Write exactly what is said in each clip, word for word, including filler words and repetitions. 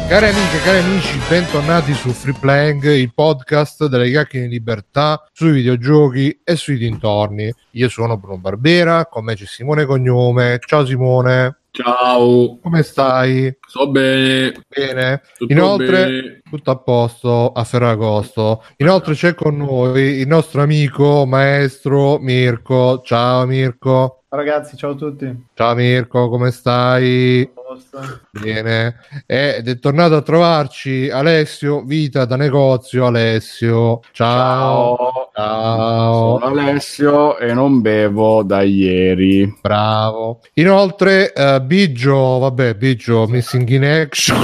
Cari amiche, cari amici, bentornati su Free Playing, il podcast delle chiacchiere in libertà sui videogiochi e sui dintorni. Io sono Bruno Barbera, con me c'è Simone Cognome. Ciao Simone. Ciao. Come stai? Sto bene. Bene. Tutto Inoltre, bene. tutto a posto a Ferragosto. Inoltre c'è con noi il nostro amico, maestro Mirko. Ciao Mirko. Ciao ragazzi, ciao a tutti. Ciao Mirko, come stai? Bene. Ed è tornato a trovarci Alessio, Vita da negozio. Alessio, ciao. Ciao. Ciao. Sono Alessio e non bevo da ieri. Bravo. Inoltre uh, Biggio, vabbè, Biggio missing in action.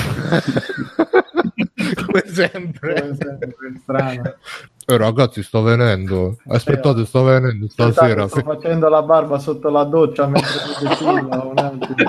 Come sempre. Come sempre, strano. Eh, ragazzi, sto venendo. Aspettate, sto venendo stasera. Sto facendo la barba sotto la doccia mentre mi decino, un attimo.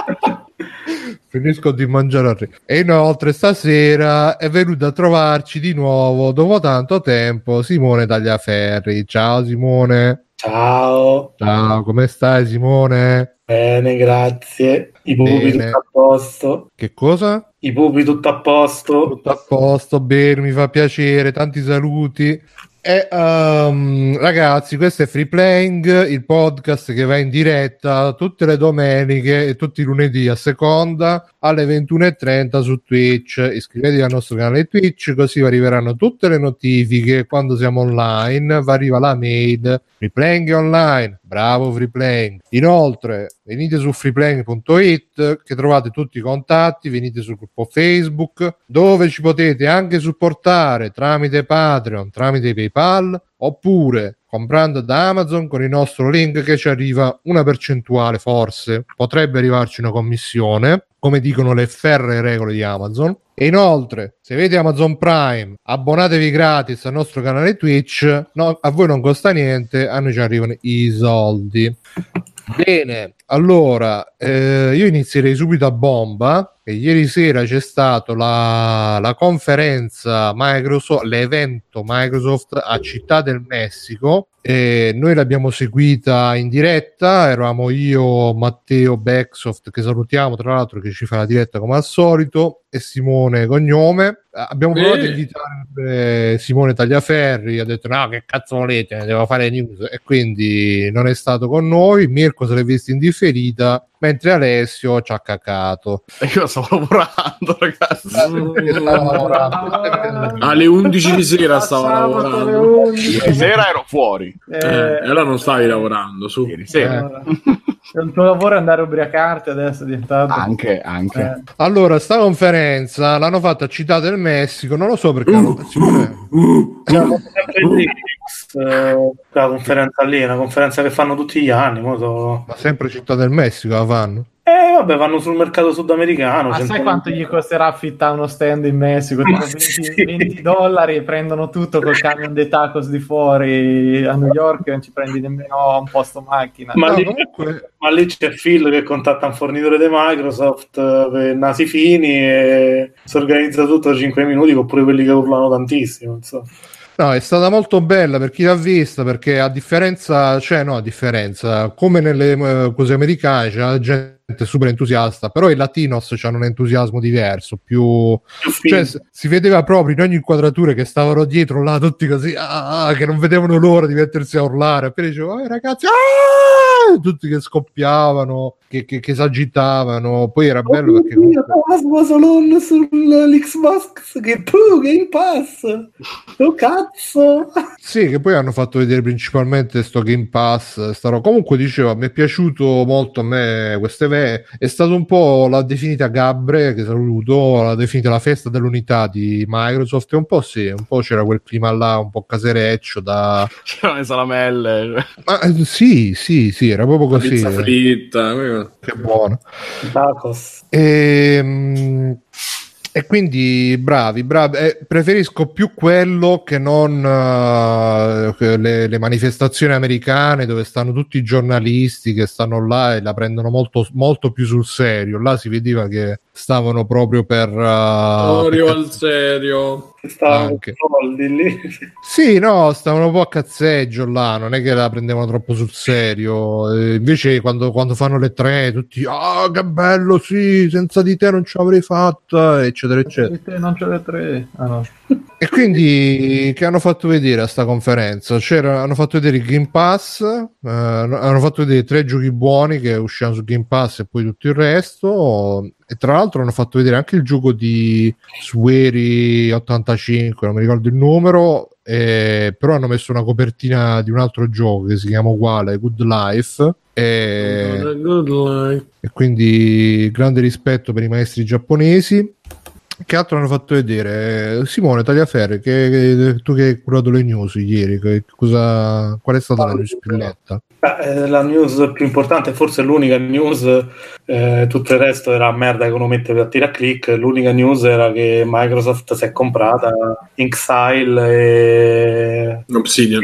Finisco di mangiare a e inoltre stasera è venuto a trovarci di nuovo dopo tanto tempo Simone Tagliaferri. Ciao Simone. Ciao. Ciao, come stai Simone? Bene, grazie. I pupi Bene. tutto a posto. Che cosa? I pupi tutto a posto. Tutto a posto, bene, mi fa piacere, tanti saluti. E um, ragazzi, questo è Free Playing, il podcast che va in diretta tutte le domeniche e tutti i lunedì a seconda alle ventuno e trenta su Twitch. Iscrivetevi al nostro canale Twitch, così vi arriveranno tutte le notifiche quando siamo online. Vi arriva la mail Free Playing online. Bravo Free Playing. Inoltre venite su freeplaying punto it che trovate tutti i contatti, venite sul gruppo Facebook dove ci potete anche supportare tramite Patreon, tramite PayPal oppure comprando da Amazon con il nostro link che ci arriva una percentuale, forse potrebbe arrivarci una commissione, come dicono le ferree regole di Amazon. E inoltre, se avete Amazon Prime, abbonatevi gratis al nostro canale Twitch, no, a voi non costa niente, a noi ci arrivano i soldi. Bene, allora eh, io inizierei subito a bomba. E ieri sera c'è stata la, la conferenza Microsoft, l'evento Microsoft a Città del Messico, e noi l'abbiamo seguita in diretta. Eravamo io, Matteo Backsoft, che salutiamo tra l'altro, che ci fa la diretta come al solito, e Simone Cognome. Abbiamo provato a invitare Simone Tagliaferri, ha detto no, che cazzo volete, devo fare news, e quindi non è stato con noi. Mirko se l'è visto in differita, mentre Alessio ci ha cacato. E io stavo lavorando, ragazzi. Stavo lavorando. Alle undici di sera stavo lavorando. Ieri sera ero fuori. Eh, e allora non stavi lavorando, su. Ieri sera. Eh. Il tuo lavoro è andare a ubriacarti adesso è diventato. Anche, anche. Eh. Allora, sta conferenza l'hanno fatta a Città del Messico, non lo so perché. Uh, uh, uh, uh. La conferenza lì, una conferenza che fanno tutti gli anni. So. Ma sempre Città del Messico la fanno? Eh vabbè, vanno sul mercato sudamericano. Ma sai quanto gli costerà affittare uno stand in Messico? Tipo venti, sì. venti dollari e prendono tutto col camion dei tacos di fuori a New York e non ci prendi nemmeno un posto macchina. Ma, no, lì, comunque... ma lì c'è Phil che contatta un fornitore di Microsoft per nasi fini e si organizza tutto a cinque minuti, oppure quelli che urlano tantissimo, insomma. No, è stata molto bella per chi l'ha vista, perché a differenza, cioè no, a differenza, come nelle uh, cose americane c'è la gente super entusiasta, però i latinos hanno un entusiasmo diverso, più, più cioè si vedeva proprio in ogni inquadratura che stavano dietro là tutti così, ah, che non vedevano l'ora di mettersi a urlare, appena dicevo, eh, ragazzi, ah! tutti che scoppiavano, che, che, che si agitavano. Poi era bello oh, perché comunque... Salon sull'Xbox che tu Game Pass, oh cazzo. Sì, che poi hanno fatto vedere principalmente sto Game Pass, sta roba. Comunque dicevo, mi è piaciuto molto a me questo evento. È stato un po' la definita Gabbre, che saluto, la definita la festa dell'unità di Microsoft, e un po' sì, un po' c'era quel clima là un po' casereccio da... c'erano le salamelle. Ma sì, sì, sì, era proprio così. Pizza fritta, che buono. Tacos. E, e quindi bravi, bravi. Eh, preferisco più quello che non uh, le, le manifestazioni americane dove stanno tutti i giornalisti che stanno là e la prendono molto, molto più sul serio. Là si vedeva che stavano proprio per uh, Orio al serio. Stavano soldi lì. Sì, no, stavano un po' a cazzeggio là, non è che la prendevano troppo sul serio. E invece quando, quando fanno le tre tutti ah, che bello, sì, senza di te non ce l'avrei fatta, eccetera eccetera. Di te non ce le tre. Ah, no. E quindi che hanno fatto vedere a sta conferenza? C'era, hanno fatto vedere il Game Pass, eh, hanno fatto vedere tre giochi buoni che uscivano su Game Pass e poi tutto il resto, e tra l'altro hanno fatto vedere anche il gioco di Sueri ottantacinque, non mi ricordo il numero, eh, però hanno messo una copertina di un altro gioco che si chiama uguale, Good Life, e, Good life. e quindi grande rispetto per i maestri giapponesi. Che altro hanno fatto vedere? Simone Tagliaferri, che, che, tu che hai curato le news ieri, che, cosa, qual è stata ah, la news più letta? Eh, la news più importante, forse l'unica news, eh, tutto il resto era merda che uno mette per tira click. L'unica news era che Microsoft si è comprata Inxile e Obsidian,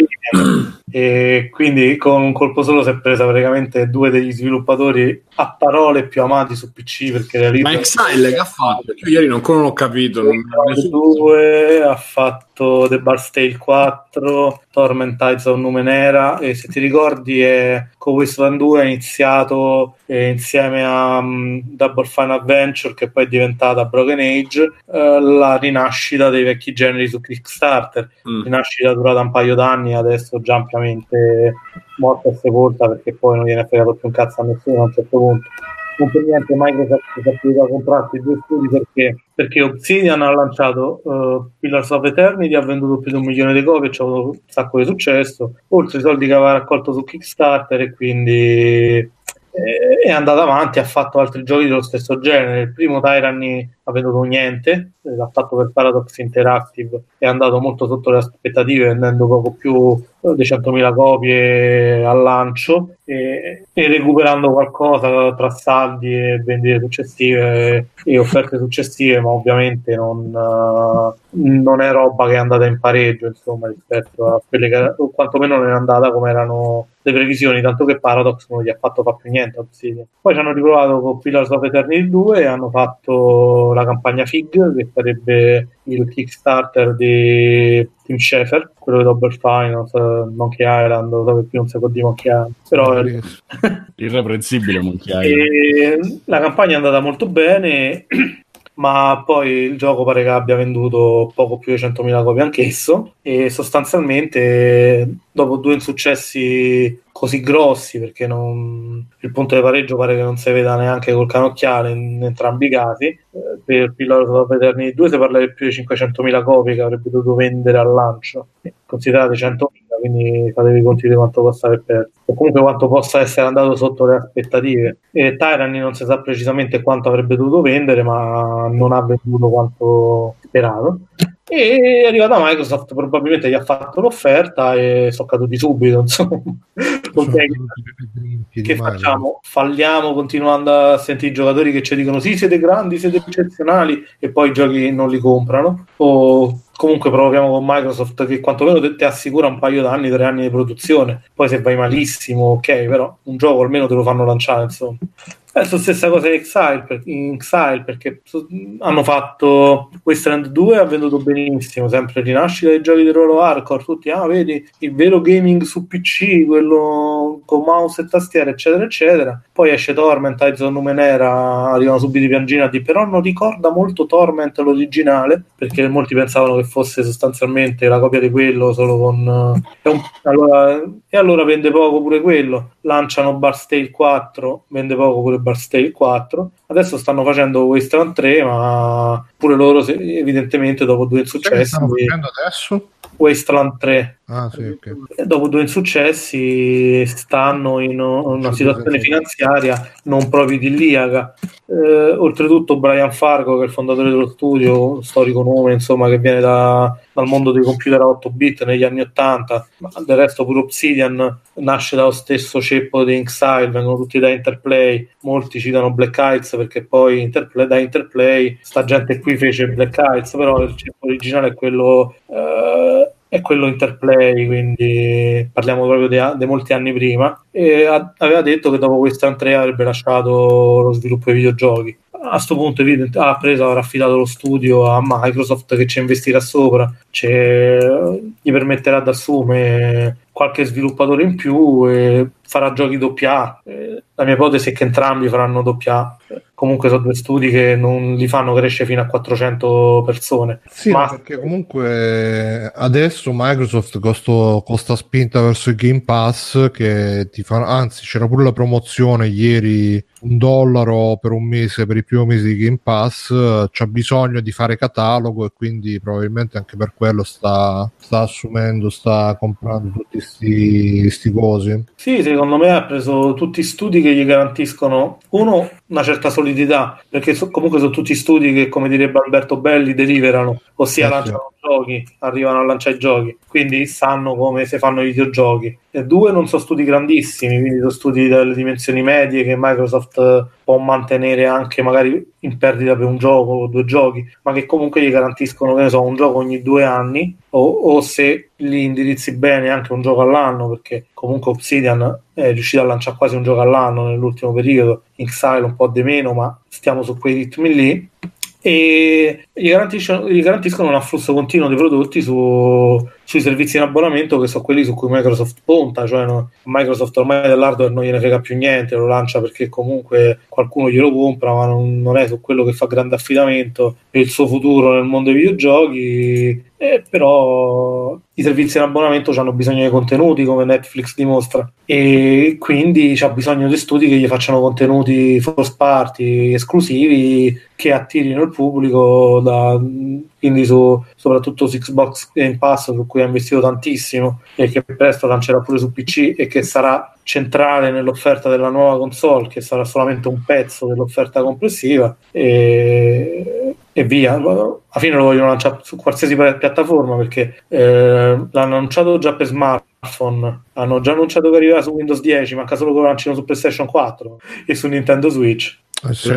e quindi con un colpo solo si è presa praticamente due degli sviluppatori a parole più amati su P C, perché realizzano... Ma Exile che ha fatto? Io ieri non, non ho capito. Non due, ha fatto The Bard's Tale quattro, Torment Tides of Numenera, e se ti ricordi è, con Wasteland due è iniziato eh, insieme a um, Double Fine Adventure, che poi è diventata Broken Age, eh, la rinascita dei vecchi generi su Kickstarter, mm. rinascita durata un paio d'anni, adesso già ampiamente morta e sepolta, perché poi non viene fregato più un cazzo a nessuno a un certo punto. Non per niente Microsoft si è potuta comprare i due studi perché, perché Obsidian ha lanciato uh, Pillars of Eternity, ha venduto più di un milione di copie, c'ha avuto un sacco di successo, oltre ai soldi che aveva raccolto su Kickstarter, e quindi è andata avanti, ha fatto altri giochi dello stesso genere. Il primo Tyranny ha venduto niente, l'ha fatto per Paradox Interactive, è andato molto sotto le aspettative, vendendo poco più di centomila copie al lancio, e, e recuperando qualcosa tra saldi e vendite successive e offerte successive, ma ovviamente non, uh, non è roba che è andata in pareggio, insomma, rispetto a quelle che, o quantomeno non è andata come erano le previsioni, tanto che Paradox non gli ha fatto fa più niente a Obsidian. Poi ci hanno riprovato con Pillars of Eternity due e hanno fatto la campagna Fig, che sarebbe il Kickstarter di Tim Schafer, quello di Double Fine, Monkey Island, lo so che più non si può dire Monkey Island, però è irreprensibile Monkey Island. E la campagna è andata molto bene, ma poi il gioco pare che abbia venduto poco più di centomila copie anch'esso, e sostanzialmente dopo due insuccessi così grossi, perché non, il punto di pareggio pare che non si veda neanche col canocchiale in entrambi i casi, eh, per Pillars of Eternity due si parla di più di cinquecentomila copie che avrebbe dovuto vendere al lancio, considerate centomila, quindi fatevi i conti di quanto possa aver perso, o comunque quanto possa essere andato sotto le aspettative. E Tyranny non si sa precisamente quanto avrebbe dovuto vendere, ma non ha venduto quanto sperato, e è arrivata Microsoft, probabilmente gli ha fatto l'offerta e sono caduti subito, insomma. Okay, che, che facciamo? Falliamo continuando a sentire i giocatori che ci dicono sì, siete grandi, siete eccezionali, e poi i giochi non li comprano, o comunque proviamo con Microsoft che quantomeno te, ti assicura un paio d'anni, tre anni di produzione, poi se vai malissimo ok, però un gioco almeno te lo fanno lanciare, insomma. Adesso stessa cosa in Exile, per, in Exile, perché hanno fatto Wasteland due, ha venduto benissimo, sempre rinascita dei giochi di ruolo hardcore, tutti, ah vedi, il vero gaming su P C, quello con mouse e tastiera, eccetera eccetera. Poi esce Torment, Tides of Numenera, arrivano subito i piangini a dire però non ricorda molto Torment l'originale, perché molti pensavano che fosse sostanzialmente la copia di quello, solo con è un, allora, e allora vende poco pure quello. Lanciano Bard's Tale quattro, vende poco pure Bard's Tale quattro. Adesso stanno facendo Wasteland tre, ma pure loro evidentemente dopo due insuccessi. Che stanno facendo adesso? Wasteland tre. Ah, sì, okay. Dopo due insuccessi stanno in una situazione finanziaria non proprio idilliaca. Eh, oltretutto Brian Fargo, che è il fondatore dello studio, un storico nome, insomma, che viene da, dal mondo dei computer a otto bit negli anni ottanta, ma del resto pure Obsidian nasce dallo stesso ceppo di Inxile, vengono tutti da Interplay, molti citano Black Heights perché poi Interplay, da Interplay sta gente qui fece Black Heights, però il ceppo originale è quello eh, è quello Interplay, quindi parliamo proprio di molti anni prima, e a, aveva detto che dopo Wasteland tre avrebbe lasciato lo sviluppo dei videogiochi. a sto punto evidente, ha preso, avrà affidato lo studio a Microsoft che ci investirà sopra, c'è, gli permetterà di assumere qualche sviluppatore in più e farà giochi doppia A. Eh, la mia ipotesi è che entrambi faranno doppia A. Comunque sono due studi che non li fanno crescere fino a quattrocento persone. Sì, ma ma perché comunque adesso Microsoft costa, costa spinta verso il Game Pass, che ti fa, anzi c'era pure la promozione ieri, un dollaro per un mese, per il primo mese di Game Pass, c'ha bisogno di fare catalogo e quindi probabilmente anche per quello sta, sta assumendo, sta comprando tutti sti, sti cosi. Sì, secondo me ha preso tutti studi che gli garantiscono, uno, una certa solidità, perché so, comunque sono tutti studi che, come direbbe Alberto Belli, deliverano, ossia Eh, sì. lanciano giochi, arrivano a lanciare giochi, quindi sanno come si fanno i videogiochi. E due, non sono studi grandissimi, quindi sono studi delle dimensioni medie che Microsoft eh, può mantenere anche magari in perdita per un gioco o due giochi, ma che comunque gli garantiscono, che ne so, un gioco ogni due anni o, o se li indirizzi bene anche un gioco all'anno, perché comunque Obsidian è riuscito a lanciare quasi un gioco all'anno nell'ultimo periodo, Exile un po' di meno, ma stiamo su quei ritmi lì. E gli garantiscono, gli garantiscono un afflusso continuo di prodotti su, sui servizi in abbonamento, che sono quelli su cui Microsoft punta, cioè no, Microsoft ormai dell'hardware non gliene frega più niente, lo lancia perché comunque qualcuno glielo compra, ma non, non è su quello che fa grande affidamento per il suo futuro nel mondo dei videogiochi. Eh, però i servizi in abbonamento hanno bisogno di contenuti, come Netflix dimostra, e quindi c'ha bisogno di studi che gli facciano contenuti first party esclusivi che attirino il pubblico, da, quindi su, soprattutto su Xbox Game Pass, su cui ha investito tantissimo e che presto lancerà pure su P C e che sarà centrale nell'offerta della nuova console, che sarà solamente un pezzo dell'offerta complessiva, e, e via. Alla fine lo vogliono lanciare su qualsiasi piattaforma, perché eh, l'hanno annunciato già per smartphone, hanno già annunciato che arriverà su Windows dieci, manca solo che lo lancino su PlayStation quattro e su Nintendo Switch. Eh sì.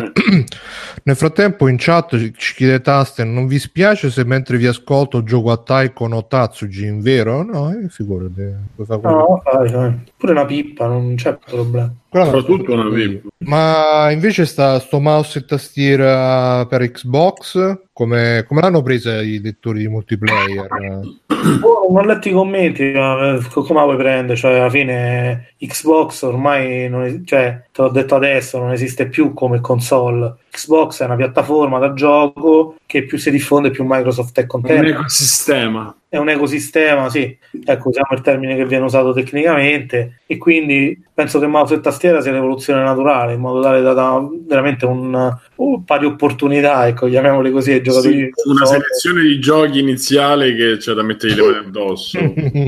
Nel frattempo in chat ci chiede Tasten: non vi spiace se mentre vi ascolto gioco a Taiko no Tatsujin, vero? No, eh, figurati, puoi fare quello. No, fai, fai. Pure una pippa, non c'è problema. Quella Soprattutto non- una pippa. Ma invece sta sto mouse e tastiera per Xbox, come, come l'hanno presa i lettori di multiplayer? Oh, non ho letto i commenti, ma eh, come la vuoi prendere? Cioè, alla fine Xbox ormai non es- cioè, te l'ho detto adesso, non esiste più come console. Xbox è una piattaforma da gioco che più si diffonde, più Microsoft è Un contenta. ecosistema. È un ecosistema, sì, ecco, usiamo il termine che viene usato tecnicamente, e quindi penso che mouse e tastiera sia l'evoluzione naturale, in modo tale da dare veramente un, un pari opportunità, ecco, chiamiamole così, ai giocatori. Sì, di una console. selezione di giochi iniziale che c'è da mettere le mani addosso.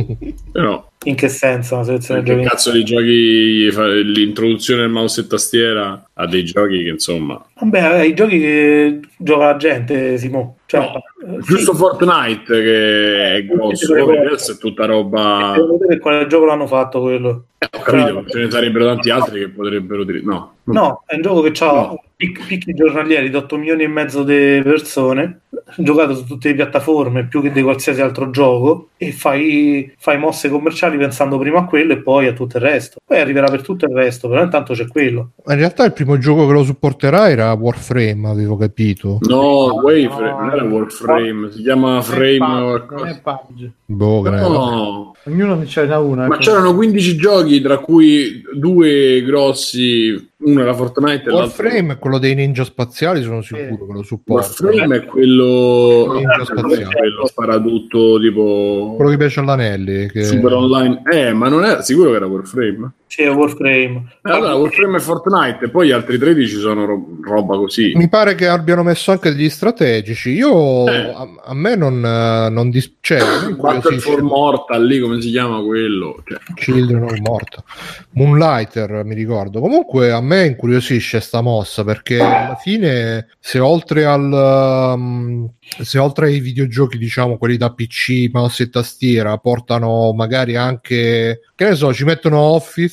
Però In che senso una selezione di che giochi? cazzo di giochi fa- l'introduzione del mouse e tastiera a dei giochi che insomma Vabbè, i giochi che gioca la gente, Simo. Cioè, no, eh, giusto sì. Fortnite che è grosso, poi il resto è tutta roba. Devo vedere quale gioco l'hanno fatto quello. Eh, ho capito, ce ne sarebbero tanti altri che potrebbero dire no. No, è un gioco che ha No. pic- picchi giornalieri di otto milioni e mezzo di persone, giocato su tutte le piattaforme più che di qualsiasi altro gioco, e fai, fai mosse commerciali pensando prima a quello e poi a tutto il resto. Poi arriverà per tutto il resto, però intanto c'è quello. In realtà il primo gioco che lo supporterà era Warframe, avevo capito. No, Wayframe, no, non era no. Warframe, si chiama Frame o Non è qualcosa. P U B G. Boh, che ne so. No, Ognuno ce n'ha una. ma ecco. c'erano quindici giochi, tra cui due grossi, uno era Fortnite e l'altro Warframe è quello dei ninja spaziali, sono sicuro che lo supporta. Warframe è quello Ninja è spaziale. quello sparatutto tipo Quello che piace all'Anelli, che... super online. Eh, ma non era sicuro che era Warframe? C'è Warframe. Eh, allora Warframe e Fortnite e poi gli altri tredici sono ro- roba così. Mi pare che abbiano messo anche degli strategici. Io Eh. a, a me non, eh, non dis- cioè, mi Battle incuriosisce. for Mortal lì come si chiama quello? Cioè, Children of Morta, Moonlighter mi ricordo. Comunque a me incuriosisce sta mossa, perché alla fine se oltre al um, se oltre ai videogiochi, diciamo quelli da P C, mouse e tastiera, portano magari anche, che ne so, ci mettono Office,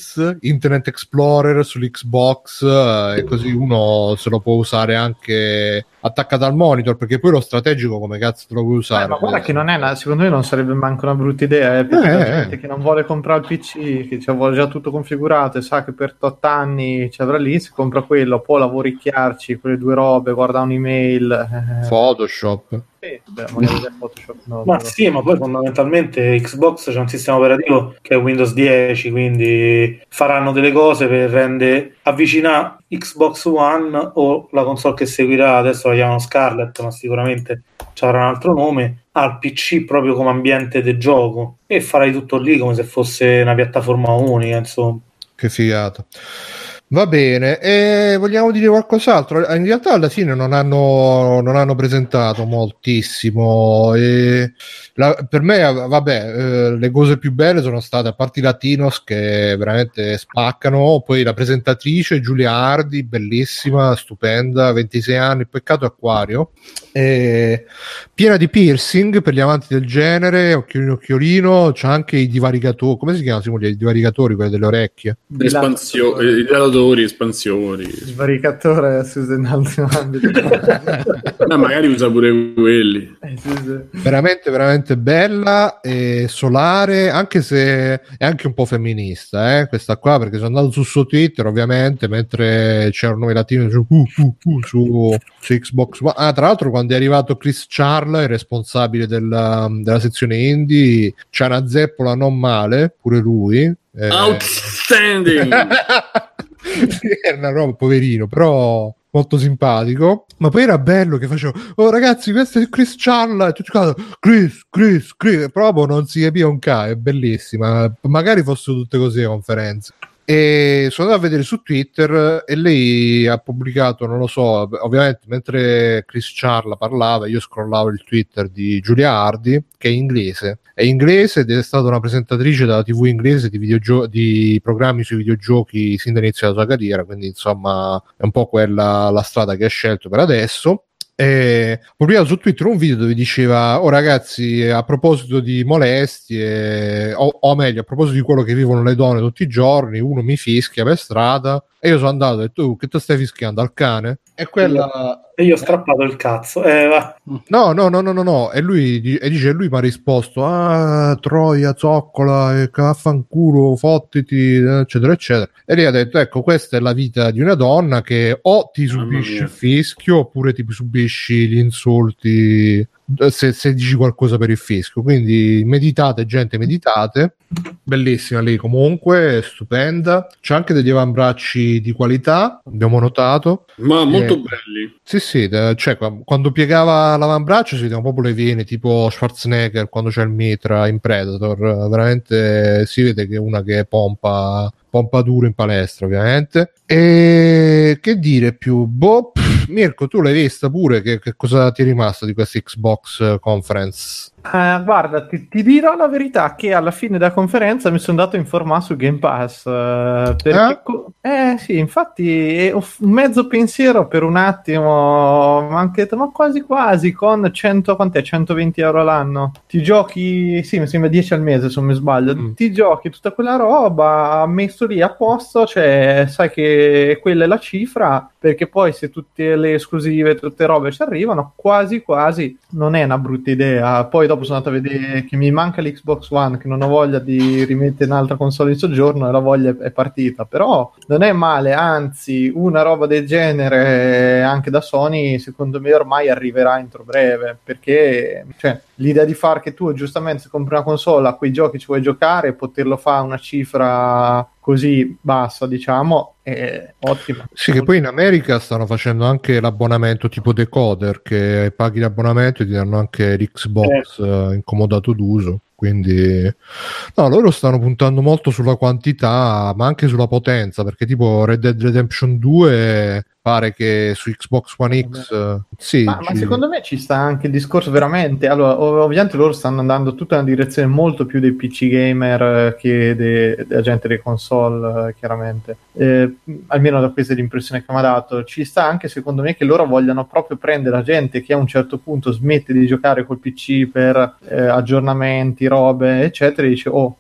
Office, Internet Explorer sull'Xbox, eh, e così uno se lo può usare anche attaccato al monitor, perché poi lo strategico come cazzo te lo puoi usare? Eh, ma guarda che non è una, secondo me non sarebbe manco una brutta idea, eh, perché Eh, la eh. gente che non vuole comprare il P C, che ci vuole già tutto configurato e sa che per tot anni ci avrà lì, si compra quello, può lavoricchiarci quelle due robe, guarda un'email, eh, Photoshop. sì, beh, magari da Photoshop no, Ma però. sì, ma poi fondamentalmente Xbox c'è un sistema operativo che è Windows dieci, quindi faranno delle cose per rendere avvicinare Xbox One o la console che seguirà, adesso la chiamano Scarlett, ma sicuramente c'avrà un altro nome, al P C proprio come ambiente di gioco, e farai tutto lì come se fosse una piattaforma unica, insomma. Che figata. Va bene, e vogliamo dire qualcos'altro? In realtà alla fine non hanno, non hanno presentato moltissimo. E la, per me, vabbè, eh, le cose più belle sono state, a parte i Latinos che veramente spaccano, poi la presentatrice Giulia Hardy, bellissima, stupenda, ventisei anni, peccato acquario, e piena di piercing per gli amanti del genere, occhiolino occhiolino, c'ha anche i divaricatori, come si chiamano Simone, i divaricatori, quelli delle orecchie? Espansio- i dilatatori, espansioni. Svaricatore su un altro ambito. Ma magari usa pure quelli. Eh, sì, sì. Veramente veramente bella e solare, anche se è anche un po' femminista, eh, questa qua, perché sono andato sul suo Twitter ovviamente mentre c'erano i latini su, uh, uh, uh, su, su Xbox One. Ah, tra l'altro quando è arrivato Chris Charles, il responsabile della, della sezione indie, c'è una zeppola non male, pure lui, eh. Outstanding. Era una roba, poverino, però molto simpatico. Ma poi era bello che facevo, oh ragazzi, questo è Chris Charles, e tutti qua, Chris, Chris, Chris, proprio non si capiva un ca', è bellissima. Magari fossero tutte così le conferenze. E sono andato a vedere su Twitter e lei ha pubblicato, non lo so, ovviamente mentre Chris Charles parlava io scrollavo il Twitter di Giulia Hardy, che è inglese, è inglese ed è stata una presentatrice della tivù inglese di, videogio- di programmi sui videogiochi sin dall'inizio della sua carriera, quindi insomma è un po' quella la strada che ha scelto per adesso. E ho pubblicato su Twitter un video dove diceva, oh ragazzi, a proposito di molestie, o, o meglio a proposito di quello che vivono le donne tutti i giorni, uno mi fischia per strada e io sono andato e tu che ti stai fischiando, al cane? E quella... E io ho strappato il cazzo. Eh, va. No, no, no, no, no, no. E lui e dice, lui mi ha risposto, ah, troia, zoccola, e vaffanculo, fottiti, eccetera, eccetera. E lei ha detto, ecco, questa è la vita di una donna che o ti subisci il fischio oppure ti subisci gli insulti se, se dici qualcosa per il fischio. Quindi meditate, gente, meditate. Bellissima lei comunque, stupenda. C'ha anche degli avambracci di qualità, abbiamo notato. Ma molto Eh, belli. Sì, sì, de- cioè qua- quando piegava l'avambraccio si vedevano proprio le vene, tipo Schwarzenegger quando c'è il mitra in Predator, veramente si vede che è una che pompa, pompa duro in palestra, ovviamente. E che dire più? Boh, pff, Mirko, tu l'hai vista pure, che, che cosa ti è rimasto di questa Xbox Conference? Eh, guarda, ti, ti dirò la verità che alla fine della conferenza mi sono andato a informare su Game Pass, eh, perché Eh? co- eh sì, infatti è un mezzo pensiero per un attimo, ma anche ma quasi quasi con cento, quant'è? centoventi euro l'anno. Ti giochi, sì, mi sembra dieci al mese se non mi sbaglio. Mm. Ti giochi tutta quella roba messo lì a posto, cioè sai che quella è la cifra, perché poi se tutte le esclusive, tutte robe ci arrivano, quasi quasi non è una brutta idea. Poi dopo sono andato a vedere che mi manca l'Xbox One, che non ho voglia di rimettere un'altra console di soggiorno e la voglia è partita, però non è male, anzi una roba del genere anche da Sony secondo me ormai arriverà entro breve, perché cioè, l'idea di far che tu giustamente se compri una console a quei giochi ci vuoi giocare e poterlo fare a una cifra così bassa, diciamo, è ottima. Sì, che poi in America stanno facendo anche l'abbonamento tipo decoder, che paghi l'abbonamento e ti danno anche l'Xbox eh. incomodato d'uso. Quindi no, loro stanno puntando molto sulla quantità, ma anche sulla potenza, perché tipo Red Dead Redemption due pare che su Xbox One X eh, sì, ma, ci... ma secondo me ci sta anche il discorso veramente, allora ov- ovviamente loro stanno andando tutta una direzione molto più dei P C gamer eh, che de- della gente delle console, eh, chiaramente, eh, almeno da questa è l'impressione che mi ha dato. Ci sta anche secondo me che loro vogliano proprio prendere la gente che a un certo punto smette di giocare col P C per eh, aggiornamenti, robe eccetera, e dice oh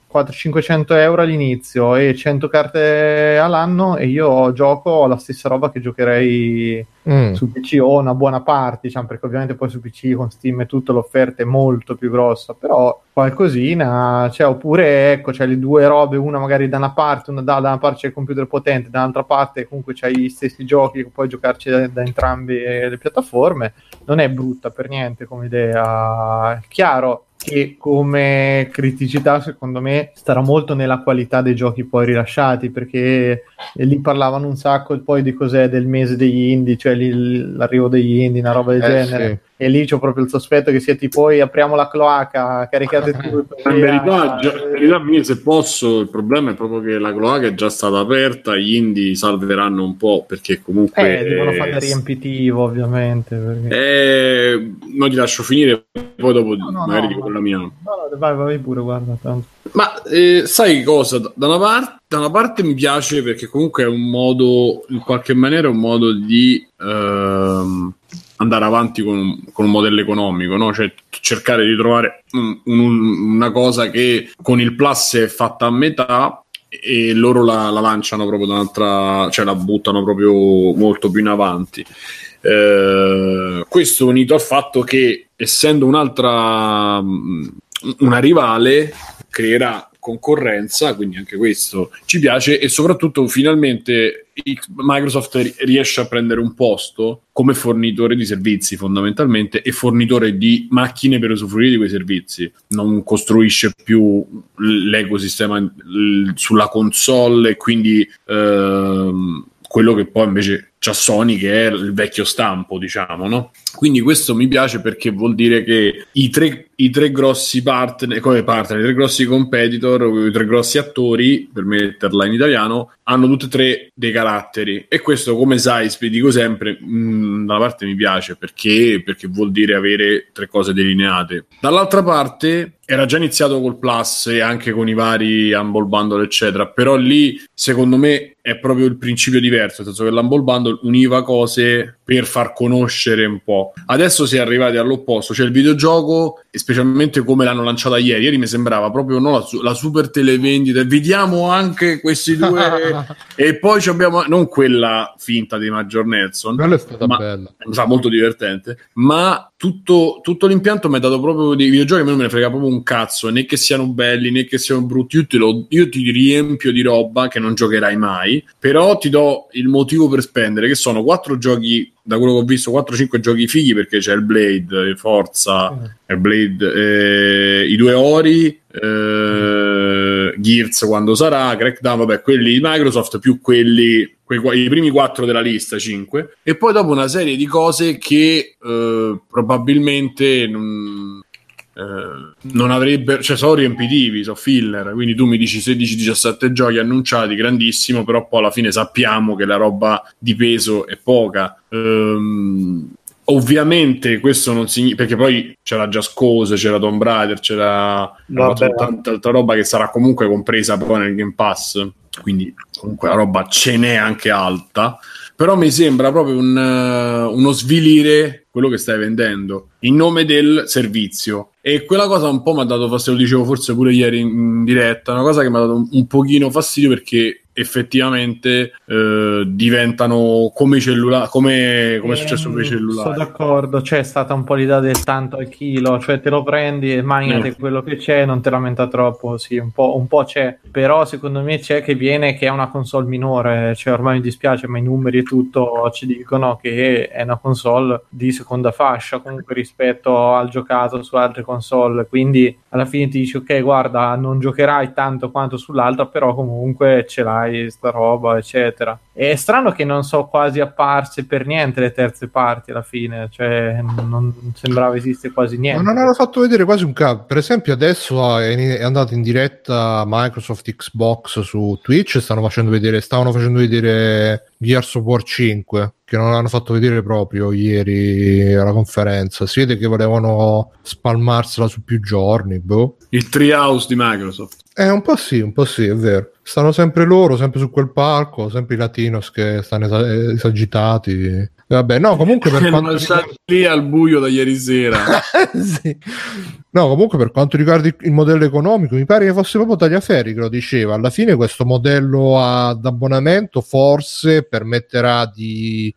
quattrocento-cinquecento euro all'inizio e cento carte all'anno, e io gioco la stessa roba che giocherei mm. su P C, o una buona parte, diciamo, perché ovviamente poi su P C con Steam e tutto l'offerta è molto più grossa, però qualcosina, cioè, oppure ecco, c'è le due robe, una magari da una parte, una da, da una parte c'è il computer potente, dall'altra parte comunque c'hai gli stessi giochi che puoi giocarci da, da entrambe le piattaforme. Non è brutta per niente come idea. Chiaro che come criticità secondo me starà molto nella qualità dei giochi poi rilasciati, perché lì parlavano un sacco poi di cos'è del mese degli indie, cioè lì, l'arrivo degli indie, una roba del eh, genere sì. E lì c'ho proprio il sospetto che sia tipo poi apriamo la cloaca, caricate tutto. In verità, già, in verità mia, se posso, il problema è proprio che la cloaca è già stata aperta, gli indie salveranno un po', perché comunque eh, devono fare riempitivo ovviamente, perché... eh, non ti lascio finire, poi dopo no, no, magari no, dico no, la mia. no, vai, vai pure, guarda tanto. Ma eh, sai cosa? Da una, parte, da una parte mi piace perché comunque è un modo, in qualche maniera, un modo di ehm, andare avanti con, con un modello economico, no? Cioè cercare di trovare un, un, una cosa che con il Plus è fatta a metà e loro la, la lanciano proprio da un'altra, cioè la buttano proprio molto più in avanti. Eh, questo unito al fatto che, essendo un'altra, una rivale, creerà concorrenza, quindi anche questo ci piace, e soprattutto finalmente Microsoft riesce a prendere un posto come fornitore di servizi fondamentalmente, e fornitore di macchine per usufruire di quei servizi. Non costruisce più l'ecosistema sulla console, e quindi ehm, quello che poi invece c'ha Sony, che è il vecchio stampo, diciamo, no? Quindi questo mi piace perché vuol dire che i tre, i tre grossi partner, come partner, i tre grossi competitor, i tre grossi attori, per metterla in italiano, hanno tutti e tre dei caratteri, e questo, come sai, dico sempre, mh, da una parte mi piace perché, perché vuol dire avere tre cose delineate. Dall'altra parte era già iniziato col Plus e anche con i vari Humble Bundle eccetera, però lì secondo me è proprio il principio diverso, nel senso che l'Humble Bundle univa cose per far conoscere un po'. Adesso si è arrivati all'opposto, cioè il videogioco, specialmente come l'hanno lanciata ieri, ieri mi sembrava proprio no, la, la super televendita, vediamo anche questi due e poi abbiamo non quella finta di Major Nelson, quella è stata ma, bella, sa, molto divertente, ma tutto, tutto l'impianto mi ha dato proprio dei videogiochi, a me non me ne frega proprio un cazzo, né che siano belli né che siano brutti, io, te lo, io ti riempio di roba che non giocherai mai, però ti do il motivo per spendere, che sono quattro giochi, da quello che ho visto, quattro cinque giochi fighi, perché c'è il Blade, Forza, mm. il Blade, eh, i due Ori, eh, Gears quando sarà, Crackdown, vabbè, quelli di Microsoft più quelli, quei, i primi quattro della lista, cinque, e poi dopo una serie di cose che eh, probabilmente non... Uh, non avrebbero, cioè sono riempitivi, sono filler, quindi tu mi dici sedici diciassette giochi annunciati, grandissimo, però poi alla fine sappiamo che la roba di peso è poca. Um, ovviamente questo non significa, perché poi c'era Just Cause, c'era Tomb Raider, c'era tanta altra roba che sarà comunque compresa poi nel Game Pass, quindi comunque la roba ce n'è anche alta, però mi sembra proprio un, uh, uno svilire quello che stai vendendo in nome del servizio, e quella cosa un po' mi ha dato fastidio, lo dicevo forse pure ieri in diretta, una cosa che mi ha dato un, un pochino fastidio, perché effettivamente eh, diventano come i cellulari, come, come è successo con i cellulari. Sono d'accordo, c'è stata un po' l'idea del tanto al chilo, cioè te lo prendi e mangiati eh. quello che c'è, non te lamenta troppo, sì, un po', un po' c'è, però secondo me c'è che viene che è una console minore, cioè ormai mi dispiace, ma i numeri e tutto ci dicono che è una console di seconda fascia comunque rispetto al giocato su altre console, quindi alla fine ti dici ok, guarda, non giocherai tanto quanto sull'altra, però comunque ce l'hai sta roba eccetera. È strano che non so quasi apparse per niente le terze parti alla fine, cioè non sembrava esiste quasi niente. Ma non hanno fatto vedere quasi un capo. Per esempio adesso è andato in diretta Microsoft Xbox su Twitch, stanno facendo vedere stavano facendo vedere Gears of War cinque, che non l'hanno fatto vedere proprio ieri alla conferenza. Si vede che volevano spalmarsela su più giorni, boh. Il Treehouse di Microsoft. Eh, un po' sì, un po' sì, è vero. Stanno sempre loro, sempre su quel palco, sempre i latinos che stanno esa- esagitati. Vabbè, no, comunque per quanto riguarda... lì al buio da ieri sera. sì. No, comunque per quanto riguarda il modello economico, mi pare che fosse proprio Tagliaferri che lo diceva. Alla fine questo modello ad abbonamento forse permetterà di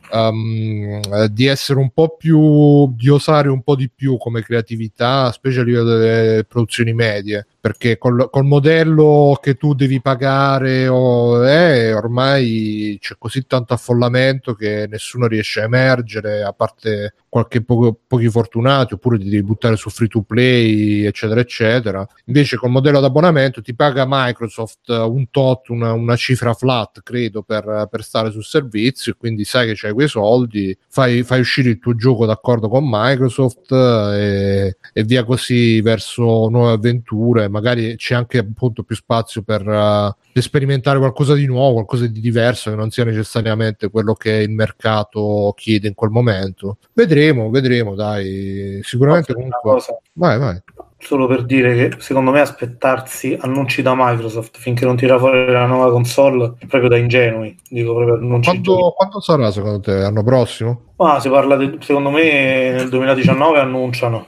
Um, di essere un po' più, di osare un po' di più come creatività, specie a livello delle produzioni medie, perché col, col modello che tu devi pagare oh, eh, ormai c'è così tanto affollamento che nessuno riesce a emergere, a parte qualche poco, pochi fortunati, oppure ti devi buttare su free to play eccetera eccetera. Invece col modello ad abbonamento ti paga Microsoft un tot, una, una cifra flat credo per, per stare sul servizio, quindi sai che c'hai quei soldi, fai, fai uscire il tuo gioco d'accordo con Microsoft e, e via così verso nuove avventure. Magari c'è anche appunto più spazio per, uh, per sperimentare qualcosa di nuovo, qualcosa di diverso che non sia necessariamente quello che il mercato chiede in quel momento. Vedremo, vedremo, dai, sicuramente comunque. Vai, vai. Solo per dire che secondo me aspettarsi annunci da Microsoft finché non tira fuori la nuova console è proprio da ingenui. Dico proprio annunci. Quando, quando sarà secondo te? L'anno prossimo? Ah, si parla di, secondo me nel duemiladiciannove annunciano.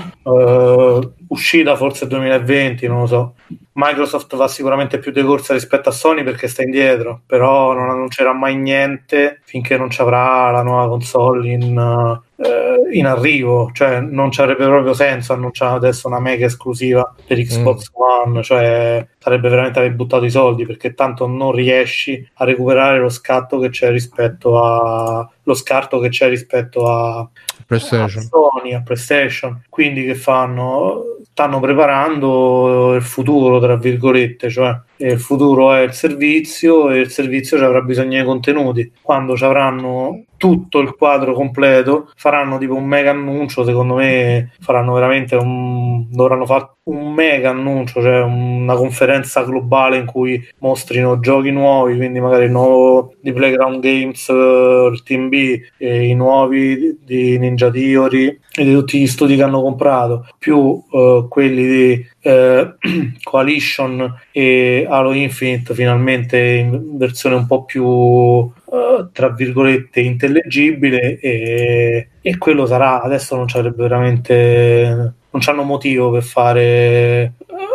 Uh, uscita forse duemilaventi, non lo so. Microsoft va sicuramente più di corsa rispetto a Sony perché sta indietro, però non annuncerà mai niente finché non ci avrà la nuova console in, uh, in arrivo, cioè non ci avrebbe proprio senso annunciare adesso una mega esclusiva per Xbox mm. One, cioè sarebbe veramente aver buttato i soldi, perché tanto non riesci a recuperare lo scatto che c'è rispetto a lo scarto che c'è rispetto a PlayStation, a Sony, a PlayStation. Quindi che fanno? Stanno preparando il futuro, tra virgolette, cioè il futuro è il servizio e il servizio ci avrà bisogno di contenuti. Quando ci avranno tutto il quadro completo faranno tipo un mega annuncio, secondo me faranno veramente un dovranno fare un mega annuncio, cioè una conferenza globale in cui mostrino giochi nuovi, quindi magari il nuovo di Playground Games, uh, il Team B, e i nuovi di Ninja Theory e di tutti gli studi che hanno comprato, più uh, quelli di uh, Coalition e Halo Infinite finalmente in versione un po' più uh, tra virgolette intellegibile, e, e quello sarà. Adesso non c'avrebbe veramente non c'hanno motivo per fare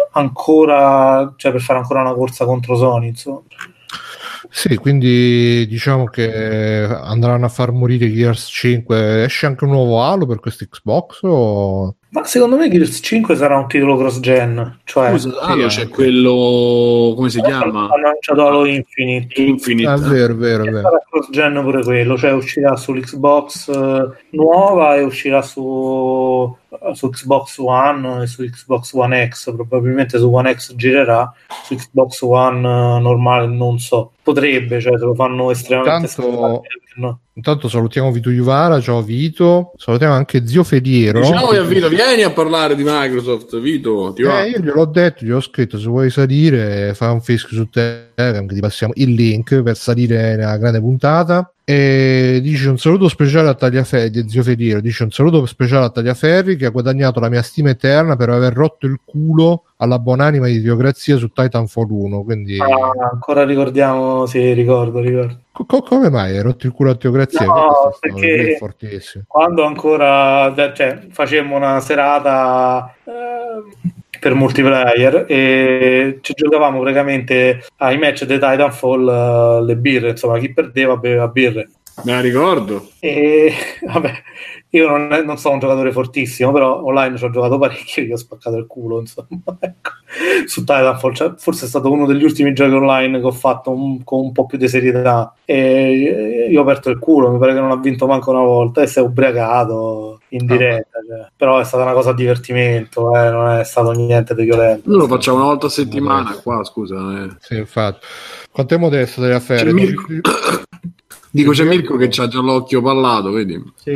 ancora, cioè per fare ancora una corsa contro Sony, insomma. Sì, quindi diciamo che andranno a far morire Gears cinque. Esce anche un nuovo Halo per questo Xbox o... Ma secondo me Gears cinque sarà un titolo cross-gen, cioè scusa, Halo c'è quello, come si chiama? Hanno lanciato Halo Infinite. Infinite. Ah, vero, vero, vero. Sarà cross-gen pure quello, cioè uscirà sull'Xbox uh, nuova e uscirà su su Xbox One e su Xbox One X, probabilmente su One X girerà, su Xbox One uh, normale non so, potrebbe, cioè se lo fanno estremamente intanto, no. Intanto salutiamo Vito Iuvara, ciao Vito, salutiamo anche Zio Fediero. Ciao Vito, vieni a parlare di Microsoft, Vito, ti va? Eh, io gliel'ho detto, gli ho scritto, se vuoi salire fai un fischio su Telegram che ti passiamo il link per salire nella grande puntata. E dice un saluto speciale a Tagliaferri, Zio Fediero dice un saluto speciale a Tagliaferri che ha guadagnato la mia stima eterna per aver rotto il culo alla buonanima di Teocrazia su Titanfall uno, quindi ah, ancora ricordiamo, sì, ricordo, ricordo. Co- come mai hai rotto il culo a Teocrazia? No, perché quando ancora cioè, facemmo una serata eh, per multiplayer e ci giocavamo praticamente ai match di Titanfall, uh, le birre, insomma chi perdeva beveva birre. Me la ricordo. E vabbè, io non, è, non sono un giocatore fortissimo, però online ci ho giocato parecchio e gli ho spaccato il culo, insomma. Ecco. Su Titanfall, cioè, forse è stato uno degli ultimi giochi online che ho fatto un, con un po' più di serietà, e io ho aperto il culo, mi pare che non ha vinto manco una volta e si è ubriacato in diretta, ah, cioè. Però è stata una cosa a divertimento, eh, non è stato niente di violento. Noi lo facciamo una volta a settimana qua, scusa. Eh. Sì, infatti. Quanto è modesto delle affari? Dico, c'è Mirko che c'ha già l'occhio pallato, vedi? Sì,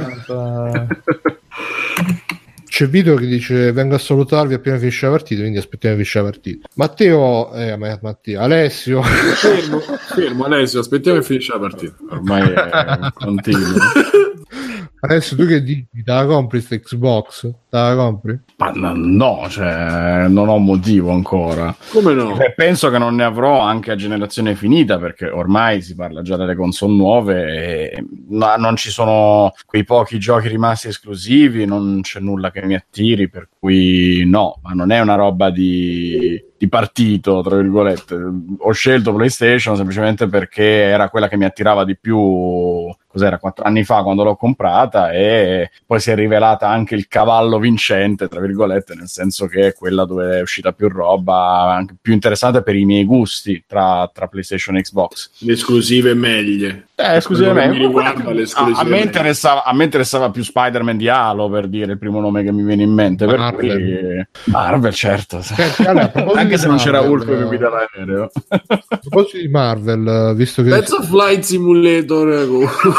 c'è Vito che dice vengo a salutarvi appena finisce la partita, quindi aspettiamo che finisce la partita. Matteo, eh, Matteo, Alessio fermo, fermo Alessio, aspettiamo che finisce la partita. Ormai è continuo. Adesso tu che dici? Te la compri sta Xbox? Te la compri? Ma no, cioè, non ho motivo ancora. Come no? Eh, penso che non ne avrò anche a generazione finita, perché ormai si parla già delle console nuove e no, non ci sono quei pochi giochi rimasti esclusivi, non c'è nulla che mi attiri, per cui no, ma non è una roba di, di partito, tra virgolette. Ho scelto PlayStation semplicemente perché era quella che mi attirava di più. Cos'era, quattro anni fa quando l'ho comprata, e poi si è rivelata anche il cavallo vincente, tra virgolette, nel senso che è quella dove è uscita più roba, anche più interessante per i miei gusti tra, tra PlayStation e Xbox. Le esclusive meglie. Eh, esclusivamente. Mi riguarda le esclusive. A, a, me interessava, a me interessava più Spider-Man di Halo, per dire il primo nome che mi viene in mente. Per Marvel. cui... Marvel, certo. Senti, allora, anche se non c'era Marvel, Hulk che guida l'aereo. A proposito di Marvel, visto che Penso a Flight Simulator.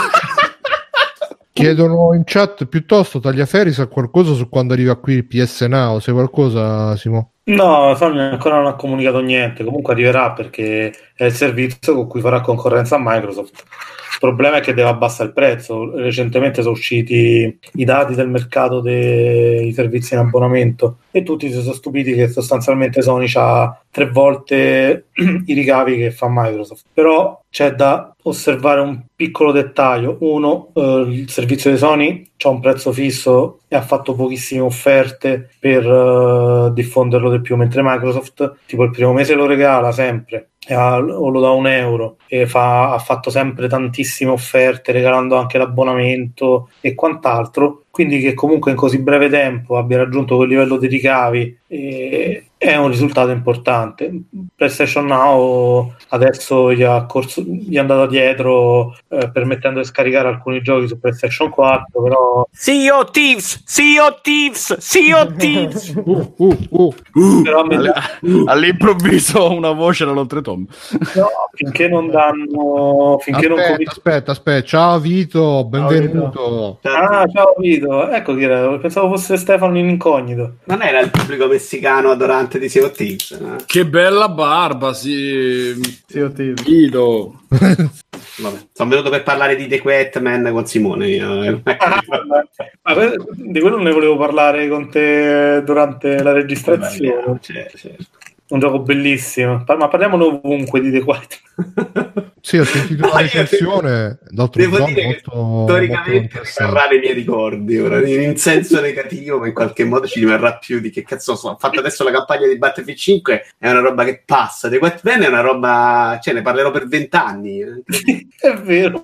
chiedono in chat piuttosto Tagliaferri sa qualcosa su quando arriva qui il P S Now, sai qualcosa, Simo? No, Sony ancora non ha comunicato niente, comunque arriverà perché è il servizio con cui farà concorrenza a Microsoft. Il problema è che deve abbassare il prezzo. Recentemente sono usciti i dati del mercato dei servizi in abbonamento e tutti si sono stupiti che sostanzialmente Sony ha tre volte i ricavi che fa Microsoft. Però c'è da osservare un piccolo dettaglio. Uno, eh, il servizio di Sony c'ha un prezzo fisso e ha fatto pochissime offerte per uh, diffonderlo di più, mentre Microsoft tipo il primo mese lo regala sempre o lo dà un euro e fa, ha fatto sempre tantissime offerte regalando anche l'abbonamento e quant'altro, quindi che comunque in così breve tempo abbia raggiunto quel livello di ricavi e è un risultato importante. PlayStation Now adesso gli, ha corso, gli è andata dietro eh, permettendo di scaricare alcuni giochi su PlayStation quattro, però Sea of Thieves, Sea of Thieves, Sea of Thieves. Uh, uh, uh. però All- all'improvviso una voce dall'oltretomba. no, finché non danno finché Aspetta, non cominci... aspetta, aspetta, ciao Vito, benvenuto. Ah, ciao Vito, ecco chi era, pensavo fosse Stefano in incognito. Non era il pubblico messicano adorante di Sea of Thieves, no? Che bella barba, sì. Sì, oh, ti- Guido. Vabbè, sono venuto per parlare di The Quetman con Simone io. Ma que- di quello ne volevo parlare con te durante la registrazione. Certo, certo. Un gioco bellissimo, Pa- ma parliamone ovunque di The Quiet. Sì, ho sentito No, la io recensione, d'altro Devo giorno dire che molto, molto storicamente interessante. rimarrà nei miei ricordi ora, in senso negativo, ma in qualche modo ci rimarrà più di che cazzo so. Ho fatto adesso la campagna di Battlefield cinque, è una roba che passa. The Quetman è una roba, cioè ne parlerò per vent'anni. È vero,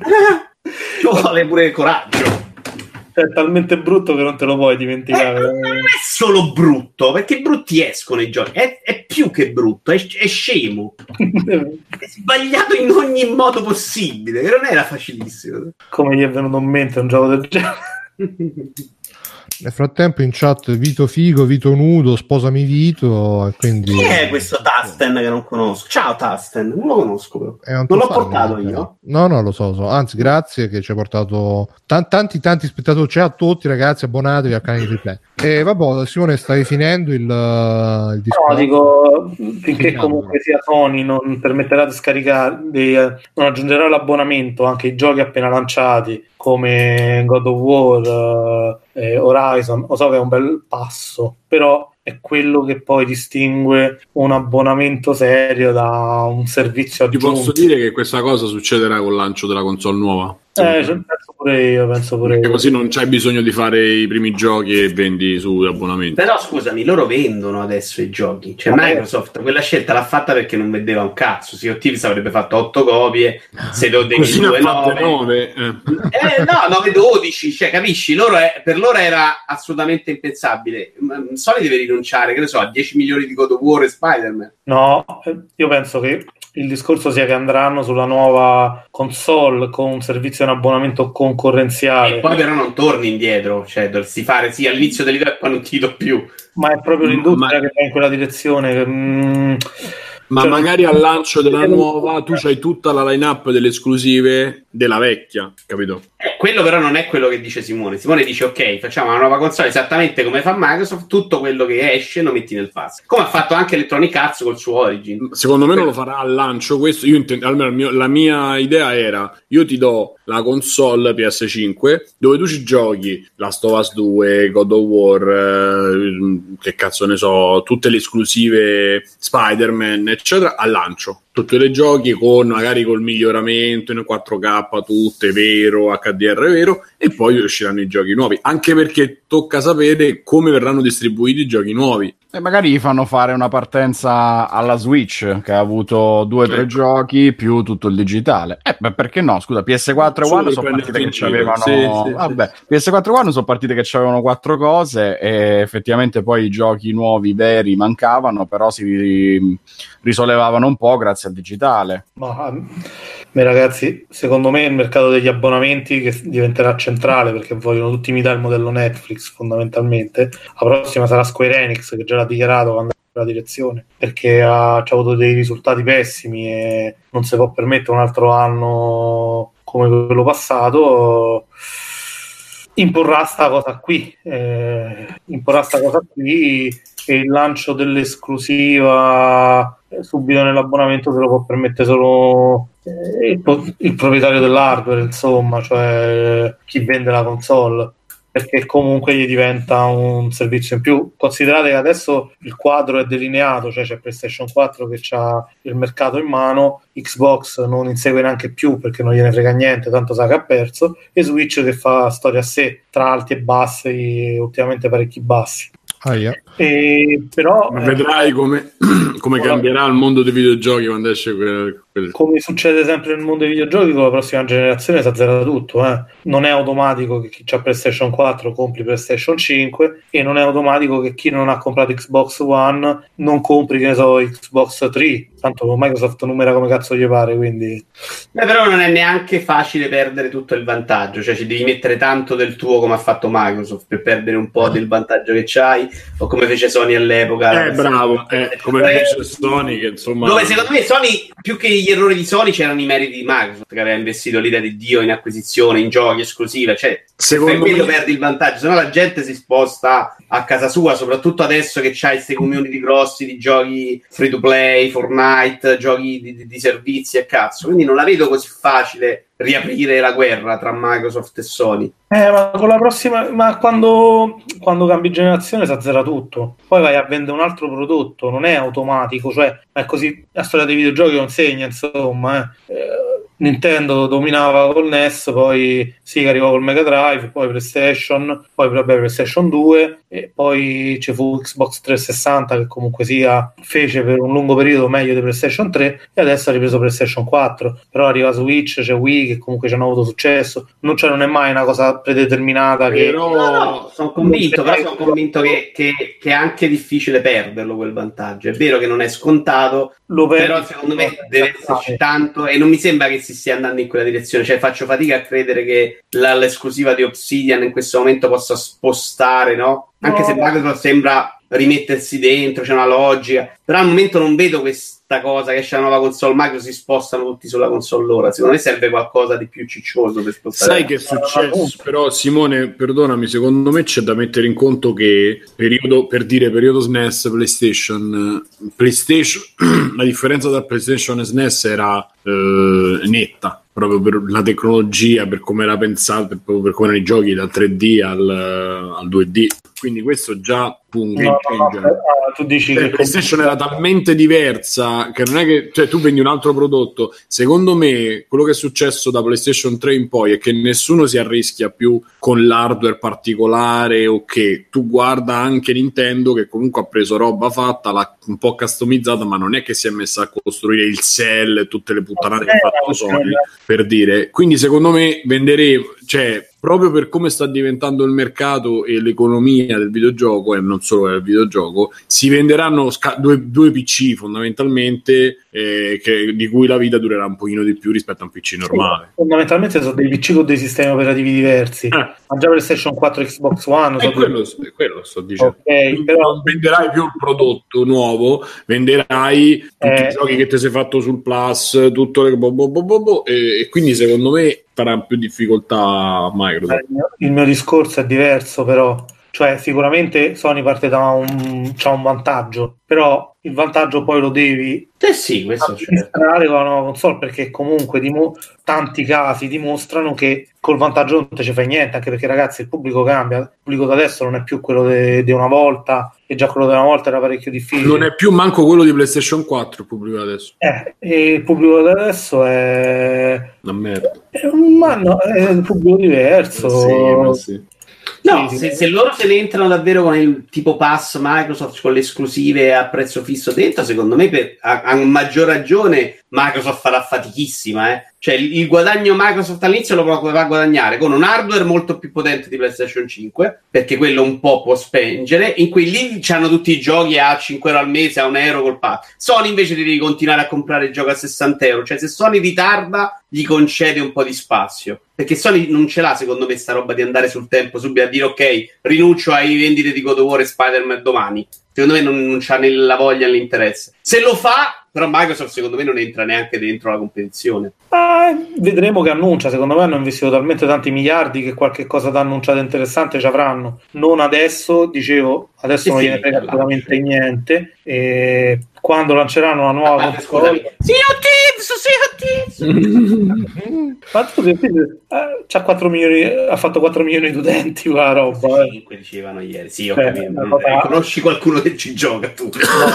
Ci vuole pure coraggio. è talmente brutto che non te lo puoi Eh, dimenticare. non è solo brutto, perché brutti escono i giochi, è, è più che brutto, è, è scemo, è sbagliato in ogni modo possibile, che non era facilissimo. Come gli è venuto in mente un gioco del genere? Nel frattempo in chat Vito Figo, Vito Nudo, sposami Vito, e quindi... Chi è questo Tasten che non conosco? Ciao Tasten, non lo conosco però. È un Non l'ho tuo fan, portato eh. io. No, no, lo so, lo so. Anzi, grazie che ci ha portato tan- tanti, tanti spettatori. Ciao a tutti, ragazzi, abbonatevi al canale di Replay. E vabbè, Simone, stai finendo il, il discorso. No, dico, finché Sì, comunque sia Sony non permetterà di scaricare, di, eh, non aggiungerà l'abbonamento anche ai giochi appena lanciati come God of War, eh, Horizon, lo so che è un bel passo, però è quello che poi distingue un abbonamento serio da un servizio Ti aggiunto. posso dire che questa cosa succederà col lancio della console nuova? Eh, cioè, penso pure io, penso pure Perché io. così non c'hai bisogno di fare i primi giochi e vendi su abbonamento. Però scusami, loro vendono adesso i giochi, cioè Vabbè. Microsoft quella scelta l'ha fatta perché non vendeva un cazzo. Sea of Thieves avrebbe fatto otto copie, se lo devi Così ne due ha fatte nove. nove. Eh. Eh, no, nove dodici, cioè capisci? Loro è, per loro era assolutamente impensabile. M- Sony deve rinunciare, che ne so, a dieci milioni di God of War e Spider-Man. No, eh, io penso che il discorso sia che andranno sulla nuova console con un servizio in abbonamento concorrenziale. E poi però non torni indietro, cioè dovresti fare sì all'inizio del livello e poi non ti do più. Ma è proprio l'industria Ma- che va in quella direzione. Che, mm, Ma cioè, magari al lancio della nuova tu c'hai tutta la line-up delle esclusive della vecchia, capito? Eh, quello però non è quello che dice Simone. Simone dice ok, facciamo una nuova console esattamente come fa Microsoft, tutto quello che esce lo metti nel pass, come ha fatto anche Electronic Arts col suo Origin. Secondo me non lo farà al lancio questo. Io intendo, almeno il mio, la mia idea era: io ti do la console P S cinque dove tu ci giochi Last of Us due, God of War, eh, che cazzo ne so, tutte le esclusive Spider-Man eccetera al lancio, tutti le giochi con magari col miglioramento in quattro K tutte vero, H D R vero, e poi usciranno i giochi nuovi, anche perché tocca sapere come verranno distribuiti i giochi nuovi. E magari gli fanno fare una partenza alla Switch, che ha avuto due o tre Ecco. giochi più tutto il digitale. Eh, beh, perché no? Scusa, P S quattro e Solo One per sono partite prenderti che in giro. c'avevano... Sì, sì, Vabbè, P S quattro e One sono partite che c'avevano quattro cose e effettivamente poi i giochi nuovi, veri, mancavano, però si risollevavano un po' grazie al digitale. Ma beh, ragazzi, secondo me il mercato degli abbonamenti che diventerà centrale, perché vogliono tutti imitare il modello Netflix fondamentalmente. La prossima sarà Square Enix, che già l'ha dichiarato quando la direzione, perché ha, ha avuto dei risultati pessimi e non si può permettere un altro anno come quello passato. Imporrà sta cosa qui, eh, imporrà sta cosa qui, e il lancio dell'esclusiva eh, subito nell'abbonamento se lo può permettere solo eh, il, il proprietario dell'hardware, insomma, cioè chi vende la console, perché comunque gli diventa un servizio in più. Considerate che adesso il quadro è delineato, cioè c'è PlayStation quattro che ha il mercato in mano, Xbox non insegue neanche più perché non gliene frega niente, tanto sa che ha perso, e Switch che fa storia a sé, tra alti e bassi, ultimamente parecchi bassi. Ah, yeah. E però Ma eh, vedrai come, come cambierà il mondo dei videogiochi quando esce quel, quel... come succede sempre nel mondo dei videogiochi, con la prossima generazione si azzera tutto, eh. Non è automatico che chi ha PlayStation quattro compri PlayStation cinque, e non è automatico che chi non ha comprato Xbox One non compri, che ne so, Xbox tre, tanto Microsoft numera come cazzo gli pare, quindi... Beh, però non è neanche facile perdere tutto il vantaggio, cioè ci devi mettere tanto del tuo come ha fatto Microsoft per perdere un po' del vantaggio che c'hai, o come fece Sony all'epoca. Eh, bravo, eh, come fece Sony, che insomma... Dove secondo me Sony, più che gli errori di Sony, c'erano i meriti di Microsoft, che aveva investito l'idea di Dio in acquisizione, in giochi esclusive, cioè secondo per quello me... perdi il vantaggio, se no la gente si sposta a casa sua, soprattutto adesso che c'hai queste community grossi di giochi free to play, Fortnite, giochi di, di, di servizi e cazzo, quindi non la vedo così facile riaprire la guerra tra Microsoft e Sony. Eh, ma con la prossima, ma quando, quando cambi generazione si azzera tutto, poi vai a vendere un altro prodotto, non è automatico, cioè è così, la storia dei videogiochi non segna, insomma, eh. Eh, Nintendo dominava col N E S, poi si arrivò col Mega Drive, poi PlayStation, poi vabbè, PlayStation due, e poi ci fu Xbox trecentosessanta che comunque sia fece per un lungo periodo meglio di PlayStation tre, e adesso ha ripreso PlayStation quattro, però arriva Switch, c'è Wii che comunque ci hanno avuto successo, non, cioè, non è mai una cosa predeterminata che... Però... No, no, sono convinto, però sono convinto che, che, che è anche difficile perderlo quel vantaggio. È vero che non è scontato, Lo però secondo me deve esserci tanto, e non mi sembra che si stia andando in quella direzione, cioè faccio fatica a credere che la, l'esclusiva di Obsidian in questo momento possa spostare, no? Anche no, se Microsoft sembra rimettersi dentro, c'è una logica, però al momento non vedo questa cosa che c'è una nuova console Microsoft, si spostano tutti sulla console loro. Secondo me serve qualcosa di più ciccioso per spostare. Sai che è successo? Però Simone, perdonami, secondo me c'è da mettere in conto che periodo, per dire periodo S N E S, PlayStation PlayStation la differenza tra PlayStation e S N E S era eh, netta, proprio per la tecnologia, per come era pensato, per, per come erano i giochi dal tre D al, al due D, quindi questo già un game no, changer. no, no, tu dici cioè, che PlayStation era talmente diversa che non è che, cioè, tu vendi un altro prodotto. Secondo me quello che è successo da PlayStation tre in poi è che nessuno si arrischia più con l'hardware particolare, o che tu guarda anche Nintendo che comunque ha preso roba fatta, l'ha un po' customizzata, ma non è che si è messa a costruire il cell e tutte le puttanate che ha fatto Sony, per dire. Quindi secondo me venderemo, cioè proprio per come sta diventando il mercato e l'economia del videogioco, e non solo del videogioco, si venderanno sca- due, due P C fondamentalmente, eh, che, di cui la vita durerà un pochino di più rispetto a un P C normale. Sì, fondamentalmente sono dei P C con dei sistemi operativi diversi, eh. ma già PlayStation quattro e Xbox One e quello, due... quello sto dicendo. Okay, però... non venderai più il prodotto nuovo, venderai tutti eh... i giochi che ti sei fatto sul Plus, tutto le... bo, bo, bo, bo, bo, e, e quindi secondo me farà più difficoltà a Microsoft. Il mio, il mio discorso è diverso, però, cioè sicuramente Sony parte da un c'ha un vantaggio, però il vantaggio poi lo devi eh sì, questo amministrare con la nuova console, perché comunque dimo- tanti casi dimostrano che col vantaggio non te ci fai niente, anche perché ragazzi il pubblico cambia, il pubblico da adesso non è più quello di una volta, e già quello di una volta era parecchio difficile. Non è più manco quello di PlayStation quattro il pubblico adesso. Eh, e il pubblico da adesso è una merda. È un, ma no, è un pubblico diverso. Sì, ma sì. No, se, se loro se ne entrano davvero con il tipo pass Microsoft, con le esclusive a prezzo fisso dentro, secondo me per, a, a maggior ragione Microsoft farà fatichissima, eh. Cioè il, il guadagno Microsoft all'inizio lo potrà guadagnare con un hardware molto più potente di PlayStation cinque, perché quello un po' può spengere, in cui lì c'hanno tutti i giochi a cinque euro al mese, a un euro col pass. Sony invece devi continuare a comprare il gioco a sessanta euro, cioè se Sony ritarda gli concede un po' di spazio, perché Sony non ce l'ha secondo me sta roba di andare sul tempo subito a dire ok, rinuncio ai vendite di God of War e Spider-Man domani. Secondo me non, non c'ha né la voglia né l'interesse. Se lo fa, però Microsoft secondo me non entra neanche dentro la competizione. Ah, vedremo che annuncia. Secondo me hanno investito talmente tanti miliardi che qualche cosa da annunciato interessante ci avranno. Non adesso, dicevo, adesso sì, non gliene frega assolutamente niente. E quando lanceranno una nuova ah, console, sì, Tips, sì, Tips. Ma tu eh, c'ha quattro milioni, ha fatto quattro milioni di utenti quella roba. Eh. cinque dicevano ieri. Sì, ho eh, capito. Eh, conosci qualcuno che ci gioca tu?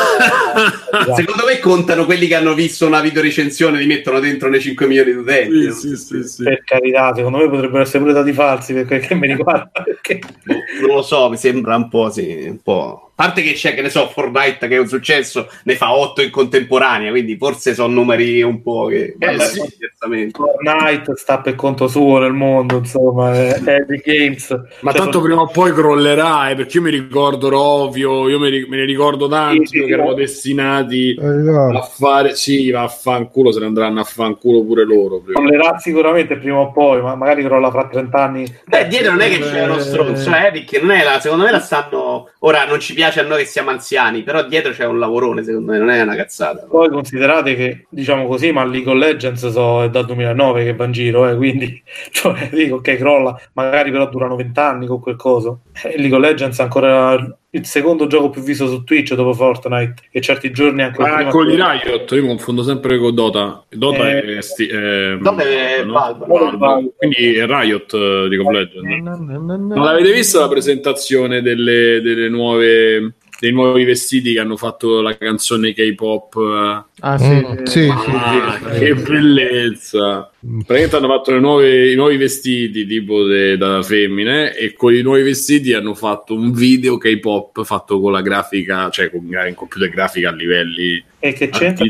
No, secondo me contano quelli che hanno visto una videorecensione, li mettono dentro nei cinque milioni di utenti. Sì, sì, sì, sì. Per carità, secondo me potrebbero essere pure dati falsi, per quel che mi riguarda. Perché... non lo so, mi sembra un po', sì, un po'. A parte che c'è, che ne so, Fortnite che è un successo, ne fa otto in contemporanea, quindi forse sono numeri un po' che eh, sì. Fortnite sta per conto suo nel mondo, insomma, è Epic Games. Ma cioè, tanto sono... prima o poi crollerà, eh, perché io mi ricordo Rovio, io me, me ne ricordo tanti sì, sì, che erano destinati eh, no. a fare, sì, va a fanculo, se ne andranno a fanculo pure loro. Crollerà sicuramente prima o poi, ma magari crolla fra trenta anni. Beh, dietro non è che c'è uno stronzo, eh, Epic, non è la, secondo me la stanno... Ora, non ci piace a noi che siamo anziani, però dietro c'è un lavorone, secondo me, non è una cazzata. Poi considerate che, diciamo così, ma League of Legends so, è dal duemilanove che va in giro, eh, quindi, cioè, dico, ok, crolla, magari però durano vent'anni con quel coso. E League of Legends è ancora il secondo gioco più visto su Twitch dopo Fortnite, e certi giorni anche... Ah, con gli Riot, io mi confondo sempre con Dota. Dota eh, è... Sti- eh, Dota è no? Valve. No, no, quindi è Riot uh, League of Legends. Non l'avete vista la presentazione delle, delle nuove... dei nuovi vestiti che hanno fatto la canzone K-pop? Ah sì, mm, sì, ah, sì, che sì. Bellezza! Praticamente hanno fatto le nuove, i nuovi vestiti tipo de, da femmine, e con i nuovi vestiti hanno fatto un video K-pop fatto con la grafica, cioè con in computer grafica a livelli. E che c'entra?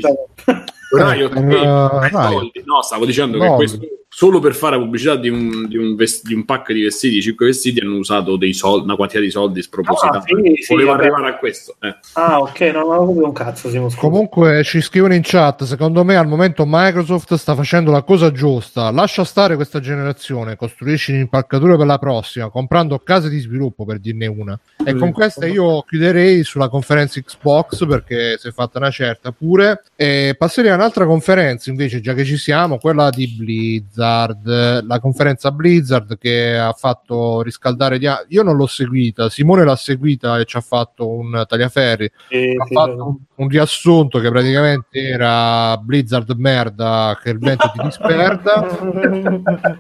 Riot, eh, Riot. No, stavo dicendo no. che questo solo per fare la pubblicità di un, di un, vest- di un pack di vestiti, cinque vestiti, hanno usato dei soldi, una quantità di soldi spropositata. Ah, sì, sì, voleva arrivare a questo. Eh. Ah, ok, non avevo capito un cazzo. Simo, comunque ci scrivono in chat, secondo me al momento Microsoft sta facendo la cosa giusta, lascia stare questa generazione, costruisci un'impalcatura per la prossima, comprando case di sviluppo, per dirne una. E con questa io chiuderei sulla conferenza Xbox, perché si è fatta una certa pure, e passerei a un'altra conferenza invece, già che ci siamo, quella di Blizzard. La conferenza Blizzard che ha fatto riscaldare di a- io non l'ho seguita, Simone l'ha seguita e ci ha fatto un tagliaferri, sì, ha sì, fatto sì. un, un riassunto che praticamente era Blizzard merda, che il vento ti disperda.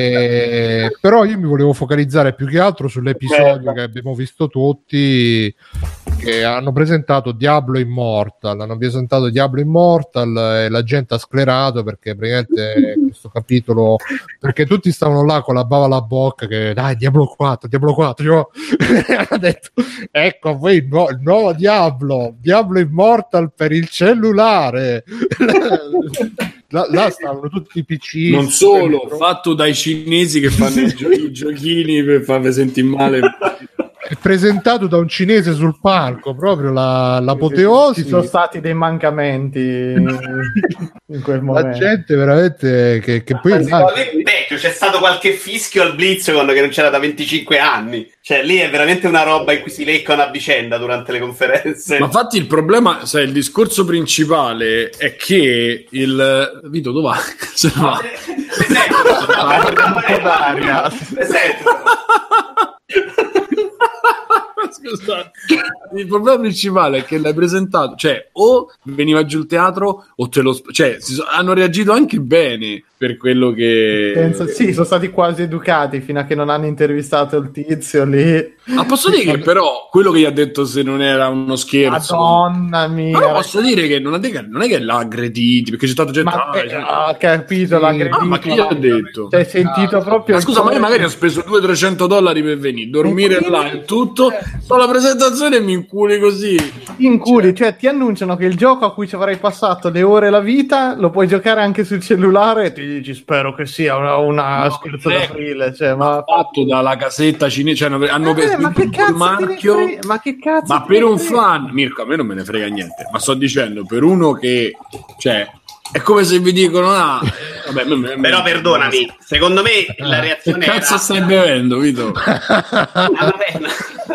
E... però io mi volevo focalizzare più che altro sull'episodio che abbiamo visto tutti, che hanno presentato Diablo Immortal hanno presentato Diablo Immortal e la gente ha sclerato, perché praticamente questo capitolo, perché tutti stavano là con la bava alla bocca che dai Diablo quattro Diablo quattro, io ha detto ecco a voi il, nu- il nuovo Diablo Diablo Immortal per il cellulare. là, là stavano tutti i P C, non solo fatto dai cinesi che fanno i, gio- i giochini per farvi sentire male. E presentato da un cinese sul palco, proprio la, l'apoteosi. Ci sono stati dei mancamenti in quel momento. La gente veramente che, che poi Anzi, no, lì, vecchio, c'è stato qualche fischio al BlizzCon che non c'era da venticinque anni. Cioè lì è veramente una roba in cui si leccano a vicenda durante le conferenze. Ma infatti il problema, sai, il discorso principale è che il Vito dove va? Se no, va. Scusate. Il problema principale è che l'hai presentato, cioè o veniva giù il teatro o te lo sp- cioè si so- hanno reagito anche bene per quello che Penso, sì, sono stati quasi educati fino a che non hanno intervistato il tizio lì. Ma posso dire che però quello che gli ha detto, se non era uno scherzo, Madonna mia, però posso dire che non è che, non è che l'ha aggrediti, perché c'è stato gente ma ah, eh, cioè, ha capito, l'ha aggredito, ah, ma chi gli ha detto? Cioè, hai sentito proprio Ma scusa, ma io magari ho speso duecento trecento dollari per venire, dormire là e tutto, fa la presentazione e mi inculi così. Inculi, cioè ti annunciano che il gioco a cui ci avrai passato le ore e la vita lo puoi giocare anche sul cellulare e ti dici spero che sia una, una No, scherzo eh, d'aprile, cioè, ma fatto dalla casetta cinese, cioè, hanno, hanno eh, ma che il cazzo marchio, te ne frega? Ma che cazzo ma te per ne un frega? fan, Mirko, a me non me ne frega niente, ma sto dicendo per uno che, cioè, è come se vi dicono ah, vabbè, me, me, Però me, perdonami, secondo me la reazione che cazzo era stai bevendo, Vito? Ah, vabbè.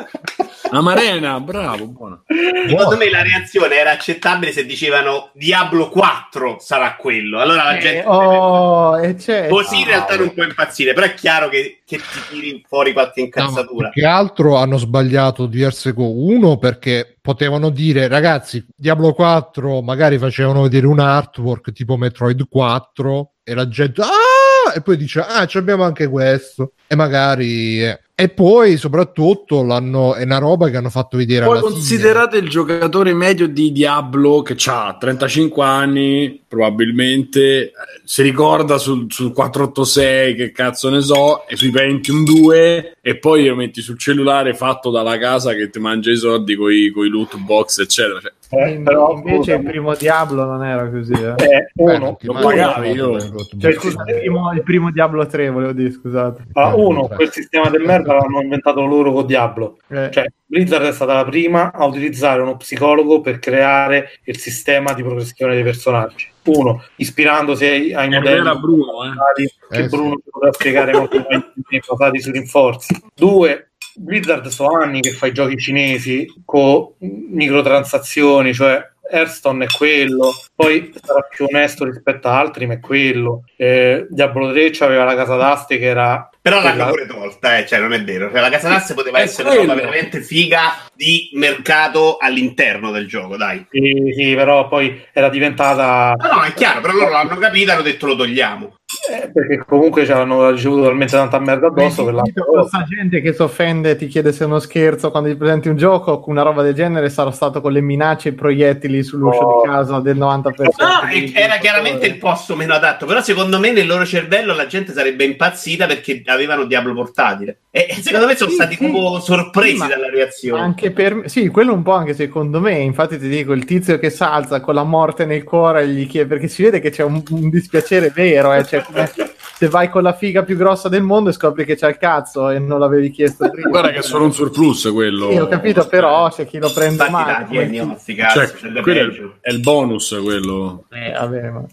Amarena, bravo, buono. Secondo me la reazione era accettabile se dicevano Diablo quattro sarà quello. Allora la Eh, gente oh, e c'è così in realtà non può impazzire, però è chiaro che, che ti tiri fuori qualche incazzatura. Più che altro hanno sbagliato diverse cose. Uno, perché potevano dire ragazzi, Diablo quattro magari facevano vedere un artwork tipo Metroid quattro e la gente ah! E poi dice ah, ci abbiamo anche questo e magari eh. E poi soprattutto l'hanno, è una roba che hanno fatto vedere Poi alla considerate fine. Il giocatore medio di Diablo che ha trentacinque anni probabilmente, si ricorda sul, sul quattrocentottantasei che cazzo ne so, e sui Pentium due, e poi lo metti sul cellulare fatto dalla casa che ti mangia i soldi con i loot box eccetera, cioè, Eh, però invece il primo Diablo non era così, eh. eh, uno, non pagavi io. Cioè, scusa, il primo, il primo Diablo tre volevo dire, scusate. ah, uno, quel sistema del merda l'hanno inventato loro con Diablo. Eh. Cioè, Blizzard è stata la prima a utilizzare uno psicologo per creare il sistema di progressione dei personaggi. Uno, ispirandosi ai, ai Eh, modelli era Bruno, eh. che Eh, Bruno sì. potrà spiegare molto meglio, basati sui rinforzi. Due, Blizzard so anni che fa i giochi cinesi con microtransazioni, cioè Hearthstone è quello, poi sarà più onesto rispetto a altri, ma è quello. Eh, Diablo tre c'aveva la casa d'aste che era... Però l'hanno quella... pure tolta, eh, cioè non è vero. Cioè, la casa d'aste poteva È essere una roba quello. veramente figa di mercato all'interno del gioco, dai. Sì, sì, però poi era diventata... No, no, è chiaro, però loro l'hanno capito e hanno detto lo togliamo. Eh, perché comunque ci hanno ricevuto talmente tanta merda addosso che l'hanno questa gente che si offende ti chiede se è uno scherzo quando ti presenti un gioco, una roba del genere sarà stato con le minacce e i proiettili sull'uscio Oh. di casa del novanta per cento. No, e- era chiaramente il posto meno adatto, però secondo me nel loro cervello la gente sarebbe impazzita perché avevano Diablo portatile. E, e secondo me sono Sì, stati sì. proprio sorpresi Sì, ma dalla reazione. Anche per me, sì, quello un po' anche secondo me. Infatti, ti dico, il tizio che salza con la morte nel cuore gli chiede, perché si vede che c'è un, un dispiacere vero, eh, cioè come se vai con la figa più grossa del mondo e scopri che c'è il cazzo e non l'avevi chiesto prima. Guarda che è solo un surplus quello. Sì, ho capito, però c'è chi lo prende Infatti male. dai, come andiamo a chi- sti cazzi, Cioè, c'è da quello è, peggio. è il bonus quello. Eh, vabbè, ma...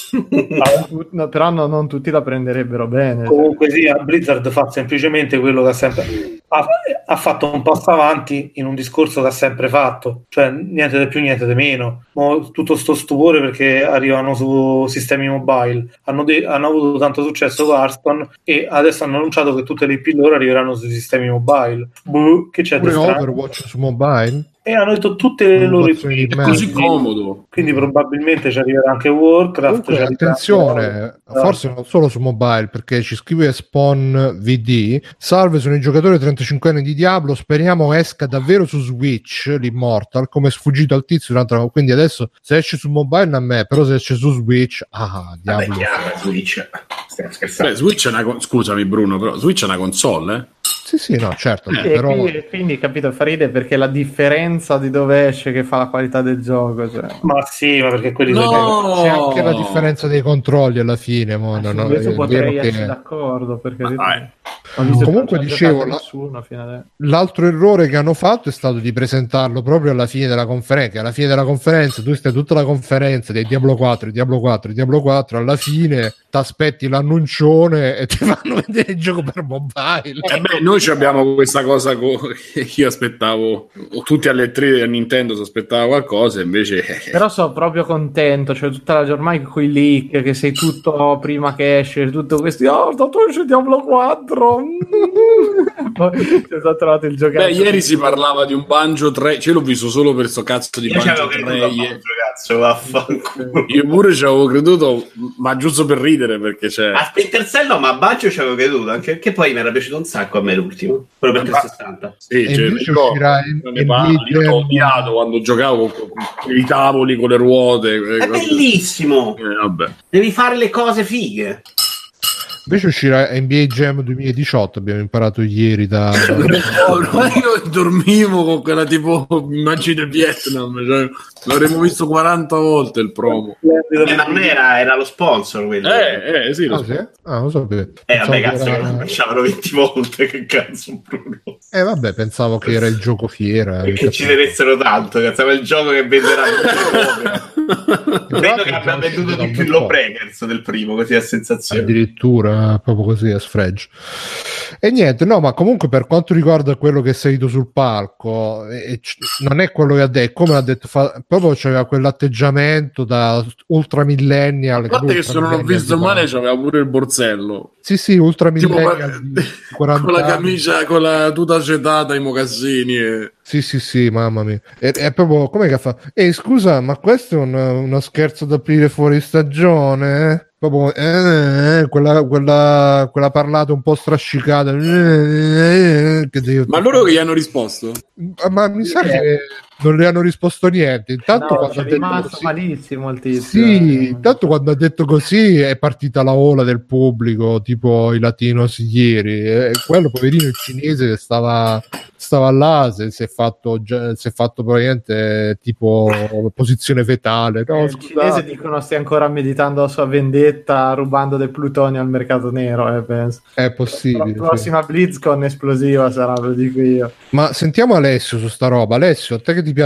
Ah, tu- no, però no, non tutti la prenderebbero bene. Comunque sia, Blizzard fa semplicemente quello che ha sempre ha, ha fatto un passo avanti in un discorso che ha sempre fatto, cioè niente di più, niente di meno. Mo, tutto sto stupore perché arrivano su sistemi mobile, hanno, de- hanno avuto tanto successo con Hearthstone e adesso hanno annunciato che tutte le I P loro arriveranno sui sistemi mobile. Buh, che c'è di Pure strano? Overwatch su mobile? E hanno detto tutte le loro I P, Innovazioni di È merda. così comodo. quindi probabilmente ci arriverà anche Warcraft. Comunque, ci arriverà attenzione, anche- forse non solo su mobile, perché ci scrive Spawn V D. Salve, sono il giocatore trentacinque anni di Diablo. Speriamo esca davvero su Switch l'Immortal, come è sfuggito al tizio durante la... Quindi adesso se esce su mobile a me, però se esce su Switch, ah, Vabbè, Diablo. chiaro, Switch. Stiamo scherzando. Beh, Switch è una con- scusami Bruno, però Switch è una console, eh? Sì, sì, no, certo, E però... quindi, quindi, capito, fa ridere perché la differenza di dove esce che fa la qualità del gioco, cioè. Ma sì, ma perché quelli sono No, C'è anche la differenza dei controlli alla fine, mo, no, Su no, questo è potrei vero essere che... d'accordo, perché Ma dai. Comunque dicevo, la, l'altro errore che hanno fatto è stato di presentarlo proprio alla fine della conferenza. Alla fine della conferenza tu stai tutta la conferenza dei Diablo quattro, Diablo quattro, Diablo quattro, alla fine ti aspetti l'annuncione e ti fanno vedere il gioco per mobile. Eh beh, noi abbiamo questa cosa co- che io aspettavo, tutti alle tre a Nintendo si aspettava qualcosa, invece però sono proprio contento, cioè tutta la ormai con i leak che sei tutto prima che esce, tutto questo, oh, stato esce Diablo quattro. Poi si è trovato il giocattolo. Beh, ieri si parlava di un Banjo tre, ce l'ho visto solo per sto cazzo di io Banjo tre. Cazzo, vaffanculo. Io pure ci avevo creduto, ma giusto per ridere, perché c'è a Splinter Cell no, ma a Banjo ci avevo creduto, anche perché poi mi era piaciuto un sacco a me l'ultimo, quello per trecentosessanta. Sì, cioè, uscirà in, ne parlo, io ho odiato quando giocavo con, con i tavoli con le ruote. È bellissimo. Eh, vabbè. Devi fare le cose fighe. Invece uscirà N B A Jam duemiladiciotto, abbiamo imparato ieri da... Io dormivo con quella tipo immagine del Vietnam, cioè, l'avremmo visto quaranta volte il promo. Eh, ma non era, era lo sponsor quello. Eh, eh, sì, lo ah, sì? Ah, lo sapevo. Eh, vabbè, cazzo, era... che lo facciavano venti volte, che cazzo, Bruno. Eh, vabbè, pensavo che era il gioco fiera. E che ci tenessero tanto, cazzo, il gioco che venderà credo che abbia venduto di più lo Breakers del primo, così a sensazione. Addirittura proprio così a sfregio. E niente, no, ma comunque per quanto riguarda quello che è salito sul palco, eh, non è quello che ha detto, come ha detto, fa, proprio c'aveva quell'atteggiamento da ultra millennial. A parte che se non ho visto male c'aveva pure il borsello. Sì, sì, ultra millennial tipo, con la camicia, con la tuta acetata, i mocassini e... Sì, sì, sì, mamma mia. È, è proprio come che fa? Ehi, scusa, ma questo è un, uno scherzo da aprire fuori stagione? Eh? Proprio, eh, eh, quella, quella, quella parlata un po' strascicata. Eh, eh, che devo... Ma loro che gli hanno risposto? Ma mi sa che non le hanno risposto niente. Intanto no, quando ha detto così, malissimo il tizio. sì, intanto quando ha detto così è partita la ola del pubblico, tipo i latinos ieri. E quello poverino il cinese che stava stava là, se si è fatto si è fatto probabilmente tipo posizione fetale. No, eh, il cinese dicono stia ancora meditando la sua vendetta rubando del plutonio al mercato nero, eh, penso. È possibile. La prossima sì. BlizzCon esplosiva sarà, lo dico io. Ma sentiamo Alessio su sta roba. Alessio, a te che ti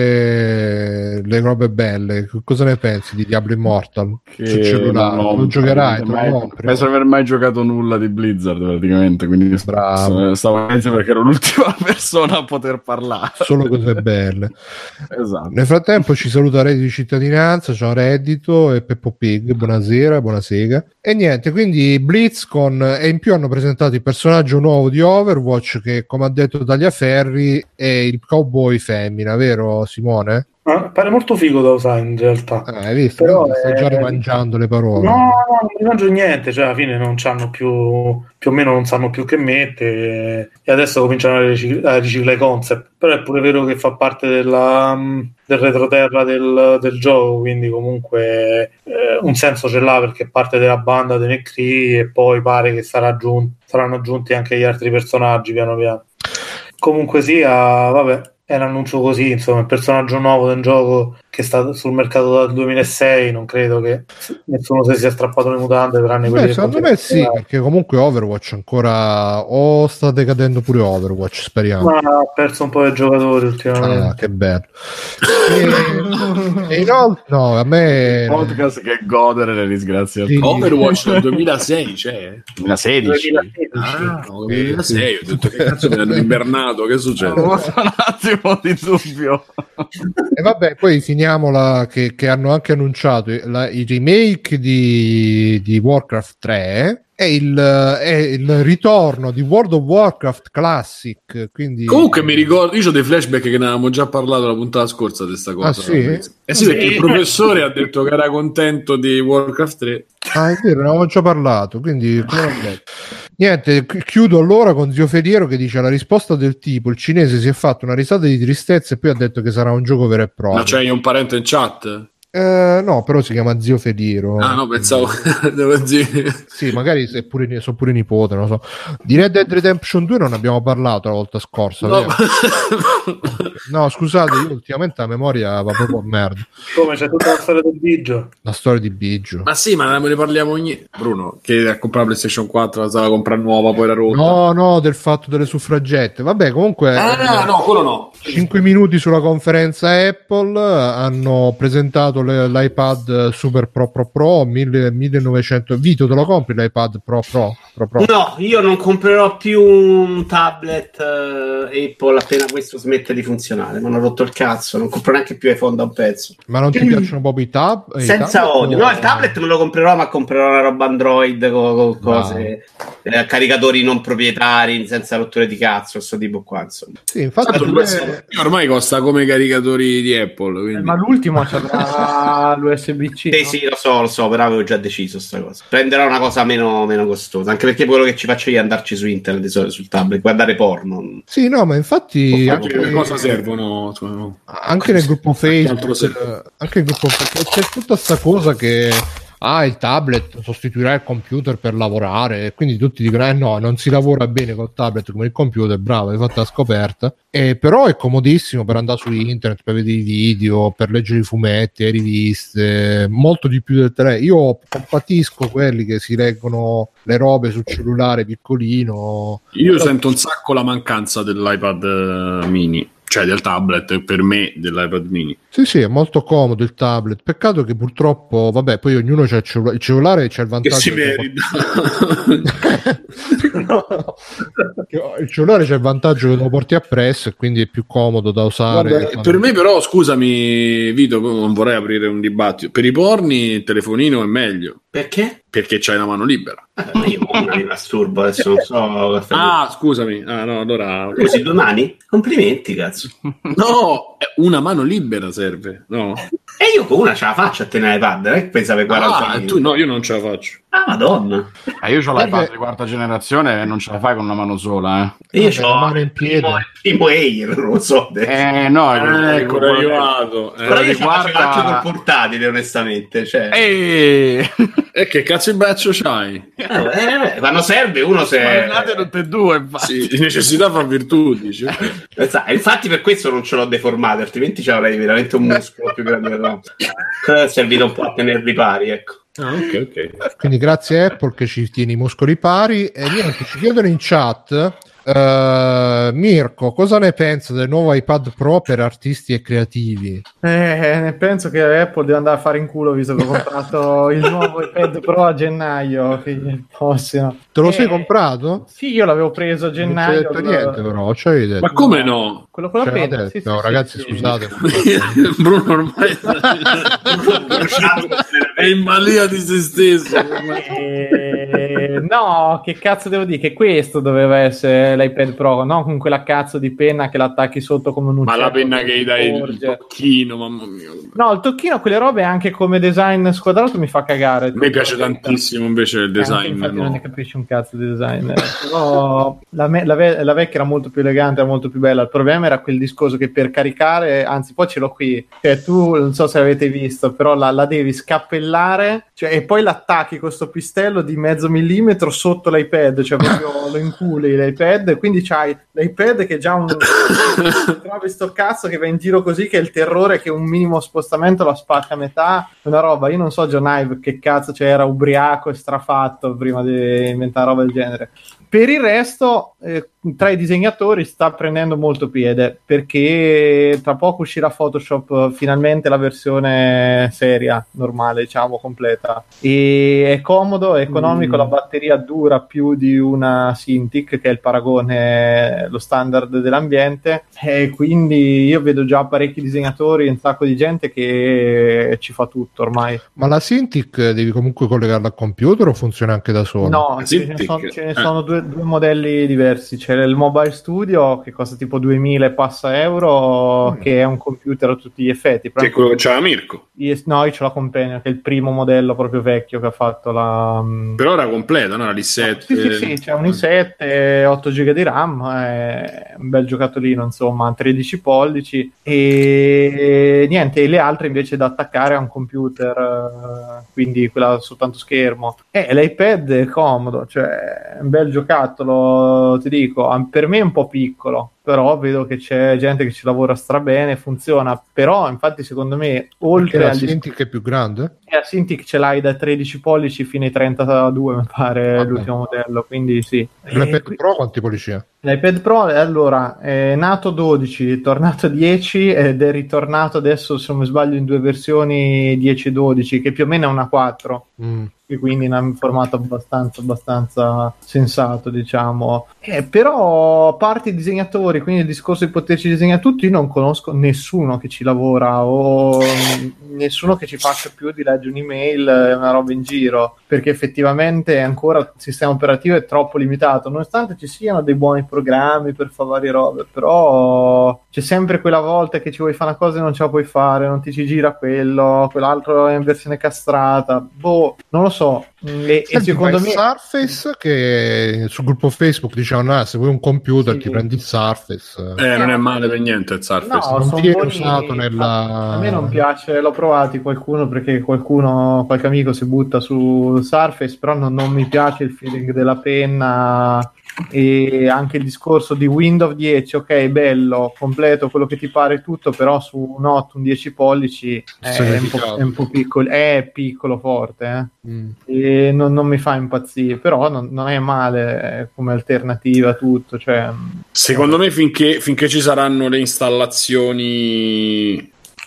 piace le robe belle, cosa ne pensi di Diablo Immortal? Che sul cellulare? non lo giocherai? Mai, penso di aver mai giocato nulla di Blizzard praticamente, quindi bravo. Stavo pensando perché ero l'ultima persona a poter parlare. Solo cose belle. Esatto. Nel frattempo ci saluta Reddito di Cittadinanza, ciao Reddito e Peppo Pig, buonasera, buonasera. E niente, quindi BlizzCon, e in più hanno presentato il personaggio nuovo di Overwatch che, come ha detto Tagliaferri, è il cowboy femmina, vero Simone? Ah, pare molto figo da usare in realtà. Ah, hai visto? Però stai è... già rimangiando le parole. No, no, non mi mangio niente, cioè alla fine non c'hanno più, più o meno non sanno più che mettere e adesso cominciano a riciclare, a riciclare i concept. Però è pure vero che fa parte della, del retroterra del, del gioco, quindi comunque eh, un senso ce l'ha perché è parte della banda dei McCree e poi pare che sarà aggiunti, saranno aggiunti anche gli altri personaggi piano piano. Comunque sia, vabbè. È un annuncio così, insomma, il personaggio nuovo del gioco che sta sul mercato dal duemilasei, non credo che nessuno si sia strappato le mutande tranne quelli. Beh, secondo me sì, perché comunque Overwatch ancora o sta decadendo pure Overwatch, speriamo. Ma ha perso un po' di giocatori ultimamente. Ah, che bello. e, e inoltre, no, a me podcast che godere le disgrazie. Sì. Overwatch del duemilasei, cioè duemilasedici. Ah, no, duemilasei, ho detto che cazzo mi hanno invernato, che succede? Un attimo di dubbio. E vabbè, poi finiamola che, che hanno anche annunciato la, il remake di, di Warcraft tre e il, è il ritorno di World of Warcraft Classic. Quindi... Comunque mi ricordo, io ho dei flashback che ne avevamo già parlato la puntata scorsa di questa cosa. Ah, sì? Eh sì, perché il professore ha detto che era contento di Warcraft tre. Ah, è vero, ne avevamo già parlato, quindi niente, chiudo allora con Zio Fediero che dice la risposta del tipo: il cinese si è fatto una risata di tristezza e poi ha detto che sarà un gioco vero e proprio. Ma c'hai un parente in chat? Eh, no, però si chiama Zio Fediro. Ah no, pensavo devo dire. Sì, magari se pure, sono pure nipote, non lo so. Di Red Dead Redemption due non abbiamo parlato la volta scorsa. No, no scusate, io ultimamente la memoria va proprio a merda. Come c'è tutta la storia del Biggio? La storia di Biggio. Ma sì, ma ne parliamo ogni... Bruno, che a comprare la PlayStation quattro, la stava a comprare nuova, poi era rotta. No, no, del fatto delle suffragette. Vabbè, comunque... Ah, no, quello no. cinque minuti sulla conferenza Apple, hanno presentato le, l'iPad Super Pro Pro Pro millenovecento. Vito, te lo compri l'iPad Pro Pro? Pro, Pro? No, io non comprerò più un tablet uh, Apple appena questo smette di funzionare. Mi hanno rotto il cazzo, non compro neanche più iPhone da un pezzo. Ma non ti piacciono proprio i tab? Senza i odio. No, il tablet me lo comprerò, ma comprerò una roba Android con, con cose, eh, caricatori non proprietari, senza rotture di cazzo, questo tipo qua, insomma. Sì, infatti due... ormai costa come i caricatori di Apple. Quindi... Eh, ma l'ultimo c'era l'U S B C. Sì, no? sì, lo so, lo so, però avevo già deciso sta cosa. Prenderò una cosa meno, meno costosa, anche perché quello che ci faccio io è andarci su internet, sul tablet, guardare porno. Sì, no, ma infatti anche che cosa servono? No. Anche nel gruppo Facebook, anche nel gruppo Facebook c'è tutta sta cosa che ah, il tablet sostituirà il computer per lavorare, e quindi tutti dicono eh no, non si lavora bene col tablet come il computer. Bravo, hai fatto la scoperta. E però è comodissimo per andare su internet, per vedere i video, per leggere i fumetti, le riviste, molto di più del telefono. Io compatisco quelli che si leggono le robe sul cellulare piccolino. Io però... sento un sacco la mancanza dell'iPad mini, cioè del tablet, per me dell'iPad mini. Sì, sì, è molto comodo il tablet. Peccato che purtroppo, vabbè, poi ognuno c'ha il cellulare, il cellulare c'è il vantaggio che si merita. No, no. Il cellulare c'è il vantaggio che lo porti appresso e quindi è più comodo da usare. Vabbè, per me però, scusami Vito, non vorrei aprire un dibattito. Per i porni il telefonino è meglio. Perché? Perché c'hai la mano libera. Eh, io mi masturbo, adesso non so. Ah, scusami. Ah, no, allora... Così due mani? Complimenti, cazzo. No, una mano libera serve, no? E io con una ce la faccio a tenere iPad, eh? Pensavo quaranta ah, tu no, io non ce la faccio. Ah, madonna. Ah, io ho l'iPad di quarta generazione e non ce la fai con una mano sola, eh. Io ho la mano in piede. Il primo Air, non lo so. Eh, no, eh, ecco, è arrivato. Eh, però io riguarda... ce la faccio col portatile, onestamente. Cioè. E eh, che cazzo di braccio c'hai? Eh, eh, quando serve uno se... Guardate tutte e due, infatti. Sì, necessità fa virtù, dice. Infatti per questo non ce l'ho deformato, altrimenti ci avrei veramente un muscolo più grande. No. È servito un po' a tenerli pari, ecco. Ah, ok, ok. Quindi grazie Apple che ci tieni i muscoli pari. E niente, ci chiedono in chat uh, Mirko, cosa ne pensa del nuovo iPad Pro per artisti e creativi? Eh, ne penso che Apple deve andare a fare in culo, visto che ho comprato il nuovo iPad Pro a gennaio, il prossimo. Te lo eh, sei comprato? Sì, io l'avevo preso a gennaio. Non c'è detto niente, però, c'è detto. Ma come no? Quello con la Cioè, penna. detto, Sì, no, sì, ragazzi, sì, scusate. Bruno ormai è in balia di se stesso. Eh, no, che cazzo devo dire? Che questo doveva essere l'iPad Pro, no? Con quella cazzo di penna che l'attacchi sotto come un uccello. Ma la penna che gli dai il tocchino, mamma mia. No, il tocchino, quelle robe anche come design squadrato mi fa cagare. A me piace tantissimo invece il design. Eh, no. Non ne capisci un cazzo di design. Eh. Però la, me- la, ve- la vecchia era molto più elegante, era molto più bella. Il problema era quel discorso che per caricare, anzi poi ce l'ho qui, cioè tu non so se avete visto, però la, la devi scappellare, cioè, e poi l'attacchi con sto pistello di mezzo millimetro sotto l'iPad, cioè proprio lo inculi l'iPad, quindi c'hai l'iPad che è già un trovi sto cazzo che va in giro così, che è il terrore che un minimo spostamento la spacca a metà, una roba. Io non so John Ive che cazzo, cioè era ubriaco e strafatto prima di inventare roba del genere. Per il resto, eh, tra i disegnatori sta prendendo molto piede, perché tra poco uscirà Photoshop, finalmente la versione seria, normale, diciamo, completa. E è comodo, è economico, mm. la batteria dura più di una Cintiq, che è il paragone, lo standard dell'ambiente, e quindi io vedo già parecchi disegnatori, un sacco di gente che ci fa tutto ormai. Ma la Cintiq devi comunque collegarla al computer o funziona anche da sola? No, ce ne sono, ce ne sono due, due modelli diversi. C'è c'è il Mobile Studio che costa tipo duemila e passa euro, mm. che è un computer a tutti gli effetti. Che è quello che c'ha Mirko. No, io ce l'ho con Companion, che è il primo modello proprio vecchio che ha fatto la... Però era completa, no? L'I sette. Sì, sì, sì, c'è un i sette, otto giga di RAM, è un bel giocattolino, insomma, tredici pollici, e niente, e le altre invece da attaccare a un computer, quindi quella soltanto schermo. E l'iPad è comodo, cioè è un bel giocattolo, ti dico, per me è un po' piccolo, però vedo che c'è gente che ci lavora strabene, funziona, però infatti secondo me oltre la al Cintiq è più grande? E la Cintiq ce l'hai da tredici pollici fino ai trentadue, mi pare, ah, l'ultimo modello, quindi sì. L'iPad qui... Pro quanti pollici è? L'iPad Pro allora è nato dodici, è tornato dieci ed è ritornato adesso, se non mi sbaglio, in due versioni dieci e dodici, che più o meno è una quattro. Mm. Quindi in un formato abbastanza abbastanza sensato, diciamo. Eh, però a parte i disegnatori, quindi il discorso di poterci disegnare tutti, io non conosco nessuno che ci lavora o nessuno che ci faccia più di leggere un'email e una roba in giro, perché effettivamente ancora il sistema operativo è troppo limitato, nonostante ci siano dei buoni programmi per fare varie robe, però c'è sempre quella volta che ci vuoi fare una cosa e non ce la puoi fare, non ti ci gira quello, quell'altro è in versione castrata, boh, non lo so. E, Senti, e secondo me Surface, che sul gruppo Facebook dicevano ah, se vuoi un computer sì. ti prendi il Surface, eh, non è male per niente il Surface, no, non viene usato nella... a me non piace, l'ho provati qualcuno perché qualcuno, qualche amico si butta su Surface, però non, non mi piace il feeling della penna e anche il discorso di Windows dieci, ok, bello, completo, quello che ti pare tutto, però su un otto, un dieci pollici è un, po', è un po' piccolo, è piccolo forte, eh? mm. e non, non mi fa impazzire, però non, non è male come alternativa a tutto, cioè, secondo me finché, finché ci saranno le installazioni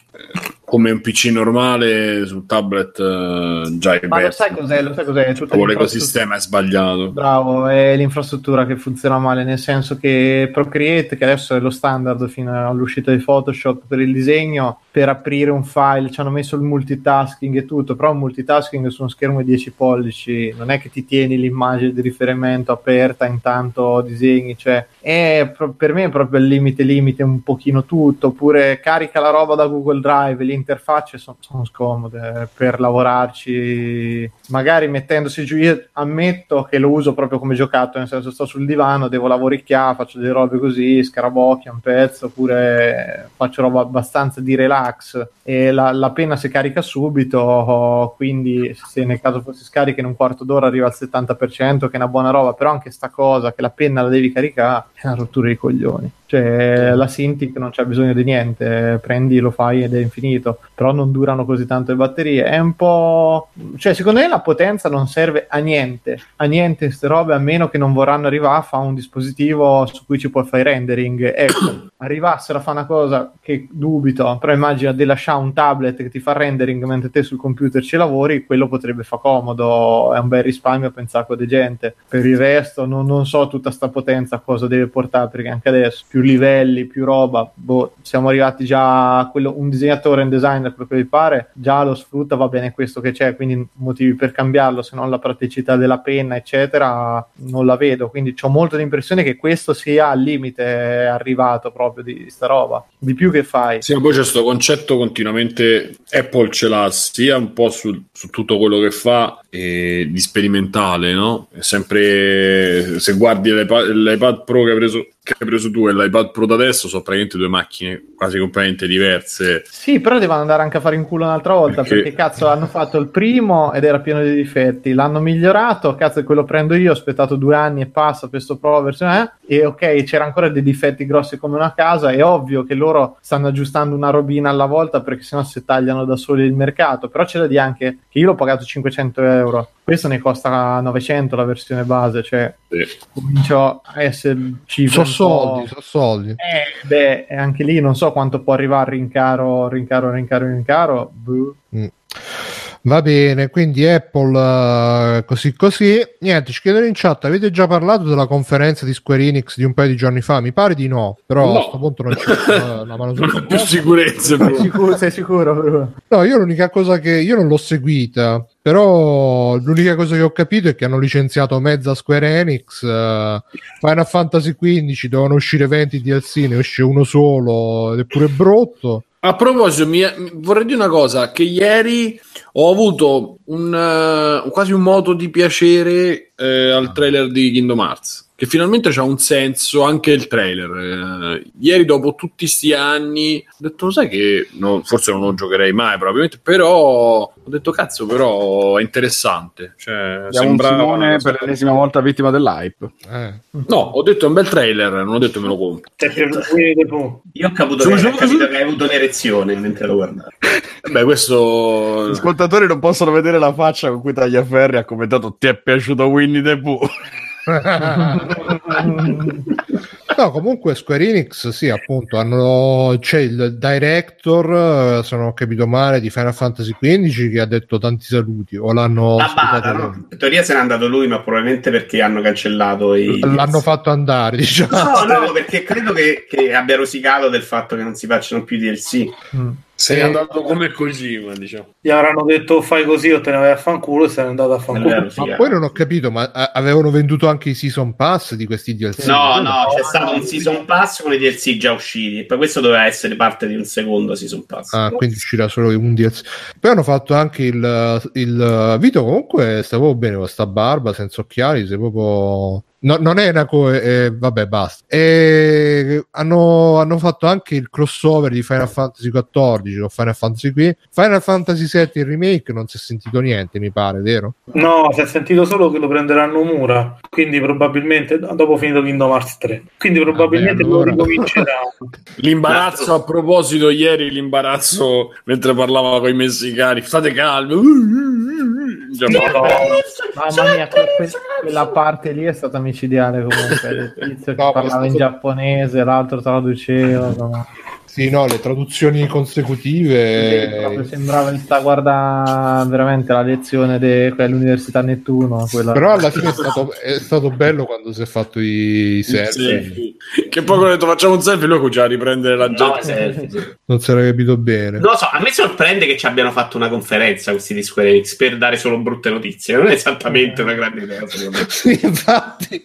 come un P C normale sul tablet uh, già è ma lo sai cos'è, lo sai cos'è? Tutto l'ecosistema è sbagliato, bravo, è l'infrastruttura che funziona male, nel senso che Procreate, che adesso è lo standard fino all'uscita di Photoshop per il disegno, per aprire un file ci hanno messo il multitasking e tutto, però il multitasking su uno schermo di dieci pollici non è che ti tieni l'immagine di riferimento aperta intanto disegni, cioè è, per me è proprio il limite limite un pochino tutto, oppure carica la roba da Google Drive, le interfacce sono, sono scomode per lavorarci, magari mettendosi giù. Io ammetto che lo uso proprio come giocattolo, nel senso sto sul divano, devo lavoricchiare, faccio delle robe così, scarabocchia un pezzo, oppure faccio roba abbastanza di relax e la, la penna si carica subito, quindi se nel caso fosse scarica in un quarto d'ora arriva al settanta per cento, che è una buona roba, però anche sta cosa che la penna la devi caricare è una rottura di coglioni. Cioè la Cintiq non c'è bisogno di niente, prendi, lo fai ed è infinito, però non durano così tanto le batterie, è un po', cioè secondo me la potenza non serve a niente, a niente queste robe, a meno che non vorranno arrivare a fare un dispositivo su cui ci puoi fare rendering. Ecco, arrivassero a fare una cosa che dubito, però immagina di lasciare un tablet che ti fa rendering mentre te sul computer ci lavori, quello potrebbe fa comodo, è un bel risparmio per un sacco di gente. Per il resto non, non so tutta sta potenza cosa deve portare, perché anche adesso più livelli, più roba, boh, siamo arrivati già a quello, un disegnatore, un designer, quello che vi pare, già lo sfrutta, va bene questo che c'è, quindi motivi per cambiarlo, se non la praticità della penna, eccetera, non la vedo, quindi ho molto l'impressione che questo sia al limite arrivato proprio di sta roba, di più che fai. Sì, ma poi c'è questo concetto continuamente, Apple ce l'ha sia un po' su, su tutto quello che fa e di sperimentale, no? È sempre, se guardi l'iPad, l'iPad Pro che hai preso che hai preso tu e l'iPad Pro da adesso sono praticamente due macchine quasi completamente diverse. Sì, però devono andare anche a fare in culo un'altra volta, perché, perché cazzo hanno fatto il primo ed era pieno di difetti, l'hanno migliorato, cazzo quello prendo io, ho aspettato due anni e passa per sto Pro versione eh, e ok, c'era ancora dei difetti grossi come una casa, è ovvio che loro stanno aggiustando una robina alla volta perché sennò si tagliano da soli il mercato, però c'è da dire anche che io l'ho pagato cinquecento euro, questo ne costa novecento la versione base, cioè sì. Comincio a esserci sono soldi, sono soldi. Eh, beh, anche lì non so quanto può arrivare rincaro, rincaro, rincaro, rincaro. Mm. Va bene, quindi Apple uh, così così. Niente, ci chiedono in chat, avete già parlato della conferenza di Square Enix di un paio di giorni fa? Mi pare di no, però no. a questo punto non c'è uh, la mano non sul ho più sicurezza. Sei sicuro, sei sicuro però? No, io l'unica cosa che io non l'ho seguita, però l'unica cosa che ho capito è che hanno licenziato mezza Square Enix. uh, Final Fantasy quindici dovevano uscire venti D L C, ne esce uno solo ed è pure brutto. A proposito, mi, vorrei dire una cosa, che ieri ho avuto un, uh, quasi un moto di piacere eh, al trailer di Kingdom Hearts, che finalmente c'ha un senso anche il trailer. Eh, ieri dopo tutti sti anni ho detto, sai che no, forse non lo giocherei mai probabilmente, però ho detto cazzo, però è interessante, cioè, sembra Simone per l'ennesima volta vittima dell'hype. Eh. No, ho detto è un bel trailer, non ho detto me lo compro. Io ho capito, che, ho capito che hai avuto un'erezione mentre lo guardavi. Beh, questo gli ascoltatori non possono vedere la faccia con cui Tagliaferri ha commentato ti è piaciuto Winnie the Pooh. No, comunque Square Enix sì, appunto hanno, c'è il director, se non ho capito male, di Final Fantasy quindici che ha detto tanti saluti, o l'hanno la bara, no? In teoria se n'è andato lui, ma probabilmente perché hanno cancellato i l'hanno fatto andare, diciamo. No, no, perché credo che, che abbia rosicato del fatto che non si facciano più D L C. Mm. Sei andato come Kojima, diciamo. Gli avranno detto fai così o te ne vai a fanculo e sei andato a fanculo. Ma poi non ho capito, ma a- avevano venduto anche i season pass di questi D L C? No, no, c'è stato un season pass con i D L C già usciti e poi questo doveva essere parte di un secondo season pass. Ah, quindi uscirà solo un D L C. Poi hanno fatto anche il, il Vito, comunque stavo bene con sta barba, senza occhiali, sei proprio... No, non è una co- eh, vabbè, basta. E hanno, hanno fatto anche il crossover di Final Fantasy quattordici con Final Fantasy qui. Final Fantasy sette il remake non si è sentito niente, mi pare, vero? No, si è sentito solo che lo prenderanno Mura, quindi probabilmente dopo finito Kingdom Hearts tre. Quindi probabilmente Vabbè, allora... lo ricominceranno. L'imbarazzo, a proposito, ieri l'imbarazzo mentre parlava con i messicani, state calmi. No, no. Mamma mia, que- que- quella parte lì è stata micidiale comunque. Il tizio che No, parlava stato... in giapponese, l'altro traduceva. No. Sì, no, le traduzioni consecutive. Sì, sembrava che sta guardando veramente la lezione dell'Università Nettuno. Quella... Però alla fine è stato, è stato bello quando si è fatto i selfie. Sì. Che poi ho detto facciamo un selfie, lui comincia a riprendere la gente. No, selfie, sì. Non si era capito bene. Non lo so, a me sorprende che ci abbiano fatto una conferenza questi di Square Enix per dare solo brutte notizie. Non è esattamente una grande idea, secondo me. Sì, infatti.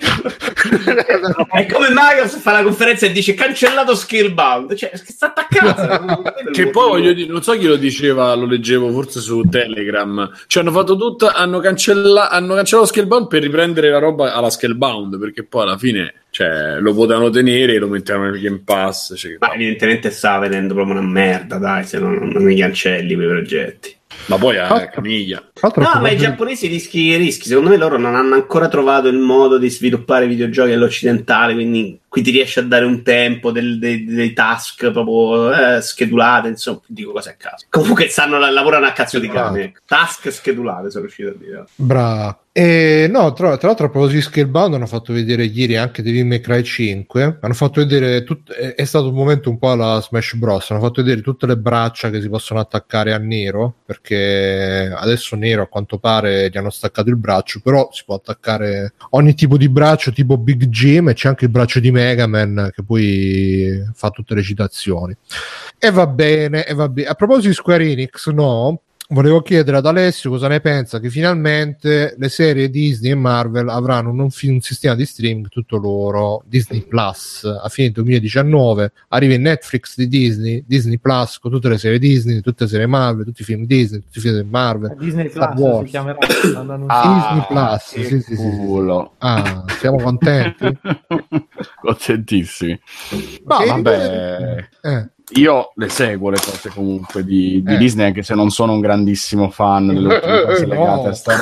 È come Microsoft fa la conferenza e dice cancellato Scalebound. Cioè, che sta attaccando. Che poi voglio dire, non so chi lo diceva, lo leggevo forse su Telegram. Cioè hanno fatto tutto, hanno cancellato, hanno cancellato Scalebound per riprendere la roba alla Scalebound, perché poi alla fine, cioè, lo potevano tenere e lo mettevano nel Game Pass. Cioè, ma evidentemente stava vedendo proprio una merda, dai, se non, non mi cancelli quei progetti. Ma poi a Camiglia. No, ma i giapponesi rischi rischi, secondo me loro non hanno ancora trovato il modo di sviluppare videogiochi all'occidentale, quindi qui ti riesci a dare un tempo del, dei, dei task proprio eh, schedulate, insomma, dico cose a caso. Comunque stanno lavorano a cazzo di cane. Task schedulate sono riuscito a dire. Bravo. E no, tra, tra l'altro a proposito di Scalebound hanno fatto vedere ieri anche Devil May Cry cinque, hanno fatto vedere tut- è, è stato un momento un po' alla Smash Bros, hanno fatto vedere tutte le braccia che si possono attaccare a Nero, perché adesso Nero a quanto pare gli hanno staccato il braccio, però si può attaccare ogni tipo di braccio tipo Big Jim, e c'è anche il braccio di Mega Man che poi fa tutte le citazioni e va bene, e va bene. A proposito di Square Enix, no, volevo chiedere ad Alessio cosa ne pensa che finalmente le serie Disney e Marvel avranno un, un sistema di streaming tutto loro, Disney Plus, a fine duemiladiciannove arriva in Netflix di Disney, Disney Plus con tutte le serie Disney, tutte le serie Marvel, tutti i film Disney, tutti i film Marvel, Disney Star Plus Wars. si chiamerà ah, Disney Plus, sì, sì, sì, sì. Ah, siamo contenti? Contentissimi. Ma okay. Vabbè, eh. Io le seguo le cose comunque di, di eh. Disney, anche se non sono un grandissimo fan delle ultime cose legate no. a Star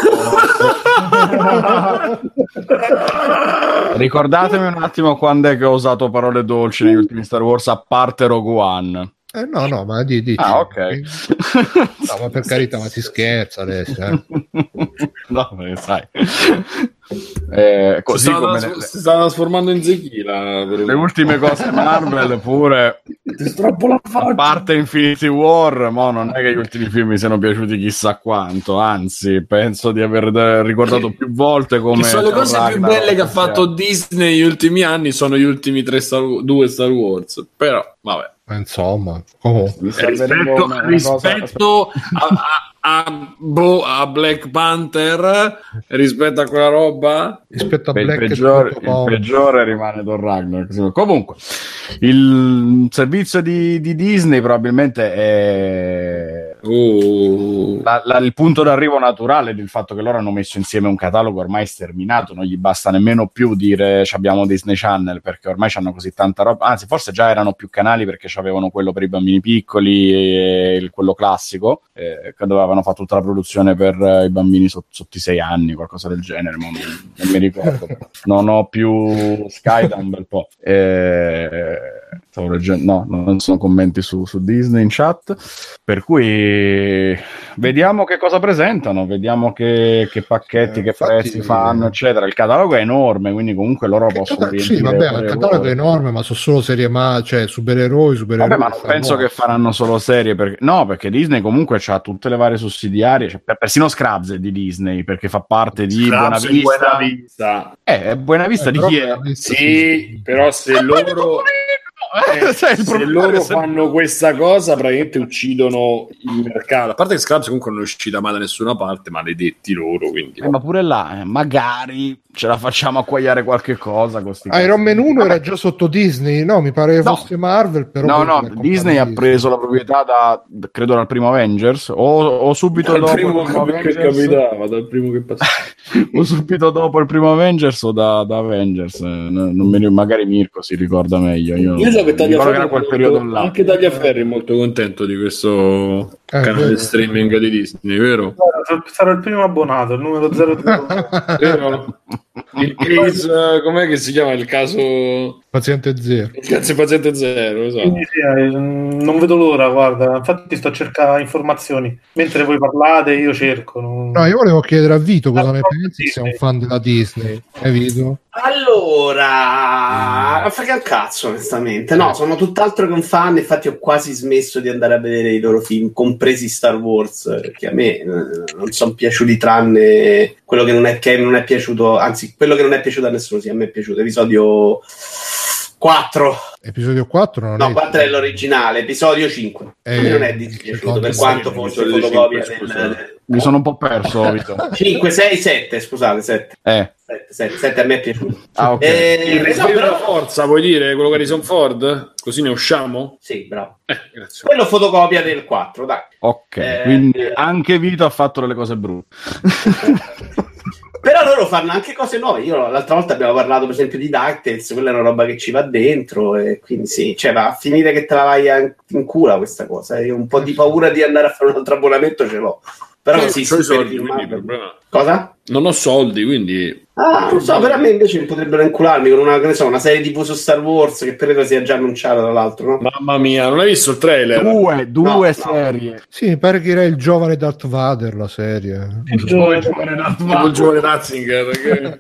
Wars. Ricordatemi un attimo quando è che ho usato parole dolci negli ultimi Star Wars, a parte Rogue One. Eh, no, no, ma di, dici. Ah, ok. No, ma per carità, ma si scherza adesso. Eh. No, perché sai. Eh, così si come sta, le, si sta trasformando in Zechila. Le ultime cose Marvel pure Ti strappo la faccia. A parte Infinity War, mo non è che gli ultimi film mi siano piaciuti chissà quanto, anzi penso di aver ricordato più volte come che sono le cose Ragnar, più belle che ha fatto Disney negli ultimi anni, sono gli ultimi tre Star, due Star Wars, però vabbè. Insomma, oh. rispetto, una, una rispetto a, a, a, boh, a Black Panther, rispetto a quella roba, rispetto a Beh, Black il, peggiore, il peggiore rimane Thor Ragnarok. Comunque il servizio di, di Disney probabilmente è uh. la, la, il punto d'arrivo naturale del fatto che loro hanno messo insieme un catalogo ormai sterminato, non gli basta nemmeno più dire abbiamo Disney Channel, perché ormai hanno così tanta roba, anzi forse già erano più canali perché avevano quello per i bambini piccoli e il, quello classico, eh, che dovevano fare tutta la produzione per eh, i bambini sotto, sotto i sei anni, qualcosa del genere, ma non, non mi ricordo. Non ho più Sky da un bel po'. Eh, stavo leggendo, no, non sono commenti su, su Disney in chat, per cui vediamo che cosa presentano, vediamo che, che pacchetti, eh, che infatti, prezzi fanno, eccetera. Il catalogo è enorme, quindi comunque loro possono riempire. Sì, vabbè, il catalogo è enorme, ma sono solo serie ma, cioè supereroi, supereroi. Vabbè, ma non penso che faranno solo serie, perché no, perché Disney comunque c'ha tutte le varie sussidiarie, cioè, persino Scrubs è di Disney, perché fa parte di Buena Vista. Buena Vista. Eh, è Buena Vista eh, di chi è? Sì, sì, però se loro Eh, cioè, se loro fanno questa cosa praticamente uccidono il mercato, a parte che Scrubs comunque non è uscita mai da nessuna parte, maledetti loro, quindi eh, ma pure là eh, magari ce la facciamo acquagliare qualche cosa. Iron Man uno era già sotto Disney, no? Mi pare che no. fosse Marvel, però no no Disney ha preso la proprietà da credo dal primo Avengers o, o subito dal dopo primo il primo che Avengers, capitava dal primo che passava o subito dopo il primo Avengers o da, da Avengers, non me, magari Mirko si ricorda meglio. Io, io so che Tagliaferri era quel periodo là. Anche Tagliaferri è molto contento di questo eh, canale vero. streaming di Disney, vero? Sarò il primo abbonato, il numero zero due. Vero? Il case, com'è che si chiama il caso Paziente Zero? Il caso Paziente Zero, esatto. Quindi, sì, eh, non vedo l'ora, guarda, infatti sto a cercare informazioni mentre voi parlate, io cerco. Non... No, io volevo chiedere a Vito cosa ah, ne pensi, se è un fan della Disney. È Vito? Allora, non frega il cazzo, onestamente. No, sono tutt'altro che un fan. Infatti, ho quasi smesso di andare a vedere i loro film, compresi Star Wars, che a me eh, non sono piaciuti, tranne quello che non è, che non è piaciuto, anzi, quello che non è piaciuto a nessuno. Sì, a me è piaciuto episodio quattro. Episodio quattro non no, è quattro è l'originale, episodio cinque. Eh, a me non è dispiaciuto, per quanto fosse fotocopia del... Mi sono un po' perso, Vito. cinque, sei, sette, scusate, sette. Eh. sette, sette, sette a me è piaciuto. Ah, ok. Eh, il risveglio della forza, vuoi dire quello che Harrison Ford? Così ne usciamo? Sì, bravo. Eh, grazie. Quello fotocopia del quattro, dai. Ok, eh, quindi anche Vito ha fatto delle cose brutte. Però loro fanno anche cose nuove. Io l'altra volta abbiamo parlato per esempio di DuckTales, quella è una roba che ci va dentro e quindi sì, cioè va a finire che te la vai in cura questa cosa. Io un po' di paura di andare a fare un altro abbonamento ce l'ho. Però sì, sì, sì, soldi, quindi problema. Cosa? Non ho soldi, quindi ah, non so, per me invece potrebbero incularmi con una, che ne so, una serie tivù su Star Wars che credo sia già annunciata tra l'altro, no? Mamma mia, non hai visto il trailer? Due, due no, serie. No. Sì, mi pare che era il giovane Darth Vader la serie. Il giovane Darth Vader. Il giovane Ratzinger. Che...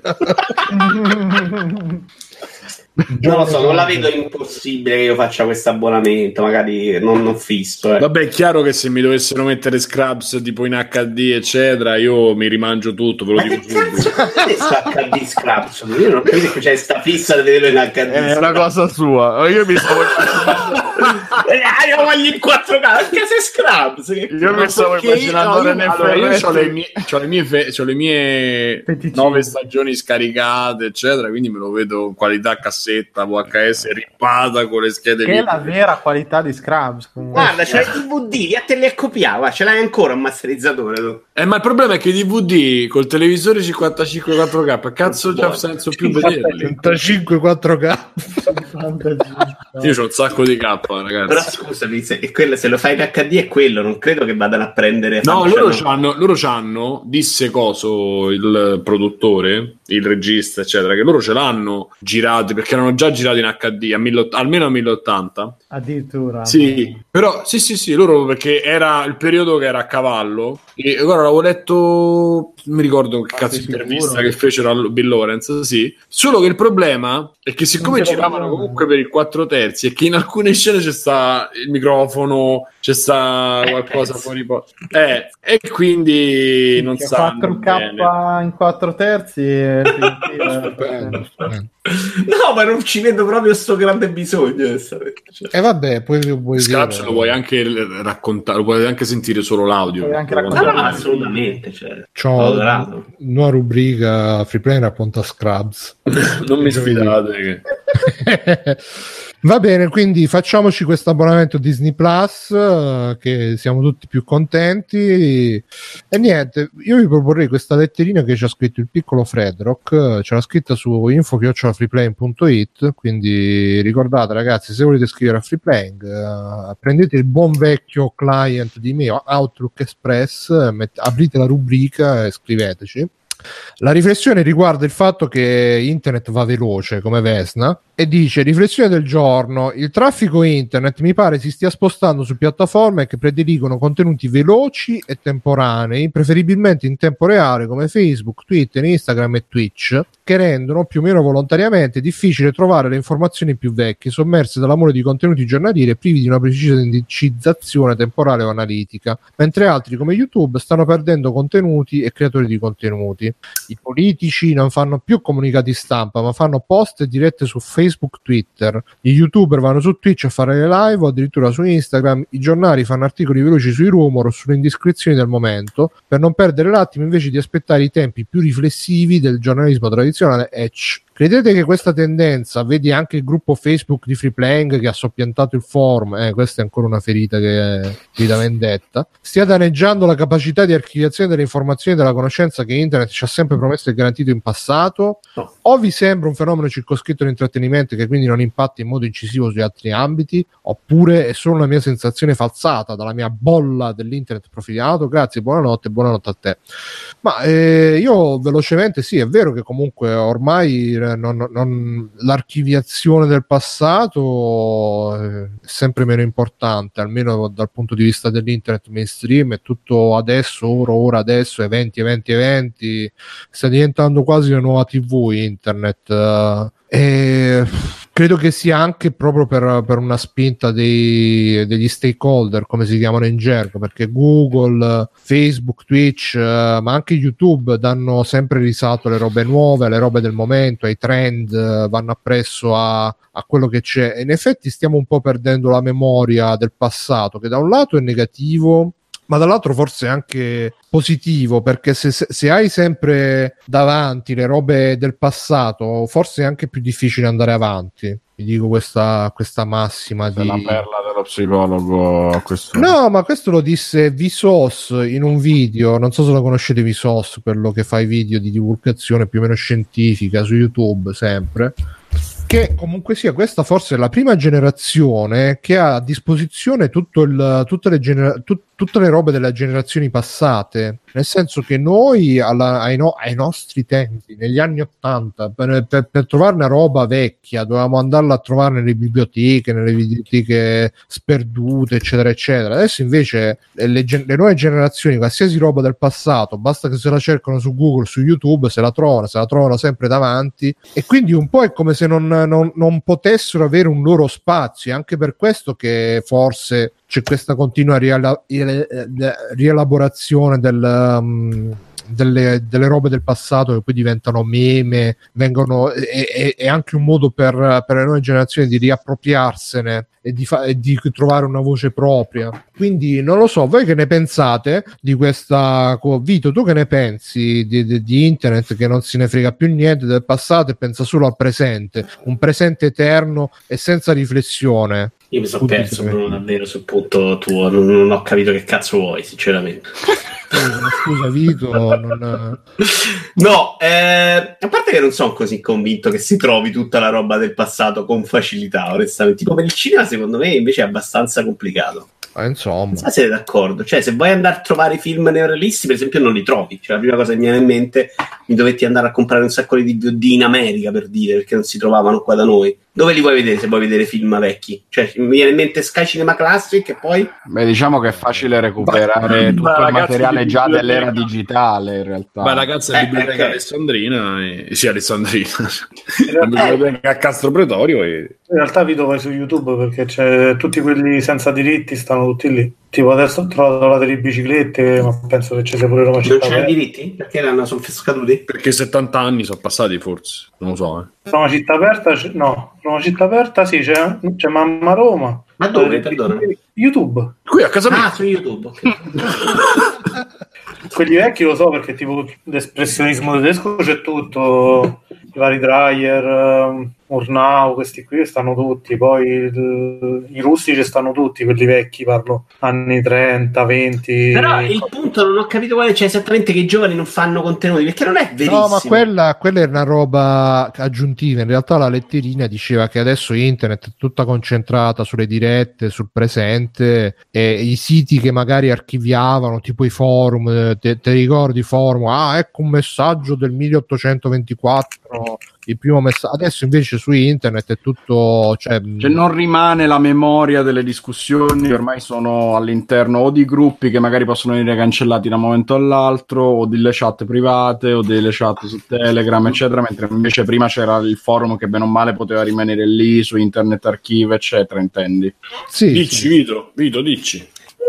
Non lo so, non la vedo impossibile che io faccia questo abbonamento, magari non, non fisso. Eh. Vabbè, è chiaro che se mi dovessero mettere Scrubs tipo in acca di, eccetera, io mi rimangio tutto, ve lo ma dico che cazzo è sto acca di Scrubs? Io non capisco che c'è sta fissa di vederlo in acca di. È una cosa sua. Io mi stavo eh, io voglio in quattro K anche se Scrubs. Io mi stavo immaginando io, no, allora, io ho le mie, c'ho le mie, fe, c'ho le mie nove stagioni scaricate, eccetera, quindi me lo vedo in qualità cassetta V H S rippata con le schede che video. È la vera qualità di Scrubs comunque. Guarda, c'è il D V D, via te le copiava, ce l'hai ancora un masterizzatore tu. Eh, ma il problema è che i D V D col televisore cinquantacinque quattro K cazzo c'ha senso più vederli. cinquantacinque quattro K io c'ho un sacco di K, ragazzi. Però scusami, se, quello, se lo fai in acca di è quello, non credo che vadano a prendere. No, loro c'hanno, loro c'hanno, disse coso il produttore, il regista, eccetera, che loro ce l'hanno girati perché erano già girati in acca di a mille, almeno a mille ottanta. Addirittura. Sì, però sì, sì, sì, loro perché era il periodo che era a cavallo. E guarda, l'avevo letto, non mi ricordo che cazzo di intervista che fecero a Bill Lawrence, sì. Solo che il problema è che siccome giravano comunque per il quattro terzi, terzi e che in alcune scene c'è sta il microfono, c'è sta qualcosa fuori po- eh, e quindi non sa quattro K in quattro terzi e... Stupendo, stupendo. No, ma non ci vedo proprio sto grande bisogno. E eh vabbè, poi puoi Scratch dire... lo puoi anche raccontare, lo puoi anche sentire solo l'audio. Puoi anche No, raccontare. no, assolutamente. Cioè, C'ho una nuova rubrica Free Play racconta Scrubs. Non mi sfidate che... Va bene, quindi facciamoci questo abbonamento Disney Plus, uh, che siamo tutti più contenti. E niente, io vi proporrei questa letterina che ci ha scritto il piccolo Fredrock, ce l'ha scritta su info chiocciola freeplaying punto it, quindi ricordate ragazzi, se volete scrivere a Freeplaying, uh, prendete il buon vecchio client di me, Outlook Express, met- aprite la rubrica e scriveteci. La riflessione riguarda il fatto che internet va veloce come Vesna e dice: riflessione del giorno, il traffico internet mi pare si stia spostando su piattaforme che prediligono contenuti veloci e temporanei, preferibilmente in tempo reale come Facebook, Twitter, Instagram e Twitch, che rendono più o meno volontariamente difficile trovare le informazioni più vecchie, sommerse dall'amore di contenuti giornalieri e privi di una precisa indicizzazione temporale o analitica, mentre altri come YouTube stanno perdendo contenuti e creatori di contenuti. I politici non fanno più comunicati stampa, ma fanno post e dirette su Facebook, Twitter. Gli YouTuber vanno su Twitch a fare le live o addirittura su Instagram. I giornali fanno articoli veloci sui rumor o sulle indiscrezioni del momento, per non perdere l'attimo invece di aspettare i tempi più riflessivi del giornalismo tradizionale. Ecc. Credete che questa tendenza, vedi anche il gruppo Facebook di Freeplaying che ha soppiantato il forum, eh, questa è ancora una ferita che vi da vendetta, stia danneggiando la capacità di archiviazione delle informazioni e della conoscenza che internet ci ha sempre promesso e garantito in passato? No. O vi sembra un fenomeno circoscritto all'intrattenimento che quindi non impatta in modo incisivo sugli altri ambiti? Oppure è solo una mia sensazione falsata dalla mia bolla dell'internet profilato? Grazie, buonanotte, buonanotte a te. Ma eh, io velocemente sì, è vero che comunque ormai Non, non, l'archiviazione del passato è sempre meno importante, almeno dal punto di vista dell'internet mainstream. È tutto adesso, ora, ora, adesso, eventi, eventi, eventi. Sta diventando quasi una nuova tivù internet. Uh, e credo che sia anche proprio per, per una spinta dei, degli stakeholder, come si chiamano in gergo, perché Google, Facebook, Twitch, uh, ma anche YouTube danno sempre risalto alle robe nuove, alle robe del momento, ai trend, uh, vanno appresso a, a quello che c'è. E in effetti stiamo un po' perdendo la memoria del passato, che da un lato è negativo, ma dall'altro forse anche positivo, perché se, se, se hai sempre davanti le robe del passato, forse è anche più difficile andare avanti. Vi dico questa, questa massima di... una perla dello psicologo. Questo... No, ma questo lo disse Vsauce in un video, non so se lo conoscete Vsauce, quello che fa i video di divulgazione più o meno scientifica su YouTube sempre, che comunque sia questa forse è la prima generazione che ha a disposizione tutto il, tutte, le genera- tut- tutte le robe delle generazioni passate, nel senso che noi alla, ai, no- ai nostri tempi, negli anni ottanta, per, per, per trovare una roba vecchia dovevamo andarla a trovare nelle biblioteche, nelle biblioteche sperdute, eccetera eccetera. Adesso invece le, gen- le nuove generazioni, qualsiasi roba del passato, basta che se la cercano su Google, su YouTube, se la trovano, se la trovano sempre davanti, e quindi un po' è come se non Non, non potessero avere un loro spazio. Anche per questo che forse c'è questa continua riela- rielaborazione del, um, delle, delle robe del passato che poi diventano meme, vengono, è, è anche un modo per, per le nuove generazioni di riappropriarsene e di, fa- e di trovare una voce propria. Quindi non lo so, voi che ne pensate di questa... Vito, tu che ne pensi di, di, di internet che non se ne frega più niente del passato e pensa solo al presente, un presente eterno e senza riflessione? Io mi sono perso Bruno, davvero sul punto tuo, non, non ho capito che cazzo vuoi, sinceramente. Scusa Vito, non... No, eh, a parte che non sono così convinto che si trovi tutta la roba del passato con facilità, onestamente. Tipo per il cinema secondo me invece è abbastanza complicato. Ah, insomma, non so se siete d'accordo, cioè se vuoi andare a trovare film neorealisti per esempio non li trovi, cioè la prima cosa che mi viene in mente, mi dovetti andare a comprare un sacco di D V D in America per dire, perché non si trovavano qua da noi. Dove li vuoi vedere se vuoi vedere film vecchi? Cioè, mi viene in mente Sky Cinema Classic e poi... Beh, diciamo che è facile recuperare ma, tutto ma il materiale di già dell'era digitale, in realtà. Ma ragazza, eh, biblioteca okay. Alessandrina, e... sì, Alessandrina, realtà, la biblioteca a Castro Pretorio. E... in realtà video vai su YouTube perché c'è tutti quelli senza diritti stanno tutti lì. Tipo adesso ho trovato la delle biciclette, ma penso che ci sia pure Roma Non città c'è i aperta. diritti? Perché l'hanno sono scaduti? Perché settanta anni sono passati, forse, non lo so. Eh. Roma città aperta, c'è... no, Roma città aperta sì, c'è, c'è Mamma Roma. Ma dove? Eh, Perdona. YouTube. Qui a casa mia. Ah, su YouTube. Okay. Quelli vecchi lo so perché tipo l'espressionismo tedesco c'è tutto, i vari Dreyer, um, Murnau, questi qui stanno tutti, poi il, i russi ci stanno tutti, quelli vecchi, parlo anni trenta, venti. Però il punto non ho capito quale c'è esattamente, che i giovani non fanno contenuti, perché non è verissimo. No, ma quella, quella è una roba aggiuntiva. In realtà la letterina diceva che adesso internet è tutta concentrata sulle dirette, sul presente, e i siti che magari archiviavano, tipo i forum, te, te ricordi i forum? Ah, ecco un messaggio del milleottocentoventiquattro, il primo messaggio. Adesso invece su internet è tutto, cioè, cioè non rimane la memoria delle discussioni, ormai sono all'interno o di gruppi che magari possono venire cancellati da un momento all'altro, o delle chat private o delle chat su Telegram eccetera, mentre invece prima c'era il forum che bene o male poteva rimanere lì su Internet Archive eccetera, intendi? sì, Dici, sì. Vito, Vito, dici.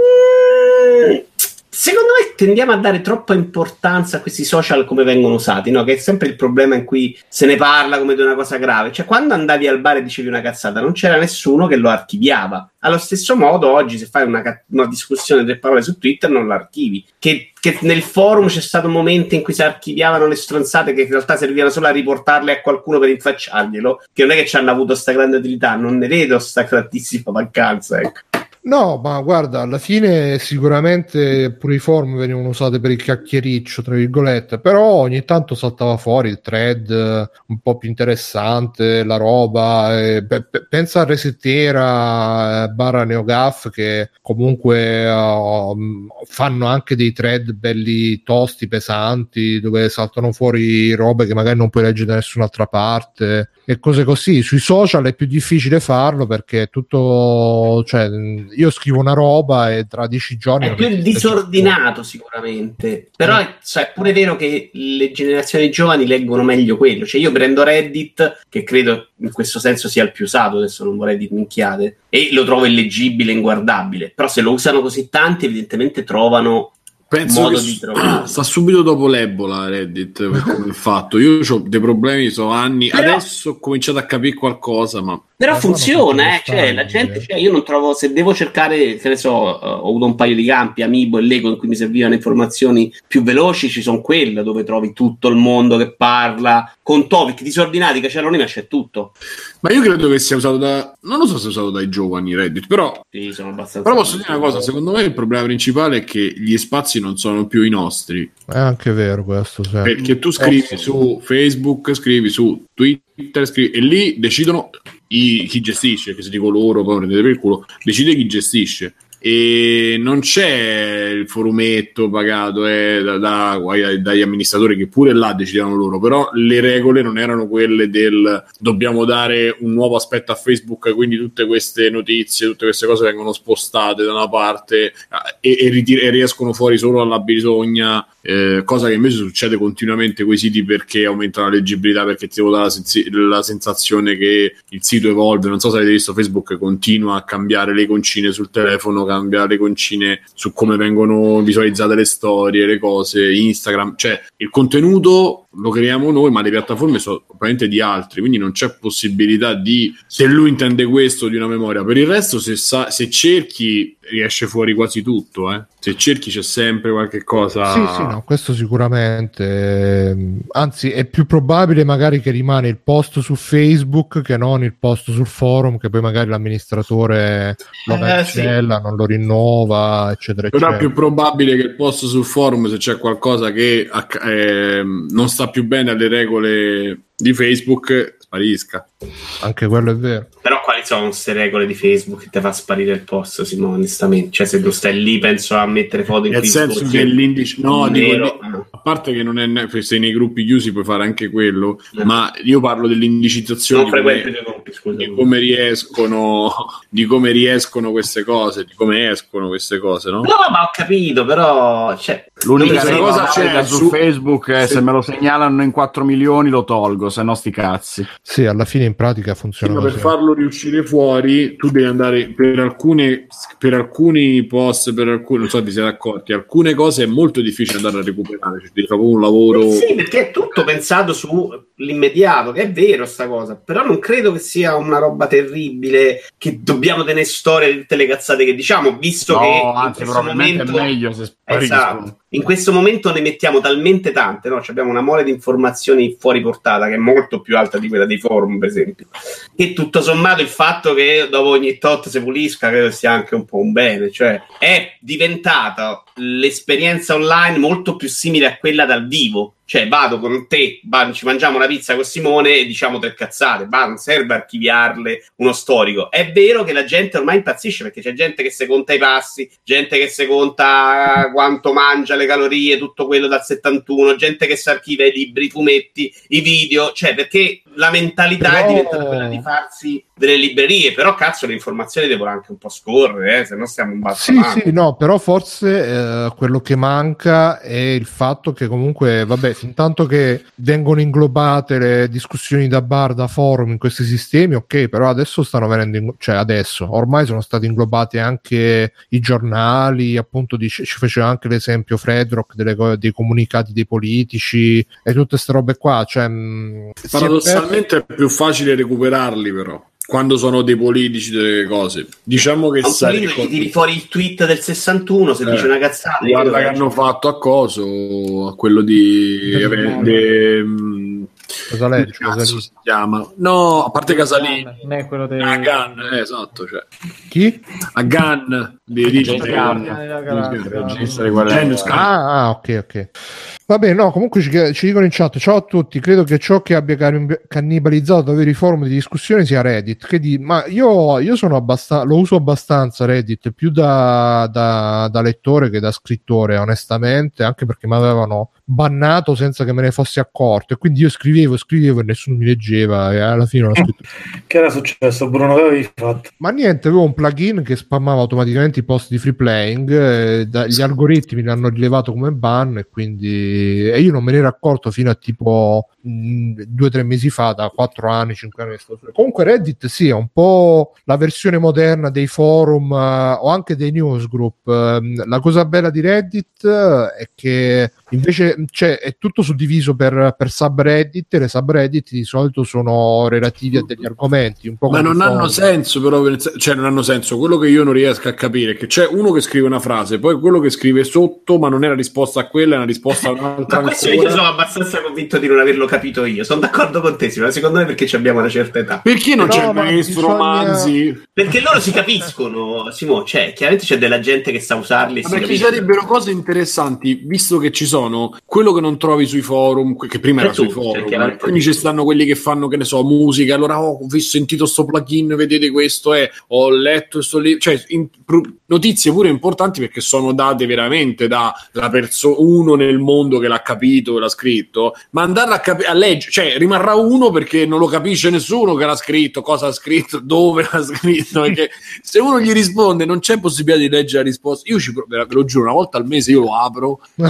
Secondo me tendiamo a dare troppa importanza a questi social come vengono usati, no? Che è sempre il problema in cui se ne parla come di una cosa grave. Cioè, quando andavi al bar e dicevi una cazzata, non c'era nessuno che lo archiviava. Allo stesso modo, oggi, se fai una, una discussione tre parole su Twitter, non l'archivi. Che, che nel forum c'è stato un momento in cui si archiviavano le stronzate che in realtà servivano solo a riportarle a qualcuno per rinfacciarglielo, che non è che ci hanno avuto sta grande utilità, non ne vedo sta grandissima mancanza, ecco. No, ma guarda, alla fine sicuramente pure i forum venivano usati per il chiacchiericcio, tra virgolette, però ogni tanto saltava fuori il thread eh, un po' più interessante, la roba, eh, pe- pe- pensa a Resetera eh, barra NeoGAF che comunque uh, fanno anche dei thread belli tosti, pesanti, dove saltano fuori robe che magari non puoi leggere da nessun'altra parte e cose così. Sui social è più difficile farlo perché è tutto, cioè, io scrivo una roba e tra dieci giorni è più disordinato sicuramente, però è, cioè, è pure vero che le generazioni giovani leggono meglio quello. Cioè io prendo Reddit, che credo in questo senso sia il più usato, adesso non vorrei dire minchiate, e lo trovo illeggibile, inguardabile, però se lo usano così tanti evidentemente trovano Penso modo che di trovare. sta subito dopo l'Ebola Reddit per come è fatto. Io ho dei problemi, sono anni, Però... adesso ho cominciato a capire qualcosa, ma Però Eh, funziona, eh, stanno, cioè la gente, cioè, io non trovo, se devo cercare, che ne so, uh, ho avuto un paio di campi, Amiibo e Lego in cui mi servivano informazioni più veloci, ci sono quelle dove trovi tutto il mondo che parla, con topic disordinati che c'erano prima, c'è tutto. ma io credo che sia usato da, non lo so se è usato dai giovani Reddit, però Sì, sono abbastanza... però posso dire una cosa, secondo me il problema principale è che gli spazi non sono più i nostri, è anche vero questo, sì. perché tu scrivi Eh, sì. su Facebook, scrivi su Twitter, scrivi, e lì decidono i, chi gestisce, che se dico loro poi prendete per il culo, decide chi gestisce e non c'è il forumetto pagato eh, da, da, dagli amministratori che pure là decidevano loro, però le regole non erano quelle del dobbiamo dare un nuovo aspetto a Facebook, quindi tutte queste notizie, tutte queste cose vengono spostate da una parte e, e, ritir- e riescono fuori solo alla bisogna, eh, cosa che invece succede continuamente con i siti perché aumenta la leggibilità, perché ti dà la, sensi- la sensazione che il sito evolve. Non so se avete visto, Facebook continua a cambiare le iconcine sul telefono, cambia le iconcine su come vengono visualizzate le storie, le cose, Instagram, cioè il contenuto lo creiamo noi, ma le piattaforme sono probabilmente di altri, quindi non c'è possibilità di, se lui intende questo, di una memoria. Per il resto, se, sa, se cerchi riesce fuori quasi tutto, eh. Se cerchi c'è sempre qualche cosa. Sì, sì, no, questo sicuramente. Anzi, è più probabile magari che rimane il post su Facebook che non il post sul forum, che poi magari l'amministratore lo cancella, eh, sì. non lo rinnova, eccetera, Però eccetera. è più probabile che il post sul forum, se c'è qualcosa che eh, non sta più bene alle regole di Facebook, sparisca. Anche quello è vero. Però quali sono queste regole di Facebook che ti fa sparire il post, Simone, onestamente? Cioè, se tu stai lì, penso a mettere foto in nel senso che l'indice, no, dico, no, a parte che non è, se nei gruppi chiusi puoi fare anche quello, no. Ma io parlo dell'indicizzazione. Non frequenti i gruppi. molti, scusa. Di come riescono, di come riescono queste cose, di come escono queste cose, no? No, ma ho capito, però cioè, l'unica L'unica cosa cosa c'è c'è su su- Facebook è se- se me lo segnalano in quattro milioni lo tolgo, se no sti cazzi. Sì, alla fine in pratica Sì, funziona ma per così. farlo riuscire fuori, tu devi andare per alcune, per alcuni post, per alcuni, non so se vi siete accorti, alcune cose è molto difficile andare a recuperare, cioè devi fare proprio un lavoro. sì, perché è tutto pensato sull'immediato, che è vero sta cosa, però non credo che sia una roba terribile che dobbiamo tenere storia di tutte le cazzate che diciamo, visto No, che in anzi, questo probabilmente momento è meglio se spariscono. esatto, in questo momento ne mettiamo talmente tante, no? Cioè abbiamo una mole di informazioni fuori portata che è molto più alta di quella dei forum, per esempio, e tutto sommato il fatto che dopo ogni tot si pulisca credo sia anche un po' un bene, cioè è diventata l'esperienza online molto più simile a quella dal vivo. Cioè vado con te, va, ci mangiamo una pizza con Simone e diciamo tre cazzate, va, non serve archiviarle uno storico. È vero che la gente ormai impazzisce perché c'è gente che si conta i passi, gente che si conta quanto mangia, le calorie, tutto quello dal settantuno, gente che si archiva i libri, i fumetti, i video, cioè perché la mentalità Però... è diventata quella di farsi delle librerie, però cazzo le informazioni devono anche un po' scorrere, eh, se no stiamo un basso. Sì, sì, no, però forse eh, quello che manca è il fatto che comunque, vabbè, fin tanto che vengono inglobate le discussioni da bar, da forum in questi sistemi, ok, però adesso stanno venendo, in, cioè adesso, ormai sono stati inglobati anche i giornali, appunto, dice, ci faceva anche l'esempio Fredrock delle, dei comunicati dei politici e tutte queste robe qua, cioè... Mh, Paradossalmente è più facile recuperarli però quando sono dei politici, delle cose, diciamo che a un sai politico gli tiri fuori il tweet del sessantuno se Eh, dice una cazzata, guarda che io- hanno fatto a coso, a quello di Casalino. de, mh, Casalino, come cazzo Casalino. si chiama? No, a parte Casalini, Non è quello dei... a Gunn, eh, esatto, cioè Chi? a Gunn di James di- Gunn. della galassia. Regista di quella- James Gunn. Ah, ah, ok, ok. Va bene, no, comunque ci, ci dicono in chat, ciao a tutti, credo che ciò che abbia can- cannibalizzato davvero i forum di discussione sia Reddit, che di, ma io, io sono abbastanza, lo uso abbastanza Reddit, più da, da, da lettore che da scrittore, onestamente, anche perché mi avevano bannato senza che me ne fossi accorto, e quindi io scrivevo, scrivevo e nessuno mi leggeva, e alla fine non ho scritto. Che era successo, Bruno? Che avevi fatto? Ma niente, avevo un plugin che spammava automaticamente i post di free playing, eh, da- gli algoritmi l'hanno rilevato come ban e quindi e io non me ne ero accorto fino a tipo mh, due o tre mesi fa, da quattro anni, cinque anni che sto su- comunque Reddit sì, è un po' la versione moderna dei forum eh, o anche dei newsgroup. Eh, la cosa bella di Reddit eh, è che invece cioè, è tutto suddiviso per, per subreddit, e le subreddit di solito sono relativi a degli argomenti un po' Ma come non i hanno forum. senso, però, cioè non hanno senso. Quello che io non riesco a capire è che c'è uno che scrive una frase, poi quello che scrive sotto, ma non è la risposta a quella, è una risposta a un'altra. Ma questo ancora. io sono abbastanza convinto di non averlo capito io. Sono d'accordo con te, Simone, secondo me perché ci abbiamo una certa età. Perché non No, c'è il ma maestro bisogna- romanzi? Perché loro si capiscono, Simone, cioè, chiaramente c'è della gente che sa usarli e Ma si perché ci capisce. sarebbero cose interessanti, visto che ci sono quello che non trovi sui forum, che prima E era sui tu, forum, cioè, chiaramente quindi tu. ci stanno quelli che fanno, che ne so, musica, allora oh, ho visto, sentito sto plugin, vedete questo è, ho letto sto lì, cioè in- pro- notizie pure importanti perché sono date veramente da la perso- uno nel mondo che l'ha capito, l'ha scritto, ma andarla a, capi- a leggere, cioè rimarrà uno perché non lo capisce nessuno che l'ha scritto, cosa ha scritto, dove l'ha scritto, perché se uno gli risponde non c'è possibilità di leggere la risposta. Io ci pro- ve lo giuro, una volta al mese io lo apro. Beh,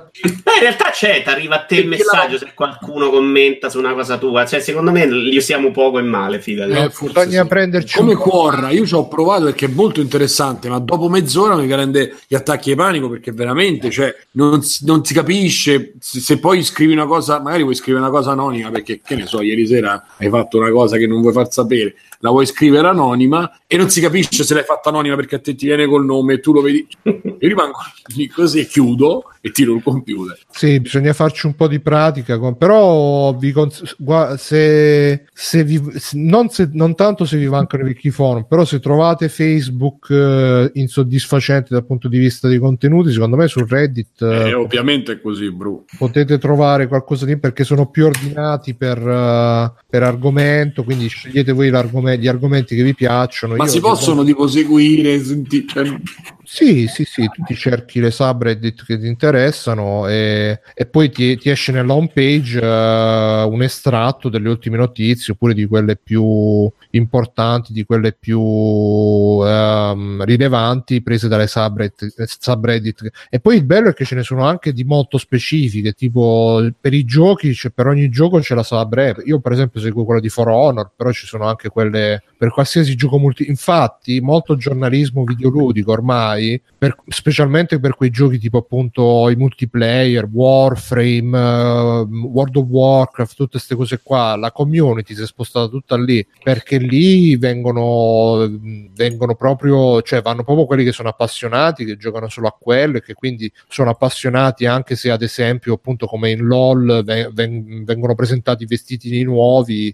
in realtà c'è, ti arriva a te il Perché messaggio la- se qualcuno commenta su una cosa tua. Cioè, secondo me li usiamo poco e male, fidati. Eh, forse Bisogna sì. prenderci Come un po'. Quorra, io ci ho provato perché è molto interessante, ma dopo mezz'ora mi prende gli attacchi di panico perché veramente, cioè, non si, non si capisce. Se, se poi scrivi una cosa, magari vuoi scrivere una cosa anonima perché, che ne so, ieri sera hai fatto una cosa che non vuoi far sapere, la vuoi scrivere anonima e non si capisce se l'hai fatta anonima perché a te ti viene col nome e tu lo vedi. Io rimango lì così, chiudo e tiro il computer. Sì, bisogna farci un po' di pratica, con- però vi cons- gua- se, se vi, se- non, se, non tanto se vi mancano i vecchi forum, però se trovate Facebook eh, insoddisfacente dal punto di vista dei contenuti, secondo me su Reddit eh, Eh, ovviamente è così, bro. potete trovare qualcosa di perché sono più ordinati per, eh, per argomento, quindi scegliete voi l'argome- gli argomenti che vi piacciono. Ma Io- si possono tipo seguire, senti- cioè, Sì, sì, sì, tu ti cerchi le subreddit che ti interessano e, e poi ti, ti esce nella home page uh, un estratto delle ultime notizie oppure di quelle più importanti, di quelle più um, rilevanti prese dalle subreddit, subreddit. E poi il bello è che ce ne sono anche di molto specifiche, tipo per i giochi, cioè per ogni gioco c'è la subreddit. Io per esempio seguo quella di For Honor, però ci sono anche quelle per qualsiasi gioco multi. Infatti molto giornalismo videoludico ormai, per, specialmente per quei giochi tipo appunto i multiplayer, Warframe, uh, World of Warcraft, tutte queste cose qua, la community si è spostata tutta lì, perché lì vengono vengono proprio, cioè vanno proprio quelli che sono appassionati, che giocano solo a quello e che quindi sono appassionati, anche se ad esempio appunto come in LOL ven- ven- vengono presentati vestiti nuovi